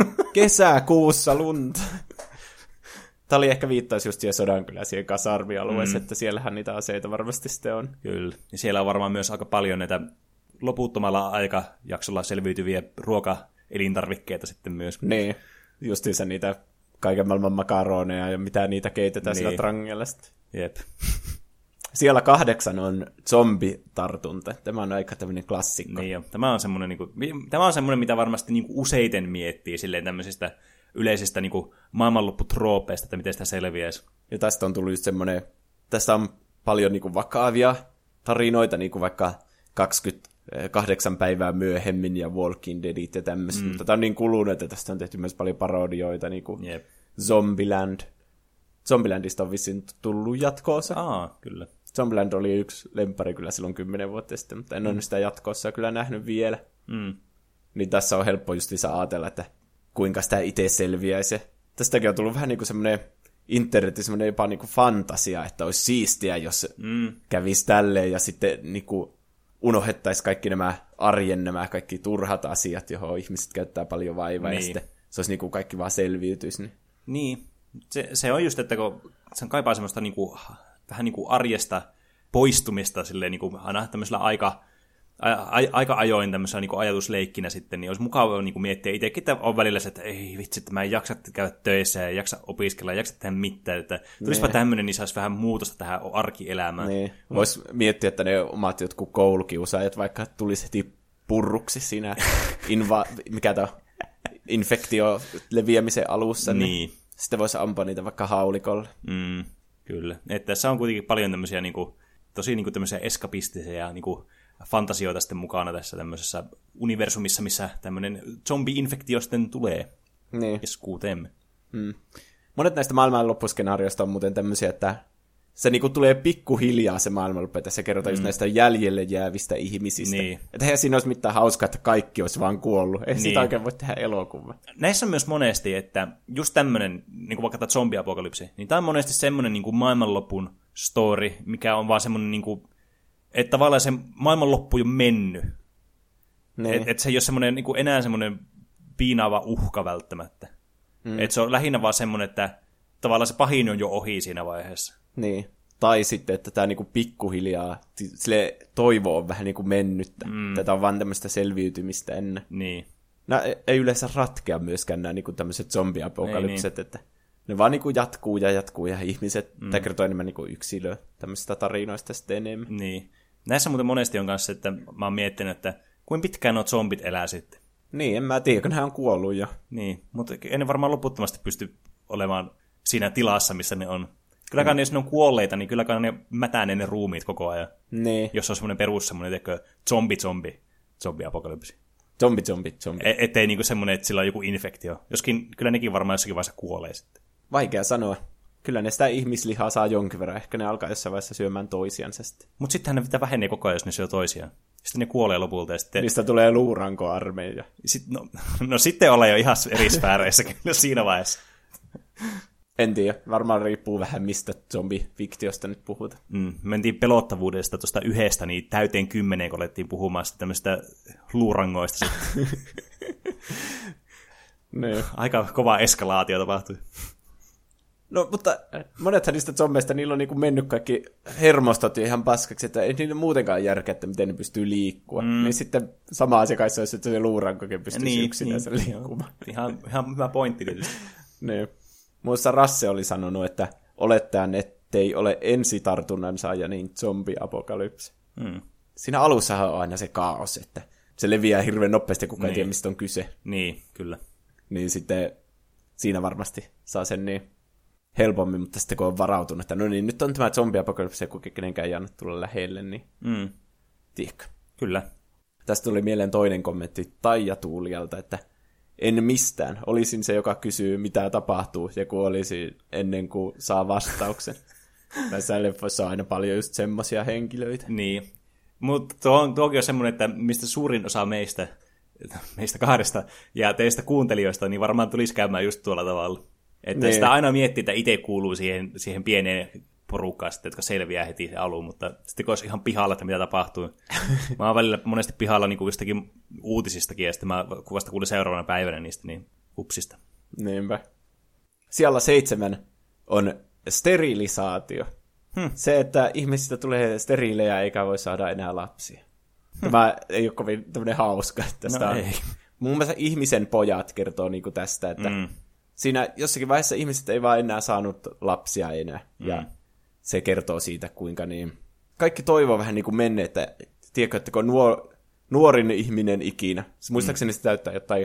Kesäkuussa lunta! Tämä oli ehkä viittaus just siihen Sodankylään, siihen kasarmialueeseen, että siellähän niitä aseita varmasti sitten on. Kyllä. Ja siellä on varmaan myös aika paljon näitä loputtomalla aikajaksolla selviytyviä ruokaelintarvikkeita sitten myös. Niin, justiinsa niitä kaiken maailman makaroneja ja mitä niitä keitetään sillä trangella sitten. Jep. Siellä 8 on zombitartunta. Tämä on aika tämmöinen klassikko. Niin jo. Tämä on semmoinen, mitä varmasti niinku useiten miettii silleen tämmöisistä yleisistä niinku maailmanlopputroopeista, että miten sitä selviäisi. Ja tästä on tullut just semmoinen, tästä on paljon niinku vakavia tarinoita, niinku vaikka 28 päivää myöhemmin ja Walking Deadit ja tämmöistä. Mutta tämä on niin kulunut, että tästä on tehty myös paljon parodioita. Niinku. Yep. Zombieland. Zombielandista on vissiin tullut jatkoosa. Kyllä. Zombieland oli yksi lemppari kyllä silloin 10 vuotta sitten, mutta en ole sitä jatkoossa kyllä nähnyt vielä. Niin tässä on helppo justiinsa ajatella, että kuinka sitä itse selviäisi. Tästäkin on tullut vähän niin kuin semmoinen internetin semmoinen jopa niin kuin fantasia, että olisi siistiä, jos kävisi tälleen ja sitten niin kuin unohdettaisiin kaikki nämä arjen nämä kaikki turhat asiat, johon ihmiset käyttää paljon vaivaa ja sitten se olisi niin kuin kaikki vaan selviytyisi. Niin. Se on just, että kun se kaipaa semmoista niin kuin, vähän niin kuin arjesta poistumista silleen, niin kuin aina tämmöisellä aika ajoin tämmöisellä niin kuin ajatusleikkinä sitten, niin olisi mukava niin kuin miettiä itsekin, että on välillä se, että ei vitsi, että mä en jaksa käydä töissä ja jaksa opiskella, jaksa tehdä mitään, että tulisipa tämmöinen, niin saisi vähän muutosta tähän arkielämään. Niin. Voisi miettiä, että ne omat jotkut koulukiusaajat vaikka tulisi heti purruksi siinä infektio leviämisen alussa, niin sitten voisi ampua niitä vaikka haulikolla. Kyllä. Että tässä on kuitenkin paljon tämmöisiä niinku, tosi niinku tämmöisiä eskapistisia niinku fantasioita sitten mukana tässä tämmöisessä universumissa, missä tämmöinen zombi-infektio sitten tulee keskuuteemme. Monet näistä maailmanloppuskenaarioista on muuten tämmöisiä, että se niinku tulee pikkuhiljaa se maailmanloppu, että se kerrotaan just näistä jäljelle jäävistä ihmisistä. Niin. Että eihän siinä olisi mitään hauskaa, että kaikki olisi vaan kuollut. Ei siitä oikein voi tehdä elokuva. Näissä on myös monesti, että just tämmöinen, niin kuin vaikka tämä zombiapokalypsi, niin tämä on monesti semmoinen niin kuin maailmanlopun story, mikä on vaan semmoinen, niin kuin, että tavallaan se maailmanloppu on mennyt. Että se ei ole semmoinen, niin kuin enää semmoinen piinaava uhka välttämättä. Että se on lähinnä vaan semmoinen, että tavallaan se pahin on jo ohi siinä vaiheessa. Niin. Tai sitten, että tämä niinku pikkuhiljaa, sille toivo on vähän niinku mennyttä. Tätä on vaan tämmöistä selviytymistä ennen. Niin. Nämä ei yleensä ratkea myöskään nämä niinku tämmöiset zombiapokalypset, että ne vaan niinku jatkuu ja ihmiset, tämä kertoo enemmän niinku yksilöä tämmöisistä tarinoista sitten enemmän. Niin. Näissä muuten monesti on kanssa, että mä oon miettinyt, että kuinka pitkään nuo zombit elää sitten. Niin, en mä tiedä, kun hän on kuollut jo. Niin, mutta en varmaan loputtomasti pysty olemaan siinä tilassa, missä ne on. Kylläkään jos ne on kuolleita, niin kylläkään ne mätänee ne ruumiit koko ajan. Niin. Jos on semmoinen perus semmoinen, zombi-apokalypsi. Zombi. Ettei niinku semmoinen, että sillä on joku infektio. Joskin kyllä nekin varmaan jossakin vaiheessa kuolee sitten. Vaikea sanoa. Kyllä ne sitä ihmislihaa saa jonkin verran. Ehkä ne alkaa jossain vaiheessa syömään toisiansa sitten. Mutta sittenhän ne vähenee koko ajan, jos ne syö toisiaan. Sitten ne kuolee lopulta. Ja sitten niistä tulee luurankoarmeija. No sitten ollaan jo ihan eri sfääreissä kyllä siinä vaiheessa. En tiedä. Varmaan riippuu vähän, mistä zombifiktiosta nyt puhutaan. Mentiin pelottavuudesta tuosta 1 niin täyteen 10, kun alettiin puhumaan tämmöistä luurangoista. Aika kova eskalaatio tapahtui. No, mutta monethan niistä zombeista, niillä on niinku mennyt kaikki hermostot ihan paskaksi, että ei niillä muutenkaan järkeä, että miten ne pystyy liikkua. Niin sitten sama asia kai se olisi, että se luurankokin pystyisi yksinänsä liikkumaan. Ihan hyvä pointti tietysti. Niin. Muissa Rasse oli sanonut, että olettaen, ettei ole ensitartunnan saaja niin zombiapokalypsi. Siinä alussahan on aina se kaos, että se leviää hirveän nopeasti, kukaan ei tiedä, mistä on kyse. Niin, kyllä. Niin sitten siinä varmasti saa sen niin helpommin, mutta sitten kun on varautunut, että no niin, nyt on tämä zombiapokalypsi, kun kenenkään ei anna tulla lähelle, niin tiedätkö. Kyllä. Tästä tuli mieleen toinen kommentti Taija Tuulialta, että en mistään. Olisin se, joka kysyy, mitä tapahtuu, ja kuolisi ennen kuin saa vastauksen. Näissä leffoissa on aina paljon just semmoisia henkilöitä. Niin. Mutta tuokin on semmoinen, että mistä suurin osa meistä kahdesta ja teistä kuuntelijoista, niin varmaan tulisi käymään just tuolla tavalla. Että sitä aina miettii, että itse kuuluu siihen pieneen porukkaan, sitten, jotka selviää heti se alun, mutta sitten kun olisi ihan pihalla, että mitä tapahtuu. Mä oon välillä monesti pihalla niin kuin jostakin uutisistakin, ja sitten mä vasta kuulin seuraavana päivänä niistä niin upsista. Niinpä. Siellä 7 on sterilisaatio. Se, että ihmisistä tulee steriilejä eikä voi saada enää lapsia. Tämä ei ole kovin tämmöinen hauska. Tästä ei. Muun muassa ihmisen pojat kertoo niinku tästä, että siinä jossakin vaiheessa ihmiset ei vaan enää saanut lapsia enää. Ja se kertoo siitä, kuinka niin kaikki toivoo vähän niin kuin menneet, että tiedätkö, että kun nuorin ihminen ikinä, muistaakseni se täyttää jotain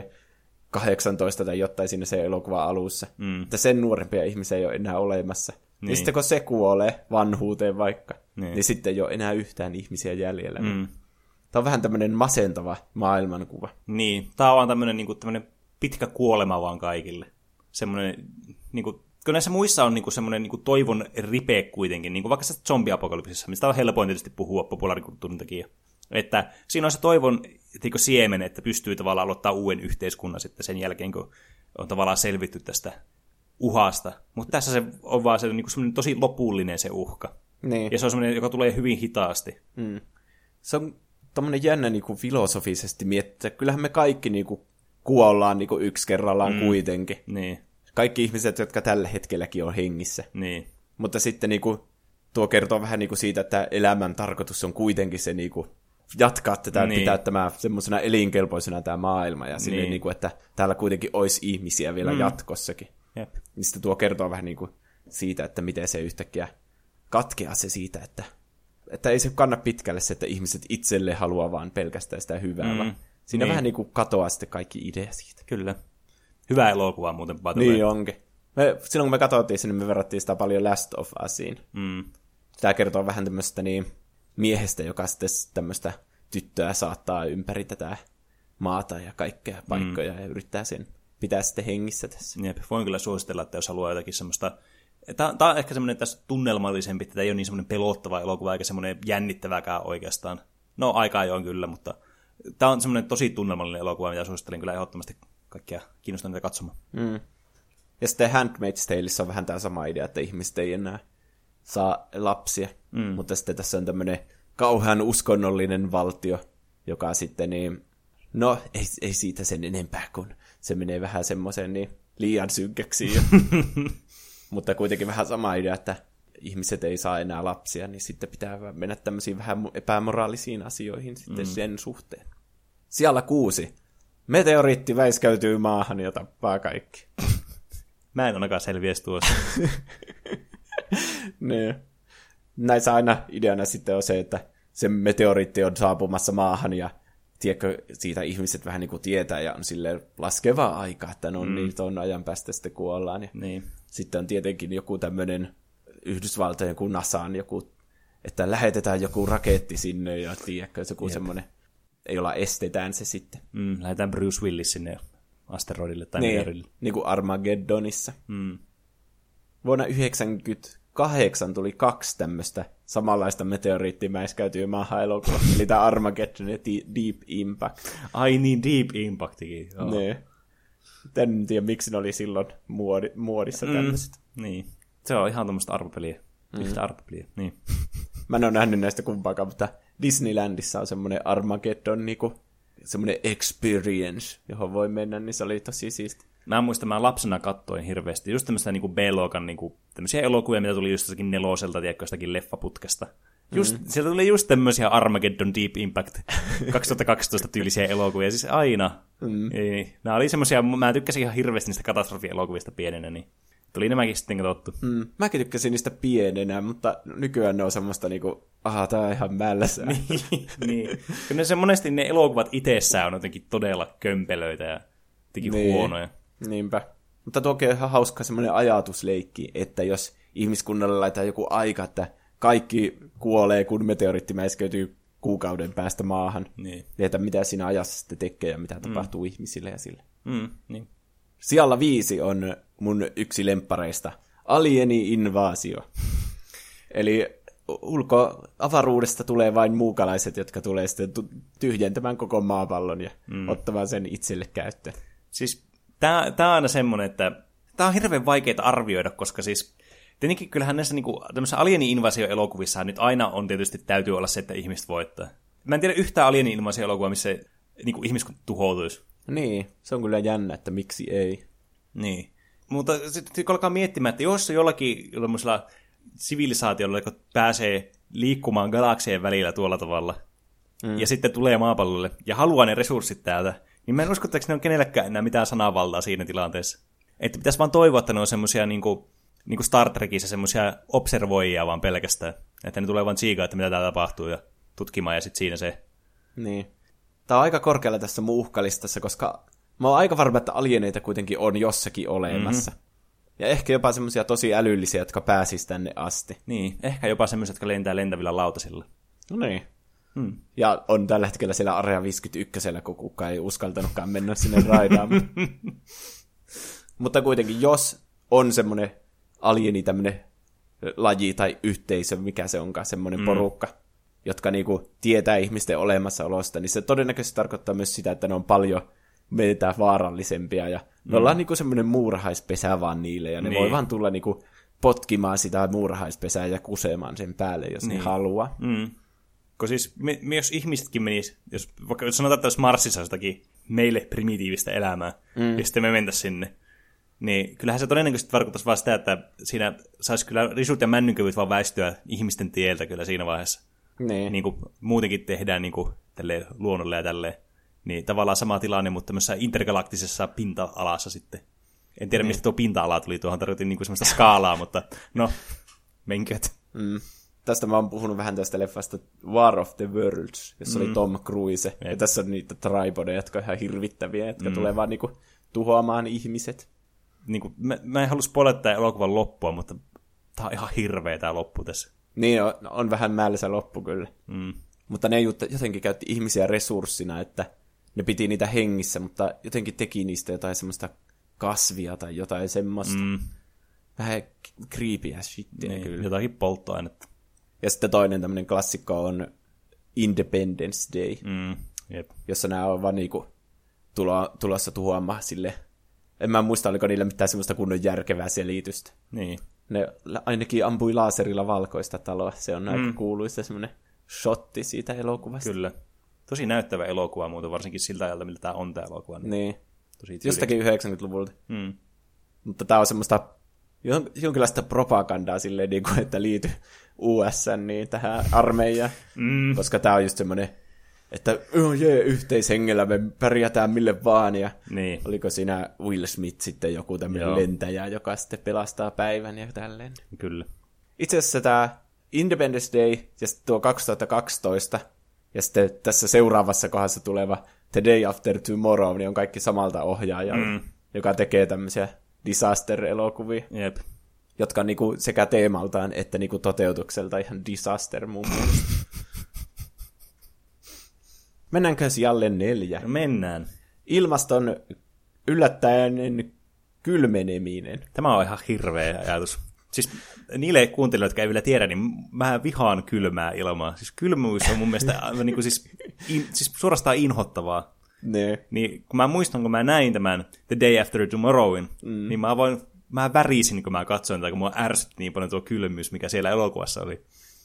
18 tai jotain siinä se elokuva alussa, että sen nuorempia ihmisiä ei ole enää olemassa. Niin sitten kun se kuolee vanhuuteen vaikka, niin sitten ei ole enää yhtään ihmisiä jäljellä. Tämä on vähän tämmöinen masentava maailmankuva. Niin, tämä on tämmöinen, niin kuin, tämmöinen pitkä kuolema vaan kaikille. Semmoinen niinku, kun näissä muissa on niinku semmoinen niinku toivon ripe kuitenkin, niinku vaikka se zombiapokalypsissa, mistä on helpoin tietysti puhua populaarikulttuurin takia. Että siinä on se toivon siemen, että pystyy tavallaan aloittaa uuden yhteiskunnan sitten sen jälkeen, kun on tavallaan selvitty tästä uhasta. Mutta tässä se on vaan se, niinku semmoinen tosi lopullinen se uhka. Niin. Ja se on semmoinen, joka tulee hyvin hitaasti. Se on tommoinen jännä niinku filosofisesti miettiä. Kyllähän me kaikki niinku kuollaan niinku yksi kerrallaan kuitenkin. Niin. Kaikki ihmiset, jotka tällä hetkelläkin on hengissä. Niin. Mutta sitten niinku, tuo kertoo vähän niinku siitä, että elämän tarkoitus on kuitenkin se niinku, jatkaa tätä, pitää tämä semmoisena elinkelpoisena tämä maailma. Ja silleen, niinku, että täällä kuitenkin olisi ihmisiä vielä jatkossakin. Jep. Niin sitten tuo kertoo vähän niinku siitä, että miten se yhtäkkiä katkeaa se siitä, että ei se kanna pitkälle se, että ihmiset itselle haluaa vaan pelkästään sitä hyvää, vaan siinä vähän niin kuin katoaa sitten kaikki idea siitä. Kyllä. Hyvä elokuva muuten. Niin onkin. Silloin kun me katsottiin sen, niin me verrattiin sitä paljon Last of Usiin. Tämä kertoo vähän tämmöistä miehestä, joka sitten tämmöistä tyttöä saattaa ympäri tätä maata ja kaikkea paikkoja ja yrittää sen pitää sitten hengissä tässä. Jep, voin kyllä suositella, että jos haluaa jotakin semmoista. Tämä on ehkä semmoinen tässä tunnelmallisempi, että tämä ei ole niin semmoinen pelottava elokuva, eikä semmoinen jännittäväkään oikeastaan. No, aikaa jo on kyllä, mutta tämä on semmoinen tosi tunnelmallinen elokuva, mitä suosittelen kyllä ehdottomasti kaikkia kiinnostuneita katsomaan. Ja sitten Handmaid's Taleissa on vähän tämä sama idea, että ihmiset ei enää saa lapsia. Mutta sitten tässä on tämmöinen kauhean uskonnollinen valtio, joka sitten no, ei siitä sen enempää, kun se menee vähän semmoisen liian synkäksi. Mutta kuitenkin vähän sama idea, että ihmiset ei saa enää lapsia, niin sitten pitää mennä tämmöisiin vähän epämoraalisiin asioihin sitten sen suhteen. Siellä 6. Meteoriitti väiskäytyy maahan ja tappaa kaikki. Mä en ainakaan selviäisi tuossa. Niin. Näissä aina ideana sitten on se, että se meteoriitti on saapumassa maahan ja tiedätkö, siitä ihmiset vähän niin kuin tietää ja on silleen laskevaa aikaa, että no niin, tuon ajan päästä sitten kuollaan. Ja sitten on tietenkin joku tämmöinen Yhdysvaltojen kuin NASAan joku, että lähetetään joku raketti sinne ja tiedätkö, joku semmoinen, jolla estetään se sitten. Lähetään Bruce Willis sinne asteroidille tai meteorille. Niin kuin Armageddonissa. Vuonna 1998 tuli 2 tämmöistä samanlaista meteoriittimäiskäytyy maahan elokuvaa. Eli tämä Armageddon ja Deep Impact. Ai niin, Deep Impactikin. Niin. En tiedä, miksi ne oli silloin muodissa tämmöiset. Niin. Se on ihan tämmöistä arvopeliä. Yhtä arvopeliä. Niin. Mä en ole nähnyt näistä kumpaakaan, mutta Disneylandissa on semmoinen Armageddon niinku, semmoinen experience, johon voi mennä, niin se oli tosi siisti. Mä muistan, mä lapsena katsoin hirveästi just tämmöistä niinku B-luokan niinku, tämmöisiä elokuvia, mitä tuli just jostakin 4, tiedätkö, jostakin leffaputkesta. Sieltä tuli just tämmöisiä Armageddon Deep Impact 2012 tyylisiä elokuvia, siis aina. Nämä oli semmoisia, mä tykkäsin ihan hirveästi niistä katastrofielokuvista pienenä, niin tuli nämäkin sitten katsottu. Mäkin tykkäsin niistä pienenä, mutta nykyään ne on semmoista niinku, tää on ihan mälläsää. niin. Kyllä se monesti ne elokuvat itsessään on jotenkin todella kömpelöitä ja jotenkin huonoja. Niinpä. Mutta toki on ihan hauska semmoinen ajatusleikki, että jos ihmiskunnalle laitetaan joku aika, että kaikki kuolee, kun meteoriitti mäiskeytyy kuukauden päästä maahan. Niin. Ja että mitä siinä ajassa sitten tekee ja mitä tapahtuu ihmisille ja sille. Niin. Sijalla 5 on mun yksi lemppareista. Alieni-invaasio. Eli avaruudesta tulee vain muukalaiset, jotka tulee sitten tyhjentämään koko maapallon ja ottamaan sen itselle käyttöön. Siis tää on aina semmoinen, että tää on hirveän vaikeaa arvioida, koska siis tietenkin kyllähän näissä niinku, tämmöisissä alieni-invasio-elokuvissa nyt aina on tietysti täytyy olla se, että ihmiset voittaa. Mä en tiedä yhtään alieni-invasio-elokuvaa, missä niinku ihmiskunta tuhoutuisi. Niin, se on kyllä jännä, että miksi ei. Niin, mutta sitten kun alkaa miettimään, että jos jollakin sivilisaatiolla, joka pääsee liikkumaan galaksien välillä tuolla tavalla, ja sitten tulee maapallolle ja haluaa ne resurssit täältä, niin mä en usko, että ne on kenellekään enää mitään sananvaltaa siinä tilanteessa. Että pitäisi vaan toivoa, että ne on semmoisia niin kuin Star Trekissä semmoisia observoijia vaan pelkästään. Että ne tulee vaan tsiikaa, että mitä täällä tapahtuu ja tutkimaan ja sitten siinä se. Niin. Tämä on aika korkealla tässä mun uhkalistassa, koska mä oon aika varma, että alieneita kuitenkin on jossakin olemassa. Ja ehkä jopa semmoisia tosi älyllisiä, jotka pääsis tänne asti. Niin, ehkä jopa semmoisia, jotka lentää lentävillä lautasilla. No niin. Ja on tällä hetkellä siellä Area 51, kun kukaan ei uskaltanutkaan mennä sinne raidaan. Mutta kuitenkin, jos on semmoinen alieni tämmöinen laji tai yhteisö, mikä se onkaan, semmoinen porukka, jotka niinku tietää ihmisten olemassaolosta, niin se todennäköisesti tarkoittaa myös sitä, että ne on paljon meitä vaarallisempia, ja me ollaan niinku semmoinen muurahaispesä vaan niille, ja ne voi vaan tulla niinku potkimaan sitä muurahaispesää ja kusemaan sen päälle, jos ne haluaa. Kun siis jos ihmisetkin menis, jos vaikka sanotaan, että jos Marsissa jostakin meille primitiivistä elämää, ja sitten me mentäisiin sinne, niin kyllähän se todennäköisesti tarkoittaisi vaan sitä, että siinä saisi kyllä risut ja männynkyvyt vaan väistyä ihmisten tieltä kyllä siinä vaiheessa. Niin kuin muutenkin tehdään niin kuin luonnolle ja tälleen. Niin tavallaan sama tilanne, mutta tämmöisessä intergalaktisessa pinta-alassa sitten. En tiedä, mistä tuo pinta-ala tuli. Tuohon tarkoitin niin kuin semmoista skaalaa, mutta no, menköt. Tästä mä oon puhunut vähän tästä leffasta War of the Worlds, jossa oli Tom Cruise. Ja tässä on niitä tripodeja, jotka on ihan hirvittäviä, jotka tulee vaan niinku tuhoamaan ihmiset. Niin kuin, mä en halua spoilata tämän elokuvan loppua, mutta tää on ihan hirveä tää loppu tässä. Niin, on vähän määlässä loppu kyllä. Mutta ne jotenkin käytti ihmisiä resurssina, että ne piti niitä hengissä, mutta jotenkin teki niistä jotain semmoista kasvia tai jotain semmoista. Vähän creepyä shittiä niin, kyllä. Jotakin polttoainetta. Ja sitten toinen tämmöinen klassikko on Independence Day, jossa nämä on vaan niinku tulossa tuhoamaan sille. En mä muista, oliko niillä mitään semmoista kunnon järkevää selitystä. Niin. Ne ainakin ampui laaserilla valkoista taloa. Se on aika kuuluisa semmoinen shotti siitä elokuvasta. Kyllä. Tosi näyttävä elokuva muuten, varsinkin siltä ajalta, miltä tämä on tämä elokuva. Niin. Tosi jostakin 90-luvulta. Mutta tämä on semmoista jonkinlaista propagandaa silleen, niin kuin, että liity USN niin tähän armeijaan. Koska tämä on just semmoinen, että yhteishengellä me pärjätään mille vaan. Ja oliko siinä Will Smith sitten joku tämmöinen lentäjä, joka sitten pelastaa päivän ja tälleen. Kyllä. Itse asiassa tämä Independence Day ja sitten tuo 2012 ja sitten tässä seuraavassa kohdassa tuleva The Day After Tomorrow niin on kaikki samalta ohjaajalta, joka tekee tämmöisiä disaster-elokuvia, jotka on niinku sekä teemaltaan että niinku toteutukselta ihan disaster mun mielestä. Mennäänkö sijalle 4? No mennään. Ilmaston yllättäen kylmeneminen. Tämä on ihan hirveä ajatus. Siis niille kuuntelijoille, jotka ei vielä tiedä, niin mä vihaan kylmää ilmaa. Siis kylmyys on mun mielestä niin kuin siis suorastaan inhottavaa. Niin kun mä muistan, kun mä näin tämän The Day After Tomorrowin, niin mä värisin, kun mä katsoin, tai kun mua ärsytti niin paljon tuo kylmyys, mikä siellä elokuvassa oli.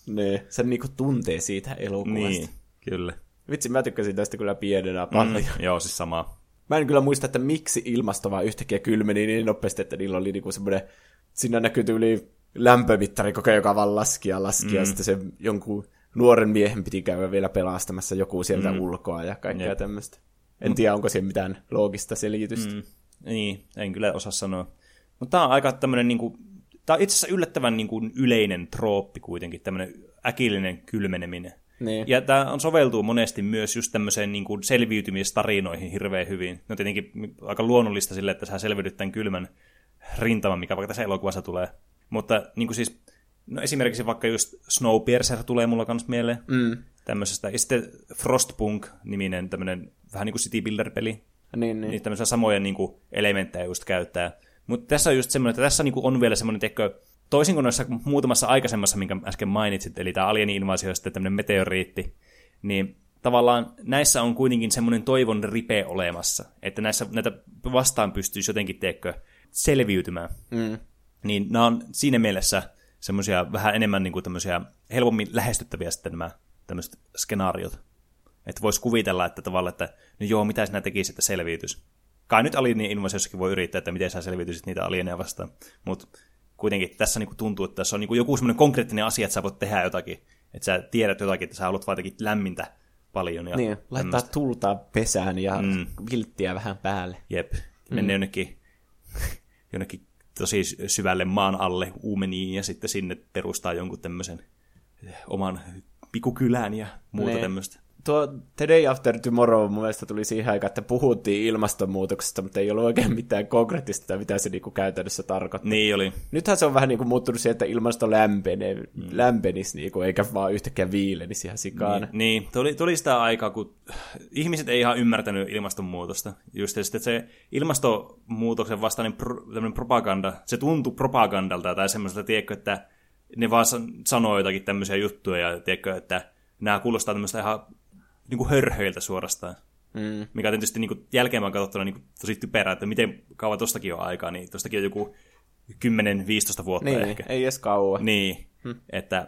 Se niinku tuntee siitä elokuvasta. Niin, kyllä. Vitsi, mä tykkäsin tästä kyllä pienenä paljon. Joo, siis samaa. Mä en kyllä muista, että miksi ilmasto vaan yhtäkkiä kylmeni niin nopeasti, että niillä oli niinku semmoinen, siinä näkyy yli lämpömittari koko joka vaan laski ja sitten se jonkun nuoren miehen piti käydä vielä pelastamassa joku sieltä ulkoa ja kaikkea tämmöistä. En tiedä, onko siihen mitään loogista selitystä. Niin, en kyllä osaa sanoa. Mutta tämä on aika tämmöinen, niinku, tämä on itse asiassa yllättävän niinku yleinen trooppi kuitenkin, tämmöinen äkillinen kylmeneminen. Niin. Ja tämä soveltuu monesti myös just tämmöiseen niinku selviytymistarinoihin hirveän hyvin. Ne on tietenkin aika luonnollista sille, että sä selviydyt tämän kylmän rintaman, mikä vaikka tässä elokuvassa tulee. Mutta niin siis, no esimerkiksi vaikka just Snowpiercer tulee mulla kans mieleen tämmöisestä. Ja sitten Frostpunk-niminen tämmöinen vähän niin kuin City Builder-peli. Niin. Tämmöisiä samoja niin kuin elementtejä just käyttää. Mutta tässä on just semmoinen, että tässä niin kuin on vielä semmoinen, tekkö, toisin kuin noissa muutamassa aikaisemmassa, minkä äsken mainitsit, eli tämä alieni-invasio ja sitten tämmöinen meteoriitti, niin tavallaan näissä on kuitenkin semmoinen toivon ripe olemassa, että näitä vastaan pystyisi jotenkin, tekkö, selviytymään. Niin nämä on siinä mielessä semmoisia vähän enemmän niin kuin tämmöisiä helpommin lähestyttäviä sitten nämä tämmöiset skenaariot. Että voisi kuvitella, että tavallaan, että no joo, mitä sinä tekisit, että selviytyisi. Kai nyt alieni-invasiossakin voi yrittää, että miten sä selviytyisit niitä alieneja vastaan. Mutta kuitenkin tässä niinku tuntuu, että tässä on niinku joku semmoinen konkreettinen asia, että sä voit tehdä jotakin. Että sä tiedät jotakin, että sä haluat vaan jotenkin lämmintä paljon. Ja niin, laittaa tulta pesään ja vilttiä vähän päälle. Jep, mennä jonnekin tosi syvälle maan alle uumeniin ja sitten sinne perustaa jonkun tämmöisen oman pikukylän ja muuta tämmöistä. tuo The Day After Tomorrow mun mielestä tuli siihen aikaan, että puhuttiin ilmastonmuutoksesta, mutta ei ollut oikein mitään konkreettista, mitä se niinku käytännössä tarkoittaa. Niin oli. Nythän se on vähän niinku muuttunut siihen, että ilmasto lämpenisi, niinku, eikä vaan yhtäkkiä viilenisi ihan sikana. Niin. Tuli sitä aikaa, kun ihmiset ei ihan ymmärtänyt ilmastonmuutosta. Just sitten se ilmastonmuutoksen vastainen propaganda, se tuntui propagandalta tai semmoiselta, tiedätkö, että ne vaan sanoo jotakin tämmöisiä juttuja ja tiedätkö, että nämä kuulostaa tämmöistä ihan niin kuin hörhöiltä suorastaan. Mikä on tietysti niin kuin jälkeenpäin katsottuna niin kuin tosi typerää, että miten kauan tostakin on aikaa, niin tostakin on joku 10-15 vuotta niin, ehkä. Ei edes kauan. Niin, että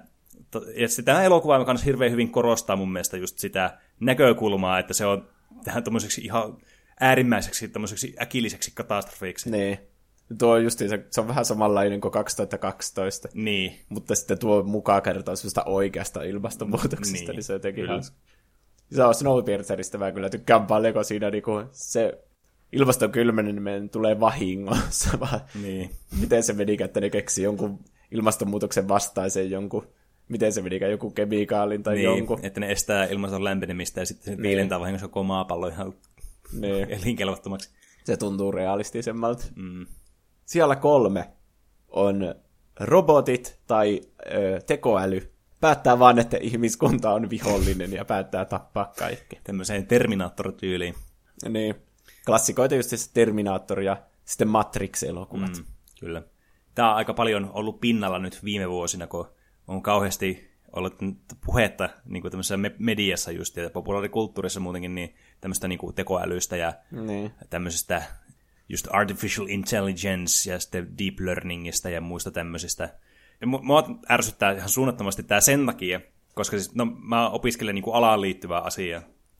tämä elokuva kanssa hirveän hyvin korostaa mun mielestä just sitä näkökulmaa, että se on tähän tommoiseksi ihan äärimmäiseksi tämmöiseksi äkilliseksi katastrofiksi. Niin. Tuo on justiin, se on vähän samanlainen kuin 2012. Niin. Mutta sitten tuo mukaan kertoo sellaista oikeasta ilmastonmuutoksesta, niin se jotenkin hauska. Se on Snowpierceristä, mä kyllä tykkään paljon, kun siinä niinku se ilmaston kylmeneminen tulee vahingossa. Niin. Miten se menikään, että ne keksi jonkun ilmastonmuutoksen vastaisen jonkun, miten se menikään, joku kemikaalin tai jonkun. Että ne estää ilmaston lämpenemistä ja sitten se viilentää vahingossa koko maapallo ihan elinkelvottomaksi. Se tuntuu realistisemmalta. Siellä 3 on robotit tai tekoäly. Päättää vaan, että ihmiskunta on vihollinen ja päättää tappaa kaikki. Tämmöiseen Terminator-tyyliin. Niin. Klassikoita just se Terminator ja sitten Matrix-elokuvat. Kyllä. Tämä on aika paljon ollut pinnalla nyt viime vuosina, kun on kauheasti ollut puhetta niin kuin tämmöisessä mediassa just ja populaarikulttuurissa muutenkin niin tämmöistä niin kuin tekoälystä ja tämmöisestä just artificial intelligence ja sitten deep learningista ja muista tämmöisistä. Ja mua ärsyttää ihan suunnattomasti tämä sen takia, koska siis, mä opiskelen niin kuin alaan liittyvää asiaa.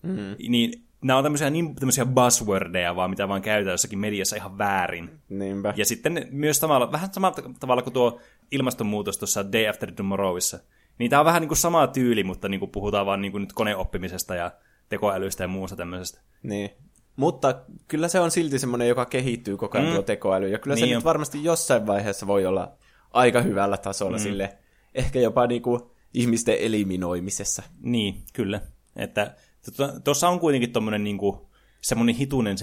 Niin nämä on tämmöisiä buzzwordeja vaan, mitä vaan käytetään jossakin mediassa ihan väärin. Niinpä. Ja sitten myös vähän samalla tavalla kuin tuo ilmastonmuutos tuossa Day After Tomorrowissa. Niin tämä on vähän niin kuin sama tyyli, mutta niin kuin puhutaan vaan niin kuin nyt koneoppimisesta ja tekoälystä ja muusta tämmöisestä. Niin. Mutta kyllä se on silti semmoinen, joka kehittyy koko ajan tuo tekoäly. Ja kyllä se nyt varmasti jossain vaiheessa voi olla aika hyvällä tasolla sille. Ehkä jopa niinku ihmisten eliminoimisessa. Niin, kyllä. Että tuossa on kuitenkin tommoinen niinku, semmoinen hitunen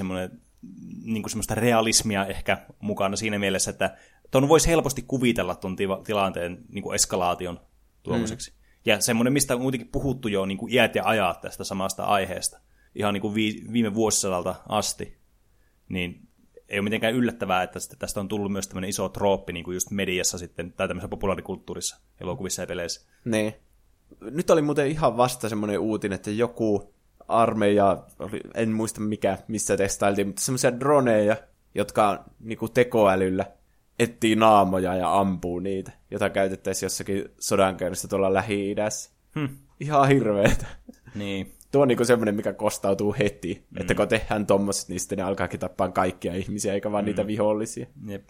niinku semmoista realismia ehkä mukana siinä mielessä, että tuon voisi helposti kuvitella tuon tilanteen niinku eskalaation tuomiseksi. Ja semmoinen, mistä on kuitenkin puhuttu jo niinku iät ja ajat tästä samasta aiheesta. Ihan niinku viime vuosisadalta asti. Niin ei ole mitenkään yllättävää, että tästä on tullut myös tämmöinen iso trooppi niin kuin just mediassa sitten, tai tämmöisessä populaarikulttuurissa, elokuvissa ja peleissä. Niin. Nyt oli muuten ihan vasta semmoinen uutinen, että joku armeija, en muista missä testailtiin, mutta semmoisia droneja, jotka niin kuin tekoälyllä etsii naamoja ja ampuu niitä, jota käytettäisiin jossakin sodankäynnissä tuolla Lähi-idässä. Ihan hirveetä. Niin. Tuo on niinku semmoinen, mikä kostautuu heti, että kun tehdään tommoset, niin sitten ne alkaakin tappaa kaikkia ihmisiä, eikä vaan niitä vihollisia. Jep.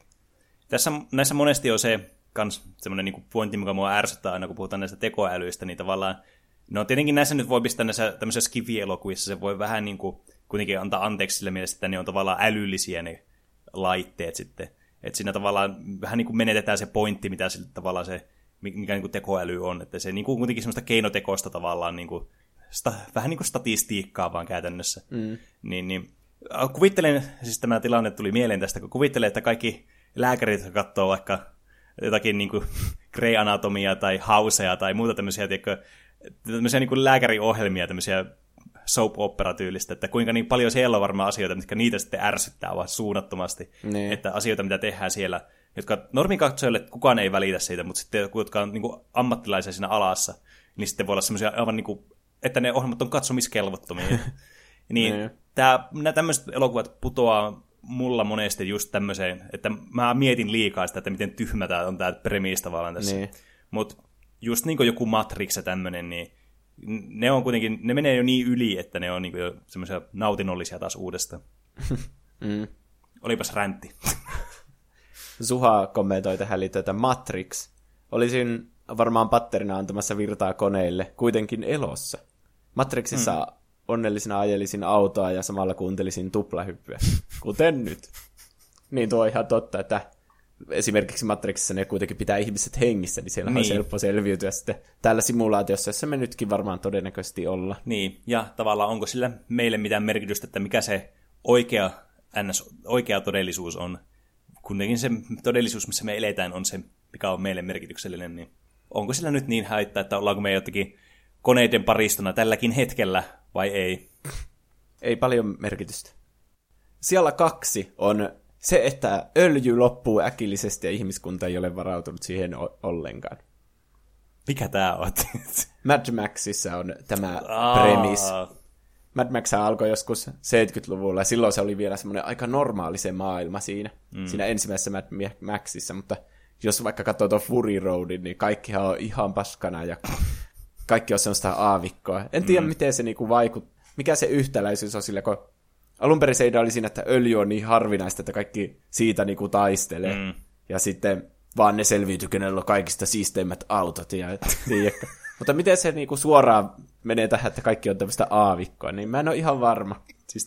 Näissä monesti on se kans semmoinen niinku pointti, mikä mua ärsyttää aina, kun puhutaan näistä tekoälyistä, niin tavallaan, no tietenkin näissä nyt voi pistää näissä tämmöisissä skifi-elokuvissa, se voi vähän niinku kuitenkin antaa anteeksi sillä mielessä, että ne on tavallaan älyllisiä ne laitteet sitten. Että siinä tavallaan vähän niinku menetetään se pointti, mitä sillä tavallaan se, mikä niinku tekoäly on, että se niinku kuitenkin semmoista keinotekoista tavallaan niinku vähän niin kuin statistiikkaa vaan käytännössä. Niin, kuvittelen, siis tämä tilanne tuli mieleen tästä, kun kuvittelen, että kaikki lääkärit katsoo vaikka jotakin niin kuin Grey Anatomia tai Housea tai muuta tämmöisiä niin kuin lääkäriohjelmia, tämmöisiä soap opera-tyylistä, että kuinka niin paljon siellä on varmaan asioita, mitkä niitä sitten ärsyttää vaan suunnattomasti. Niin. Että asioita, mitä tehdään siellä, jotka normikatsojalle kukaan ei välitä siitä, mutta sitten jotka on niin kuin ammattilaisia siinä alassa, niin sitten voi olla semmoisia aivan niin kuin että ne ohjelmat on katsomiskelvottomia. Niin nämä tämmöiset elokuvat putoaa mulla monesti just tämmöiseen, että mä mietin liikaa sitä, että miten tyhmä tämä on tämä premiisi tavallaan tässä. Niin. Mutta just niin kuin joku Matrix ja tämmöinen, niin ne on kuitenkin, ne menee jo niin yli, että ne on niin kuin jo semmoisia nautinnollisia taas uudestaan. Olipas räntti. Suha kommentoi tähän liittyen, että Matrix. Olisin varmaan patterina antamassa virtaa koneille, kuitenkin elossa. Matrixissa onnellisena ajelisin autoa ja samalla kuuntelisin tuplahyppyä. Kuten nyt. Niin tuo on ihan totta, että esimerkiksi Matrixissa ne kuitenkin pitää ihmiset hengissä, niin siellä on helppo selviytyä sitten tällä simulaatiossa, jossa me nytkin varmaan todennäköisesti olla. Niin, ja tavallaan onko sillä meille mitään merkitystä, että mikä se oikea todellisuus on. Kuitenkin se todellisuus, missä me eletään, on se, mikä on meille merkityksellinen, niin onko sillä nyt niin haittaa, että ollaanko me jotenkin koneiden paristona tälläkin hetkellä, vai ei? Ei paljon merkitystä. Siellä 2 on se, että öljy loppuu äkillisesti ja ihmiskunta ei ole varautunut siihen ollenkaan. Mikä tää on? Mad Maxissa on tämä premis. Mad Max alkoi joskus 70-luvulla, ja silloin se oli vielä semmoinen aika normaali se maailma siinä ensimmäisessä Mad Maxissa, mutta jos vaikka katsoo tuon Fury Roadin, niin kaikkihan on ihan paskana, ja kaikki on semmoista aavikkoa. En tiedä, miten se niinku vaikuttaa, mikä se yhtäläisyys on sillä, kun alun perin se idea oli siinä, että öljy on niin harvinaista, että kaikki siitä niinku taistelee, ja sitten vaan ne selviytyy, kenellä on kaikista siisteimmät autot, ja tiedätkö. Mutta miten se niinku suoraan menee tähän, että kaikki on tämmöistä aavikkoa, niin mä en ole ihan varma. Siis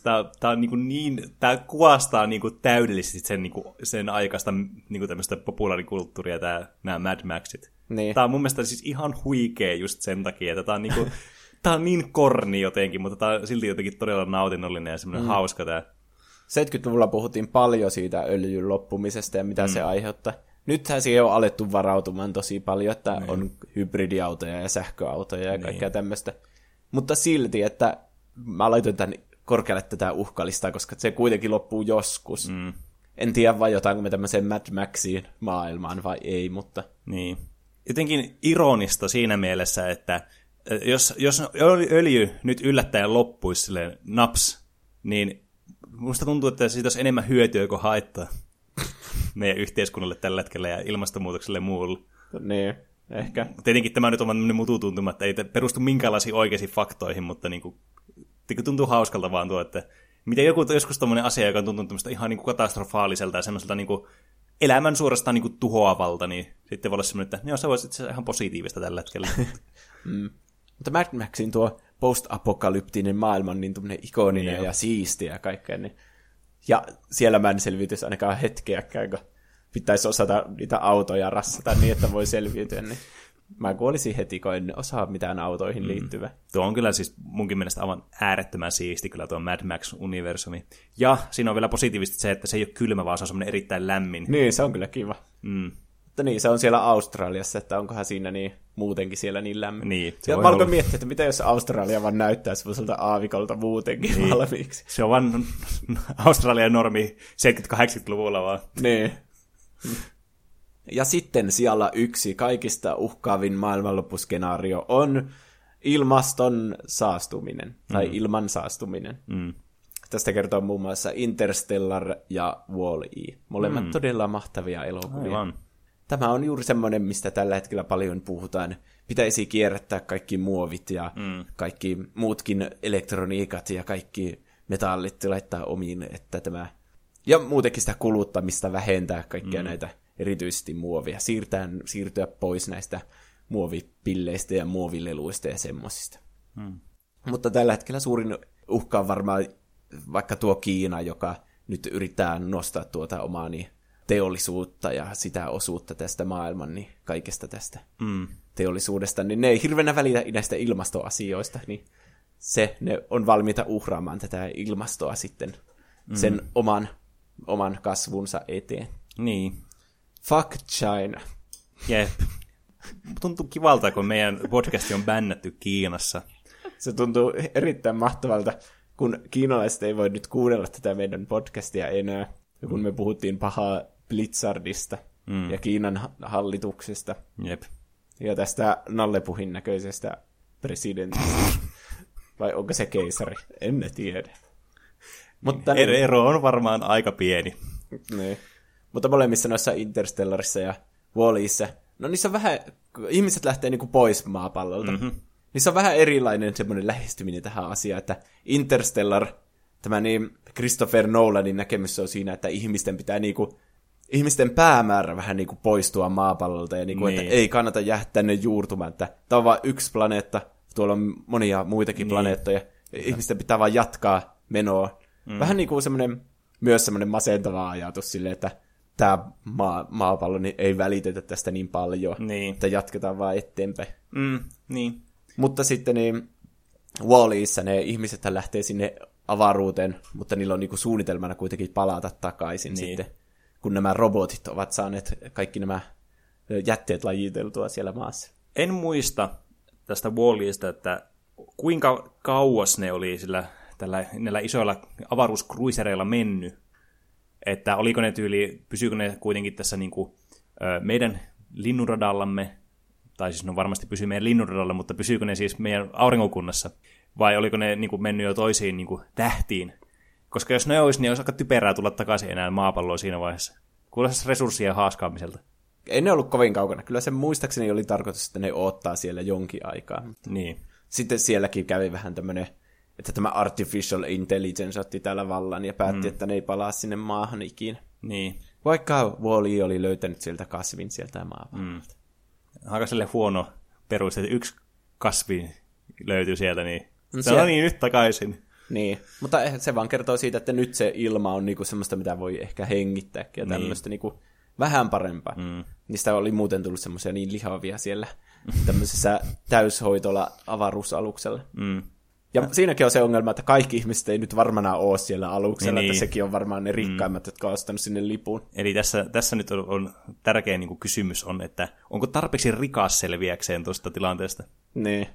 tää kuvastaa niinku täydellisesti sen aikaista niinku tämmöistä populaarikulttuuria, nämä Mad Maxit. Niin. Tää on mun mielestä siis ihan huikea just sen takia, että tää on niinku, tää on niin korni jotenkin, mutta tää on silti jotenkin todella nautinnollinen ja semmoinen hauska tää. 70-luvulla puhuttiin paljon siitä öljyn loppumisesta ja mitä se aiheuttaa. Nythän siihen on alettu varautumaan tosi paljon, että on hybridiautoja ja sähköautoja ja kaikkea tämmöistä. Mutta silti, että mä laitoin tämän korkealle tätä uhkalistaa, koska se kuitenkin loppuu joskus. En tiedä, vajotaanko me tämmöiseen Mad Maxiin maailmaan vai ei, mutta... Niin. Jotenkin ironista siinä mielessä, että jos öljy nyt yllättäen loppuisi silleen naps, niin musta tuntuu, että siitä olisi enemmän hyötyä kuin haittaa meidän yhteiskunnalle tällä hetkellä ja ilmastonmuutokselle ja muulle. Niin, ehkä. Tietenkin tämä nyt on tämmöinen mututuntuma, että ei perustu minkäänlaisiin oikeisiin faktoihin, mutta niinku, tuntuu hauskalta vaan tuo, että miten joskus tommoinen asia, joka on tuntunut tämmöistä ihan niinku katastrofaaliselta ja semmoiselta niinku elämän suorastaan niinku tuhoavalta, niin sitten voi olla semmoinen, että joo, se voisi itse ihan positiivista tällä hetkellä. Mutta Mad Maxin tuo post-apokalyptinen maailma on niin tommoinen ikoninen ja siistiä ja kaikkea, niin ja siellä mä en selviytyisi ainakaan hetkeäkään, kun pitäisi osata niitä autoja rassata niin, että voi selviytyä. Niin mä kuolisin heti, kun en osaa mitään autoihin liittyvää. Tuo on kyllä siis munkin mielestä aivan äärettömän siisti kyllä tuo Mad Max-universumi. Ja siinä on vielä positiivisesti se, että se ei ole kylmä, vaan se on semmoinen erittäin lämmin. Niin, se on kyllä kiva. Mutta niin, se on siellä Australiassa, että onkohan siinä niin muutenkin siellä niin lämmin. Niin, ja mä alkoin miettiä, että mitä jos Australia vaan näyttää semmoiselta aavikolta muutenkin valmiiksi. Se on vaan Australian normi 70-80-luvulla vaan. Niin. Ja sitten siellä 1 kaikista uhkaavin maailmanloppuskenaario on ilmaston saastuminen, tai ilman saastuminen. Tästä kertoo muun muassa Interstellar ja Wall-E. Molemmat todella mahtavia elokuvia. Aivan. Tämä on juuri semmoinen, mistä tällä hetkellä paljon puhutaan. Pitäisi kierrättää kaikki muovit ja kaikki muutkin elektroniikat ja kaikki metallit laittaa omiin, että tämä... Ja muutenkin sitä kuluttamista vähentää kaikkia näitä erityisesti muovia. Siirtyä pois näistä muovipilleistä ja muovileluista ja semmosista. Mutta tällä hetkellä suurin uhka on varmaan vaikka tuo Kiina, joka nyt yrittää nostaa tuota omaa teollisuutta ja sitä osuutta tästä maailman, niin kaikesta tästä teollisuudesta, niin ne ei hirveänä välitä näistä ilmastoasioista, niin ne on valmiita uhraamaan tätä ilmastoa sitten sen oman kasvunsa eteen. Niin. Fuck China. Jep. Tuntuu kivalta, kun meidän podcasti on bännätty Kiinassa. Se tuntuu erittäin mahtavalta, kun kiinalaiset ei voi nyt kuunnella tätä meidän podcastia enää, kun me puhuttiin pahaa Blizzardista ja Kiinan hallituksesta. Jep. Ja tästä Nallepuhin näköisestä presidentistä. Vai onko se keisari? En tiedä. Mutta ero on varmaan aika pieni. Niin. Mutta molemmissa noissa Interstellarissa ja Wall-Eissa, no niissä on vähän, ihmiset lähtee niinku pois maapallolta. Niissä on vähän erilainen semmoinen lähestyminen tähän asiaan, että Interstellar, tämä Christopher Nolanin näkemys on siinä, että ihmisten päämäärä vähän niinku poistua maapallolta ja että ei kannata jäädä tänne juurtumaan, että tämä on vain yksi planeetta, tuolla on monia muitakin planeettoja, ja ihmisten pitää vaan jatkaa menoa. Vähän niin kuin myös semmoinen masentava ajatus silleen, että tämä maapallo niin ei välitetä tästä niin paljon, niin. että jatketaan vaan eteenpäin. Niin. Mutta sitten niin Wall-Eissa ne ihmiset lähtee sinne avaruuteen, mutta niillä on niinku suunnitelmana kuitenkin palata takaisin sitten, kun nämä robotit ovat saaneet kaikki nämä jätteet lajiteltua siellä maassa. En muista tästä Wall-Eista, että kuinka kauas ne oli näillä isoilla avaruuskruisereilla mennyt. Että oliko ne pysyykö ne kuitenkin tässä niinku, meidän linnunradallamme, tai siis no varmasti pysyy meidän linnunradalla, mutta pysyykö ne siis meidän aurinkokunnassa, vai oliko ne niinku mennyt jo toisiin niinku tähtiin? Koska jos ne olisi, niin olisi aika typerää tulla takaisin enää maapalloon siinä vaiheessa. Kuulostaisi resurssien haaskaamiselta. Ei ne ollut kovin kaukana. Kyllä se muistaakseni oli tarkoitus, että ne odottaa siellä jonkin aikaa. Niin. Sitten sielläkin kävi vähän tämmöinen, että tämä artificial intelligence otti täällä vallan ja päätti, että ne ei palaa sinne maahan ikinä. Niin. Vaikka Wall-E oli löytänyt sieltä kasvin sieltä maapallolta. Aika sille huono peruste, että yksi kasvi löytyy sieltä, niin se on niin nyt takaisin. Niin, mutta se vaan kertoo siitä, että nyt se ilma on niinku semmoista, mitä voi ehkä hengittääkin ja tämmöistä niinku vähän parempaa. Niistä oli muuten tullut semmoisia niin lihavia siellä tämmöisessä täyshoitolla avaruusaluksella. Ja siinäkin on se ongelma, että kaikki ihmiset ei nyt varmana ole siellä aluksella, että sekin on varmaan ne rikkaimmat, jotka on ostanut sinne lipun. Eli tässä nyt on tärkeä niin kuin kysymys on, että onko tarpeeksi rikas selviäkseen tuosta tilanteesta? Niin.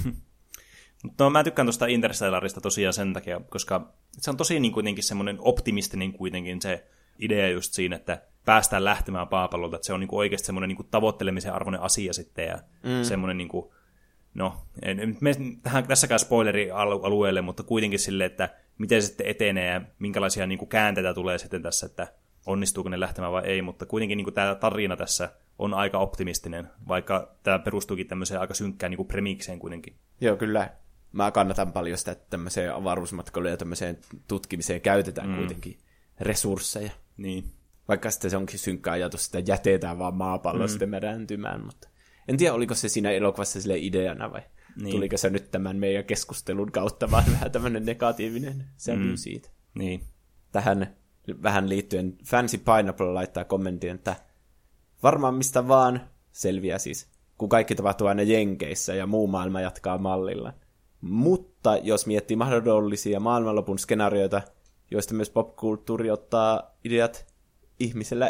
No, mä tykkään tuosta Interstellarista tosiaan sen takia, koska se on tosi niin kuitenkin semmoinen optimistinen kuitenkin se idea just siinä, että päästään lähtemään maapallolta, että se on niin kuin oikeasti semmoinen niin kuin tavoittelemisen arvoinen asia sitten ja semmoinen niin kuin, no, en mene tässäkään spoilerialueelle, mutta kuitenkin silleen, että miten se sitten etenee ja minkälaisia niin kuin käänteitä tulee sitten tässä, että onnistuuko ne lähtemään vai ei, mutta kuitenkin niin kuin tämä tarina tässä on aika optimistinen, vaikka tämä perustuukin tämmöiseen aika synkkään niin kuin premiikseen kuitenkin. Joo, kyllä. Mä kannatan paljon sitä, että tämmöiseen avaruusmatkailuun ja tämmöiseen tutkimiseen käytetään kuitenkin resursseja. Niin. Vaikka sitten se onkin synkkä ajatus, että jätetään vaan maapallo sitten merääntymään, mutta en tiedä, oliko se siinä elokuvassa sille ideana vai tuliko se nyt tämän meidän keskustelun kautta vaan vähän tämmöinen negatiivinen sävy siitä. Niin. Tähän vähän liittyen Fancy Pineapple laittaa kommentin, että varmaan mistä vaan selviää siis, kun kaikki tapahtuu aina Jenkeissä ja muu maailma jatkaa mallilla. Mutta jos miettii mahdollisia maailmanlopun skenaarioita, joista myös popkulttuuri ottaa ideat, ihmisellä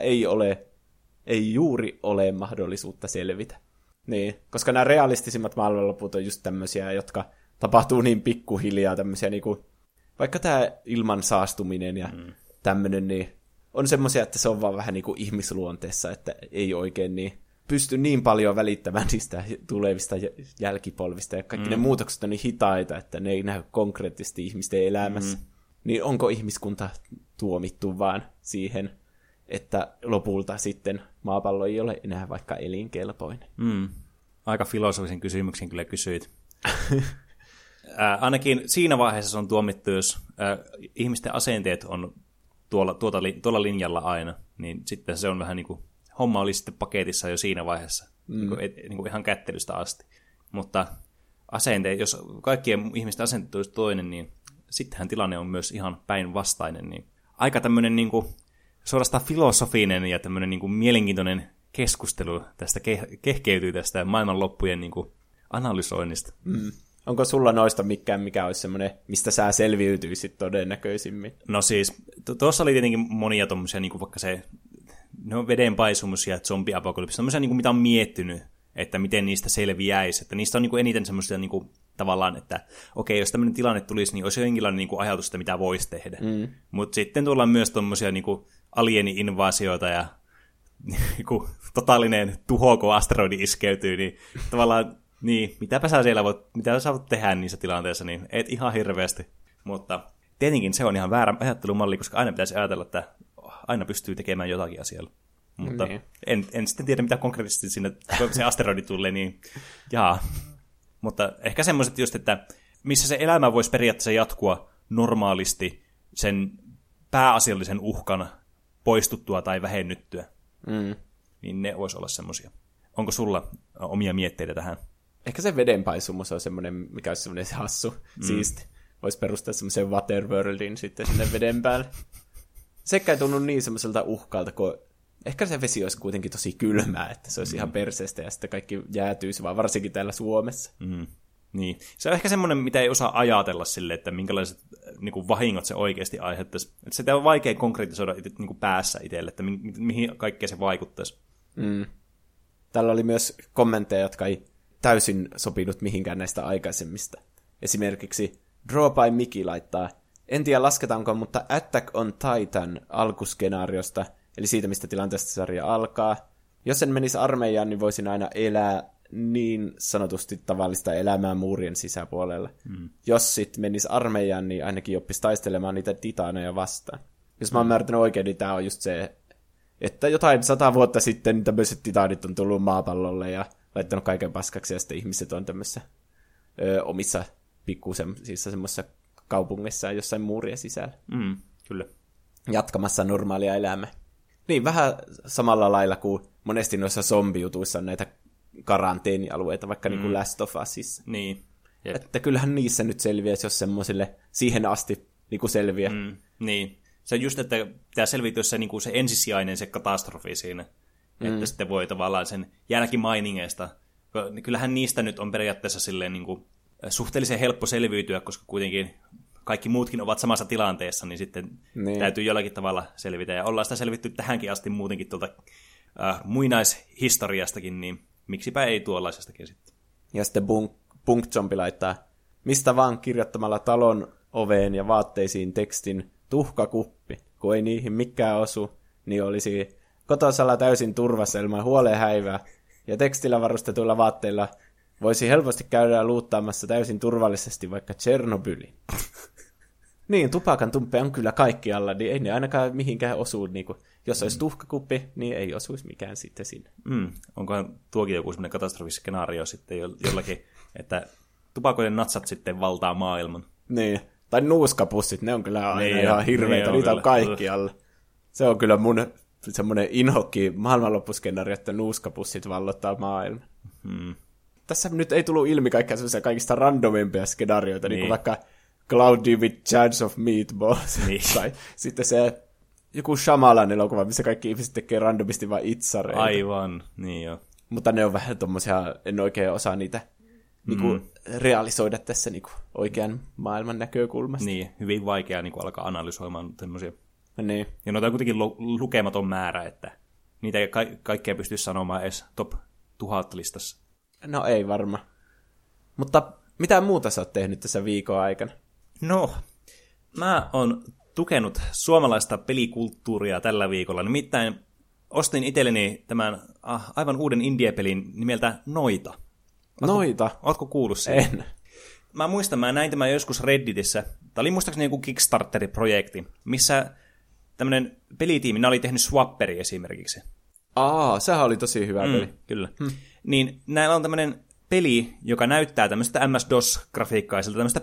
ei juuri ole mahdollisuutta selvitä. Niin, koska nämä realistisimmat maailmanloput on just tämmöisiä, jotka tapahtuu niin pikkuhiljaa, tämmöisiä niinku, vaikka tämä ilman saastuminen ja tämmöinen, niin on semmoisia, että se on vaan vähän niinku ihmisluonteessa, että ei oikein niin pysty niin paljon välittämään niistä tulevista jälkipolvista, ja kaikki ne muutokset on niin hitaita, että ne ei näy konkreettisesti ihmisten elämässä. Niin onko ihmiskunta tuomittu vaan siihen, että lopulta sitten maapallo ei ole enää vaikka elinkelpoinen? Aika filosofisen kysymyksen kyllä kysyit. Ainakin siinä vaiheessa se on tuomittu, jos ihmisten asenteet on tuolla linjalla aina, niin sitten se on vähän niin kuin homma oli sitten paketissa jo siinä vaiheessa, niin kuin ihan kättelystä asti. Mutta asenteet, jos kaikkien ihmisten asenteet olisi toinen, niin sittenhän tilanne on myös ihan päinvastainen. Niin aika tämmöinen niin kuin suorastaan filosofinen ja tämmöinen niin kuin mielenkiintoinen keskustelu tästä kehkeytyy tästä maailmanloppujen niin kuin analysoinnista. Onko sulla noista mikään, mikä olisi semmoinen, mistä sä selviytyisit todennäköisimmin? No siis, tuossa oli tietenkin monia tommosia, niin kuin vaikka se vedenpaisumus ja zombiapokalypsi, tommosia, niin kuin mitä on miettinyt, että miten niistä selviäisi. Että niistä on niin kuin eniten semmoisia niin kuin, tavallaan, että okei, jos tämmöinen tilanne tulisi, niin olisi jonkinlainen niin kuin ajatus, että mitä voisi tehdä. Mutta sitten tullaan myös tommosia niin kuin alieni-invaasioita ja niin kuin, totaalinen tuho, kun asteroidi iskeytyy, niin tavallaan niin, mitä sä voit tehdä niissä tilanteissa, niin et ihan hirveästi. Mutta tietenkin se on ihan väärä ajattelumalli, koska aina pitäisi ajatella, että aina pystyy tekemään jotakin asialla. Mutta en sitten tiedä, mitä konkreettisesti siinä, kun se asteroidi tulee, niin jaa. Mutta ehkä semmoiset just, että missä se elämä voisi periaatteessa jatkua normaalisti sen pääasiallisen uhkan poistuttua tai vähennyttyä. Niin ne voisi olla semmoisia. Onko sulla omia mietteitä tähän? Ehkä se vedenpaisumus on semmoinen, mikä olisi semmoinen hassu, siisti. Voisi perustaa semmoisen Waterworldin sitten sinne veden päälle. Sekä ei tunnu niin semmoiselta uhkalta, kun Ehkä se vesi olisi kuitenkin tosi kylmää, että se olisi ihan perseestä ja sitten kaikki jäätyisi, vaan varsinkin täällä Suomessa. Niin. Se on ehkä semmoinen, mitä ei osaa ajatella sille, että minkälaiset niin kuin vahingot se oikeasti aiheuttaisi. Että sitä on vaikea konkretisoida niin kuin päässä itselle, että mihin kaikkea se vaikuttaisi. Täällä oli myös kommentteja, jotka ei täysin sopinut mihinkään näistä aikaisemmista. Esimerkiksi Draw by Mickey laittaa, en tiedä lasketaanko, mutta Attack on Titan alkuskenaariosta, eli siitä, mistä tilanteesta sarja alkaa. Jos en menisi armeijaan, niin voisin aina elää niin sanotusti tavallista elämää muurien sisäpuolella. Jos sit menisi armeijaan, niin ainakin oppisi taistelemaan niitä titaaneja vastaan. Jos mä oon ymmärtänyt oikein, niin tää on just se, että jotain 100 vuotta sitten tämmöiset titaanit on tullut maapallolle ja laittanut kaiken paskaksi, ja sitten ihmiset on tämmöisissä omissa pikkusemmissa semmoisissa kaupungeissa jossain muurien sisällä. Kyllä. Jatkamassa normaalia elämää. Niin, vähän samalla lailla kuin monesti noissa zombijutuissa on näitä karanteenialueita, vaikka niin kuin Last of Usissa. Niin. Jep. Että kyllähän niissä nyt selviäisi, jos semmoisille siihen asti niin kuin selviää. Niin. Se on just, että tämä selviytyy se, niin kuin se ensisijainen se katastrofi siinä. Että sitten voi tavallaan sen jälkimainingeista. Kyllähän niistä nyt on periaatteessa silleen niin kuin suhteellisen helppo selviytyä, koska kuitenkin kaikki muutkin ovat samassa tilanteessa, niin sitten täytyy jollakin tavalla selvitä. Ja ollaan sitä selvitty tähänkin asti muutenkin tuolta muinaishistoriastakin, niin miksipä ei tuollaisestakin sitten. Ja sitten Punk Zombi laittaa, mistä vaan kirjoittamalla talon oveen ja vaatteisiin tekstin tuhkakuppi, kun ei niihin mikään osu, niin olisi kotosalla täysin turvassa ilman huoleen häivää, ja tekstillä varustetuilla vaatteilla voisi helposti käydä luuttaamassa täysin turvallisesti vaikka Tšernobylin. Niin, tupakan tumppe on kyllä kaikkialla, niin ei ne ainakaan mihinkään osu. Niin kuin, jos olisi tuhkakuppi, niin ei osuisi mikään sitten sinne. Onkohan tuokin joku semmoinen katastrofiskenaario sitten jollakin, että tupakoiden natsat sitten valtaa maailman? Niin, tai nuuskapussit, ne on kyllä aina ihan hirveitä, niitä on kaikkialla. Se on kyllä mun semmoinen inhokki maailmanloppuskenaario, että nuuskapussit vallottaa maailman. Tässä nyt ei tullut ilmi kaikkia semmoisia kaikista randomimpia skenaarioita, niin kuin vaikka Cloudy with Chance of Meatballs. Niin. Tai sitten se joku Shyamalan elokuva, missä kaikki ihmiset tekee randomisti vain itsareita. Aivan, niin joo. Mutta ne on vähän tommosia, en oikein osaa niitä niinku realisoida tässä niinku oikean maailman näkökulmasta. Niin, hyvin vaikea niinku alkaa analysoimaan tämmöisiä. Niin. Ja noita on kuitenkin lukematon määrä, että niitä ei kaikkea pysty sanomaan edes top 1000-listassa. No ei varma. Mutta mitä muuta sä oot tehnyt tässä viikon aikana? No, mä oon tukenut suomalaista pelikulttuuria tällä viikolla. Nimittäin ostin itselleni tämän aivan uuden indie-pelin nimeltä Noita. Noita? Ootko kuullut siitä? En. Mä muistan, mä näin tämän joskus Redditissä. Tämä oli muistaakseni joku Kickstarter-projekti, missä tämmönen pelitiimi, nämä oli tehnyt Swapperi esimerkiksi. Sehän oli tosi hyvä peli. Kyllä. Niin näillä on tämmönen peli, joka näyttää tämmöistä MS-DOS-grafiikkaiselta, tämmöistä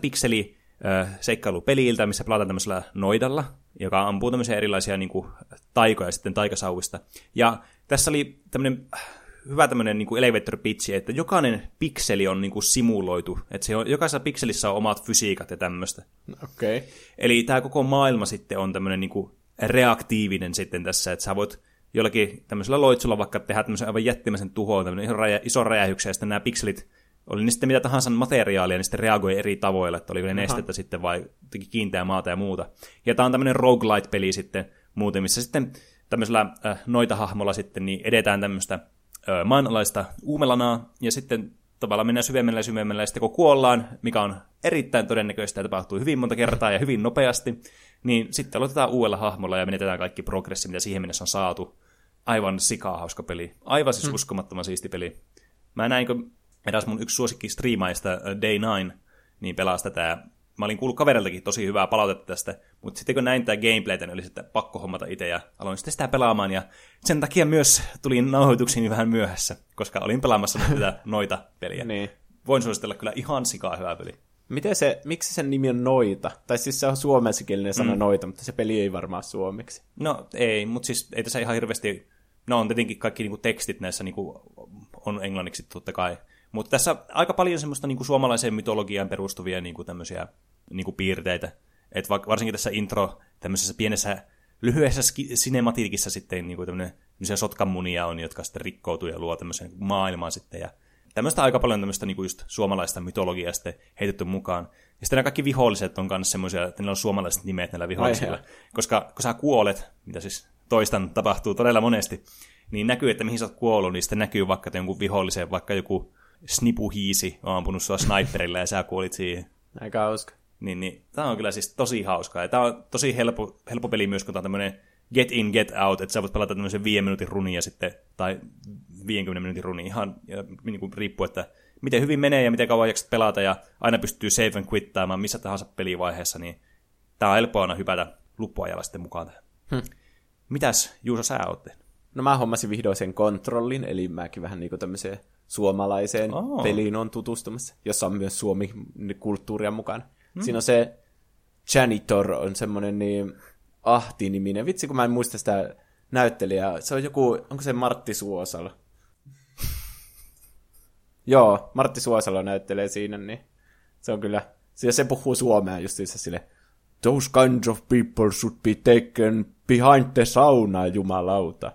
seikkailupeliltä, missä pelataan tämmöisellä noidalla, joka ampuu tämmöisiä erilaisia niin kuin taikoja sitten taikasauvista. Ja tässä oli tämmöinen hyvä tämmöinen niin kuin elevator pitchi, että jokainen pikseli on niin kuin simuloitu, että jokaisessa pikselissä on omat fysiikat ja tämmöistä. Okay. Eli tämä koko maailma sitten on tämmöinen niin kuin reaktiivinen sitten tässä, että sä voit jollakin tämmöisellä loitsulla vaikka tehdä tämmöisen aivan jättimäisen tuhoon, tämmöinen ison räjähyksen, ja sitten nämä pikselit, oli ne sitten mitä tahansa materiaalia, niin sitten reagoi eri tavoilla, että oliko ne nestettä sitten vai kiinteää maata ja muuta. Ja tämä on tämmöinen roguelite-peli sitten muuten, missä sitten tämmöisellä noita-hahmolla sitten niin edetään tämmöistä maanalaista uumelanaa, ja sitten tavallaan mennään syvemmällä, ja sitten kun kuollaan, mikä on erittäin todennäköistä, ja tapahtuu hyvin monta kertaa ja hyvin nopeasti, niin sitten aloitetaan uudella hahmolla ja menetetään kaikki progressi, mitä siihen mennessä on saatu. Aivan sikahauska peli. Aivan siis uskomattoman siisti peli. Mä näin, kun eräs mun yksi suosikki striimaista, Day9, niin pelasi tätä. Mä olin kuullut kaveriltakin tosi hyvää palautetta tästä, mutta sitten kun näin tätä gameplaytä, niin oli sitten pakko hommata itse ja aloin sitten sitä pelaamaan. Ja sen takia myös tulin nauhoituksiin vähän myöhässä, koska olin pelaamassa tätä noita peliä. Niin. Voin suositella kyllä ihan sikaa hyvää peli. Miksi sen nimi on Noita? Tai siis se on suomenkielinen sana Noita, mutta se peli ei varmaan suomeksi. No ei, mutta siis ei tässä ihan hirveästi, no on tietenkin kaikki niinku tekstit näissä niinku on englanniksi totta kai. Mutta tässä aika paljon semmoista niinku suomalaiseen mytologiaan perustuvia niinku tämmöisiä niinku piirteitä. Et varsinkin tässä intro tämmöisessä pienessä lyhyessä sinematiikissa sitten niinku tämmöinen sotkamunia on, jotka sitten rikkoutuu ja luo tämmöisen maailman sitten. Ja tämmöistä aika paljon tämmöistä niin kuin just suomalaista mytologiaa sitten heitetty mukaan. Ja sitten nämä kaikki viholliset on myös semmoisia, että niillä on suomalaiset nimet näillä vihollisilla. Koska kun sä kuolet, mitä siis toistan tapahtuu todella monesti, niin näkyy, että mihin sä oot kuollut, niin sitten näkyy vaikka jonkun vihollisen, vaikka joku snipuhiisi on ampunut sua sniperillä ja sä kuolit siihen. Aika hauska. Niin, tää on kyllä siis tosi hauskaa. Ja tää on tosi helppo peli myös, kun tää on tämmönen get in, get out, että sä voit pelata tämmöisen 5 minuutin runia sitten, tai 50 minuutin runia, ihan niin kuin riippuu, että miten hyvin menee ja miten kauan jaksat pelata, ja aina pystyy save and quittaamaan missä tahansa pelivaiheessa, niin tää on helppoa aina hypätä luppuajalla sitten mukaan tähän. Mitäs, Juuso, sä oot tehnyt? No mä hommasin vihdoin sen kontrollin, eli mäkin vähän niinku tämmöiseen suomalaiseen peliin on tutustumassa, jossa on myös suomi-kulttuuria mukana. Siinä on se Janitor, on semmoinen niin Ahti-niminen. Vitsi, kun mä en muista sitä näyttelijää. Se on joku, onko se Martti Suosalo? Joo, Martti Suosalo näyttelee siinä, niin se on kyllä, se puhuu suomea justiinsa sille, those kinds of people should be taken behind the sauna, jumalauta.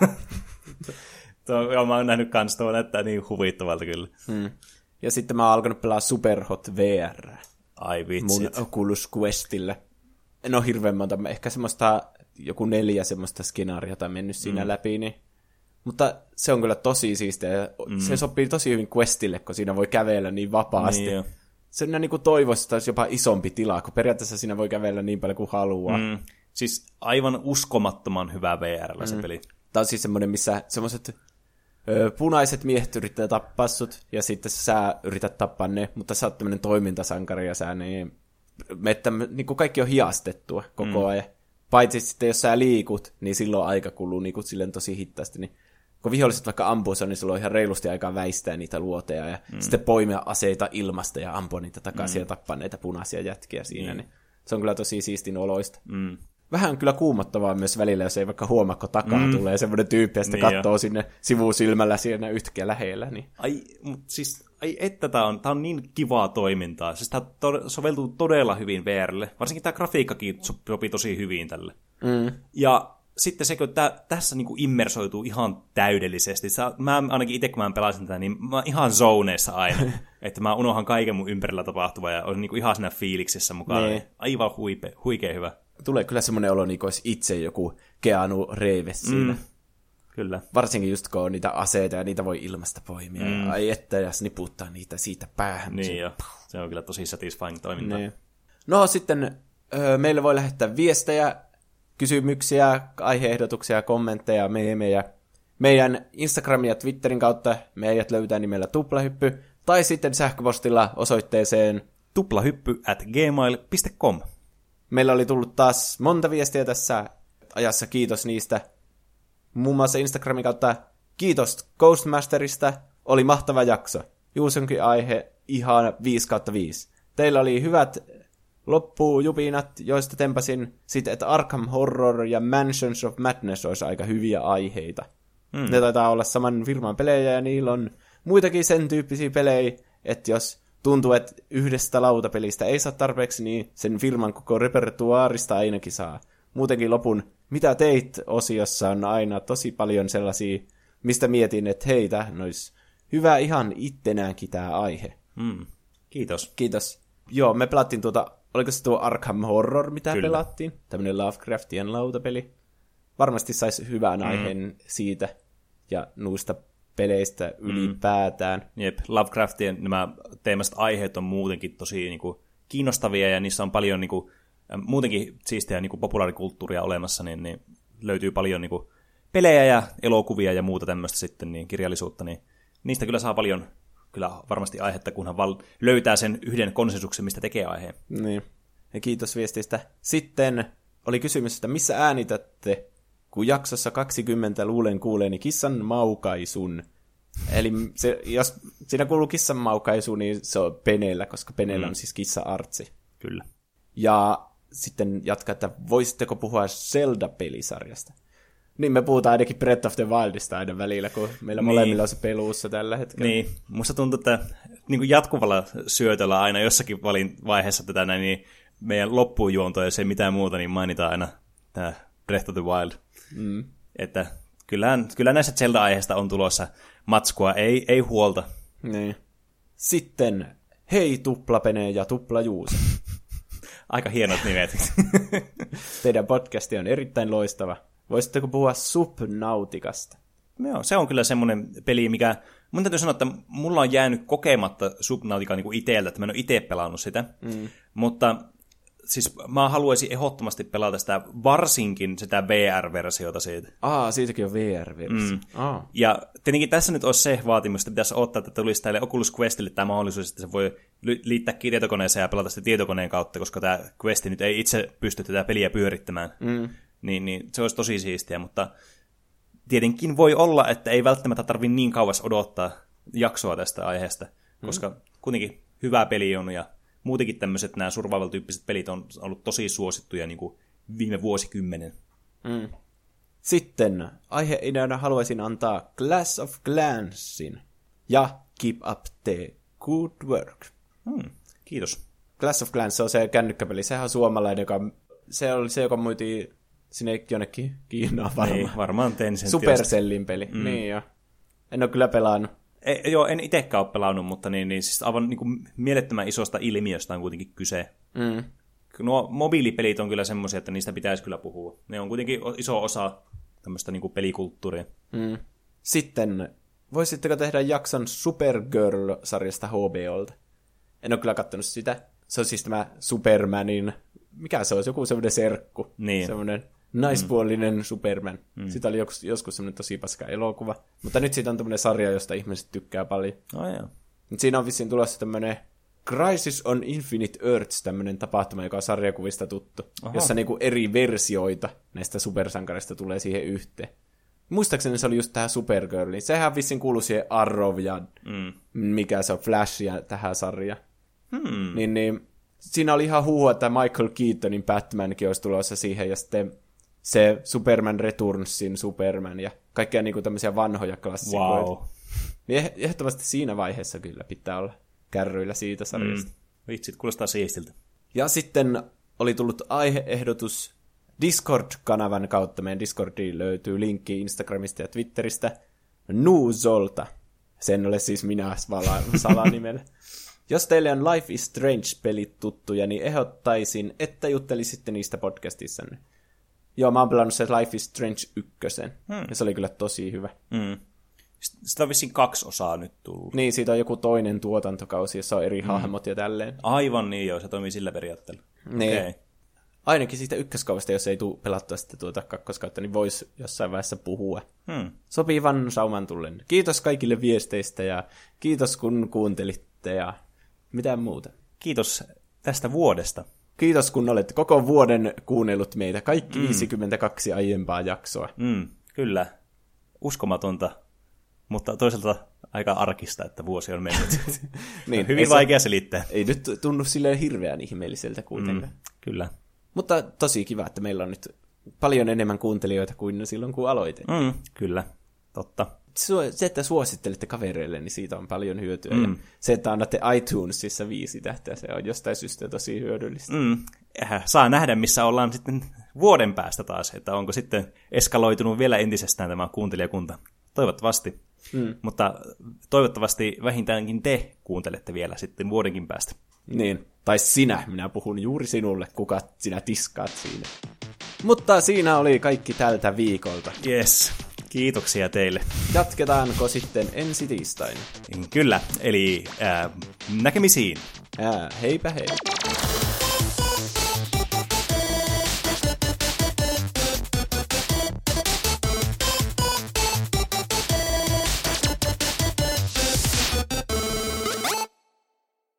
Joo, mä oon nähnyt kans, tuo näyttää niin huvittavalta kyllä. Ja sitten mä oon alkanut pelaa Superhot VR. Ai vitsit. Mun Oculus Questille. En ole hirveän monta, ehkä semmoista, joku 4 semmoista skenaariota mennyt siinä läpi, niin. Mutta se on kyllä tosi siistiä. Se sopii tosi hyvin Questille, kun siinä voi kävellä niin vapaasti. Niin se on niin kuin toivoisi, että olisi jopa isompi tila, kun periaatteessa siinä voi kävellä niin paljon kuin haluaa. Siis aivan uskomattoman hyvä VR:llä se peli. Tämä on siis semmoinen, missä semmoiset punaiset miehet yrittää tappaa sut, ja sitten sä yrität tappaa ne, mutta sä oot tämmöinen toimintasankari, ja sä niin kuin kaikki on hiastettua koko ajan. Paitsi sitten, jos sä liikut, niin silloin aika kuluu niin kuin silleen tosi hittaasti. Niin kun viholliset vaikka ampuu, niin sulla on ihan reilusti aikaa väistää niitä luoteja, ja sitten poimia aseita ilmasta ja ampua niitä takaisin ja tappaa näitä punaisia jätkiä siinä. Niin se on kyllä tosi siistin oloista. Vähän kyllä kuumottavaa myös välillä, jos ei vaikka huomaa, kun takaa tulee semmoinen tyyppi, ja sitten katsoo sinne sivusilmällä siinä yhtäkkiä lähellä. Niin. Ai että tää on niin kivaa toimintaa. Siis tää soveltuu todella hyvin VRlle. Varsinkin tää grafiikkakin sopii tosi hyvin tälle. Ja sitten se, kun tässä niinku immersoituu ihan täydellisesti. Mä ainakin itse, kun mä pelasin tätä, niin mä oon ihan zoneissa aina. Että mä unohan kaiken mun ympärillä tapahtuvaa ja on niinku ihan siinä fiiliksissä mukaan. Niin. Aivan huikea hyvä. Tulee kyllä semmoinen olo, niin kuin olisi itse joku Keanu Reeves siinä. Kyllä. Varsinkin just kun on niitä aseita ja niitä voi ilmasta poimia. Ai että, ja niputtaa niitä siitä päähän. Niin jo. Se on kyllä tosi satisfying toiminta. Niin. No sitten meille voi lähettää viestejä, kysymyksiä, aihe-ehdotuksia, kommentteja, meemejä. Meidän Instagramin ja Twitterin kautta meidät löytää nimellä Tuplahyppy, tai sitten sähköpostilla osoitteeseen tuplahyppy@gmail.com. Meillä oli tullut taas monta viestiä tässä ajassa, kiitos niistä. Muun muassa Instagramin kautta kiitos Ghostmasterista, oli mahtava jakso. Juusonkin aihe ihan 5/5. Teillä oli hyvät loppujupinat, joista tempasin sitten, että Arkham Horror ja Mansions of Madness olisi aika hyviä aiheita. Ne taitaa olla saman firman pelejä ja niillä on muitakin sen tyyppisiä pelejä, että jos tuntuu, että yhdestä lautapelistä ei saa tarpeeksi, niin sen firman koko repertuaarista ainakin saa. Muutenkin lopun mitä teit -osiossa on aina tosi paljon sellaisia, mistä mietin, että hei, tämähän olisi hyvä ihan ittenäänkin tämä aihe. Kiitos. Kiitos. Joo, me pelattiin oliko se tuo Arkham Horror, mitä pelattiin? Tämmöinen Lovecraftian lautapeli. Varmasti saisi hyvän aiheen siitä ja nuista peleistä ylipäätään. Jep, Lovecraftien nämä teemaiset aiheet on muutenkin tosi niinku kiinnostavia, ja niissä on paljon niinku muutenkin siistiä niinku populaarikulttuuria olemassa, niin löytyy paljon niinku pelejä ja elokuvia ja muuta tämmöistä sitten, niin kirjallisuutta, niin niistä kyllä saa paljon kyllä varmasti aihetta, kunhan löytää sen yhden konsensuksen, mistä tekee aiheen. Niin, ja kiitos viestistä. Sitten oli kysymys, että missä äänitätte, kun jaksossa 20 luulen kuuleeni kissan maukaisun. Eli jos siinä kuuluu kissan maukaisu, niin se on Peneellä, koska Peneellä on siis kissa-artsi. Kyllä. Ja sitten jatkaa, että voisitteko puhua Zelda-pelisarjasta? Niin, me puhutaan ainakin Breath of the Wildista aina välillä, kun meillä molemmilla on se peluussa tällä hetkellä. Niin, musta tuntuu, että niin kuin jatkuvalla syötöllä aina jossakin vaiheessa tätä näin, niin meidän loppujuonto ja se mitään muuta, niin mainitaan aina tämä Breath of the Wild. Että Kyllä näissä Zelda-aiheista on tulossa matskua, ei huolta. Niin. Sitten hei Tuplapene ja Tuplajuuse. Aika hienot nimet. Teidän podcasti on erittäin loistava. Voisitteko puhua Subnauticasta? Joo, se on kyllä semmoinen peli, mikä... Mun täytyy sanoa, että mulla on jäänyt kokematta Subnautica niin itseltä, että mä en ole itse pelannut sitä. Mutta siis mä haluaisin ehdottomasti pelata sitä, varsinkin sitä VR-versiota siitä. Siitäkin on VR-versio. Ja tietenkin tässä nyt olisi se vaatimus, että pitäisi ottaa, että tulisi tälle Oculus Questille tämä mahdollisuus, että se voi liittää tietokoneeseen ja pelata sitä tietokoneen kautta, koska tämä Quest nyt ei itse pysty tätä peliä pyörittämään. Niin se olisi tosi siistiä, mutta tietenkin voi olla, että ei välttämättä tarvitse niin kauas odottaa jaksoa tästä aiheesta, koska kuitenkin hyvä peli on ja muutenkin tämmöiset nämä survival-tyyppiset pelit on ollut tosi suosittuja niin kuin viime vuosikymmenen. Sitten aiheideana haluaisin antaa Clash of Clansin ja Keep Up the Good Work. Kiitos. Clash of Clans on se kännykkäpeli. Sehän on suomalainen, se oli se, joka myytiin sinne jonnekin Kiinaan varmaan. Niin, varmaan Tencent. Supercellin peli. Niin jo. En ole kyllä pelannut. Joo, en itsekään ole pelannut, mutta siis aivan niin kuin mielettömän isosta ilmiöstä on kuitenkin kyse. Nuo mobiilipelit on kyllä semmoisia, että niistä pitäisi kyllä puhua. Ne on kuitenkin iso osa tämmöistä niin kuin pelikulttuuria. Sitten, voisitteko tehdä jakson Supergirl-sarjasta HBOlta? En ole kyllä katsonut sitä. Se on siis tämä Supermanin, mikä se olisi, joku semmoinen serkku. Niin. Semmoinen naispuolinen Superman. Siitä oli joskus semmoinen tosi paska elokuva. Mutta nyt siitä on tämmöinen sarja, josta ihmiset tykkää paljon. Nyt siinä on vissiin tulossa tämmöinen Crisis on Infinite Earths, tämmöinen tapahtuma, joka on sarjakuvista tuttu. Jossa niinku eri versioita näistä supersankarista tulee siihen yhteen. Muistaakseni se oli just tähän Supergirliin. Sehän vissiin kuului siihen Arrow ja mikä se on, Flash ja tähän sarjaan. Niin, siinä oli ihan huhua, että Michael Keatonin Batmankin olisi tulossa siihen, ja sitten se Superman Returnsin Superman, ja kaikkea niinku tämmöisiä vanhoja klassikoita. Wow. Niin ehdottomasti siinä vaiheessa kyllä pitää olla kärryillä siitä sarjasta. Vitsit, kuulostaa siistiltä. Ja sitten oli tullut aiheehdotus Discord-kanavan kautta. Meidän Discordiin löytyy linkki Instagramista ja Twitteristä. Nuuzolta. Sen ole siis minä salanimellä. Jos teille on Life is Strange-pelit tuttuja, niin ehdottaisin, että juttelisitte niistä podcastissanne. Joo, mä oon pelannut se Life is Strange 1. Ja se oli kyllä tosi hyvä. Sitä on vissiin 2 osaa nyt tullut. Niin, siitä on joku toinen tuotantokausi, jossa on eri hahmot ja tälleen. Aivan niin, joo, se toimii sillä periaatteella. Niin. Okay. Ainakin siitä ykköskaudesta, jos ei tule pelattua sitten kakkoskautta, niin voisi jossain vaiheessa puhua. Sopivan sauman tullen. Kiitos kaikille viesteistä ja kiitos kun kuuntelitte ja mitään muuta. Kiitos tästä vuodesta. Kiitos kun olette koko vuoden kuunnellut meitä. Kaikki 52 aiempaa jaksoa. Kyllä. Uskomatonta, mutta toisaalta aika arkista, että vuosi on mennyt. Niin, hyvin vaikea selittää. Ei nyt tunnu silleen hirveän ihmeelliseltä kuitenkaan. Kyllä. Mutta tosi kiva, että meillä on nyt paljon enemmän kuuntelijoita kuin silloin, kun aloitettiin. Kyllä, totta. Se, että suosittelette kavereille, niin siitä on paljon hyötyä. Ja se, että annatte iTunesissa 5 tähteä, se on jostain syystä tosi hyödyllistä. Saa nähdä, missä ollaan sitten vuoden päästä taas, että onko sitten eskaloitunut vielä entisestään tämä kuuntelijakunta. Toivottavasti. Mutta toivottavasti vähintäänkin te kuuntelette vielä sitten vuodenkin päästä. Niin, tai minä puhun juuri sinulle, kuka sinä tiskaat siinä. Mutta siinä oli kaikki tältä viikolta. Yes, kiitoksia teille. Jatketaanko sitten ensi tiistaina? Kyllä, eli näkemisiin. Heipä hei.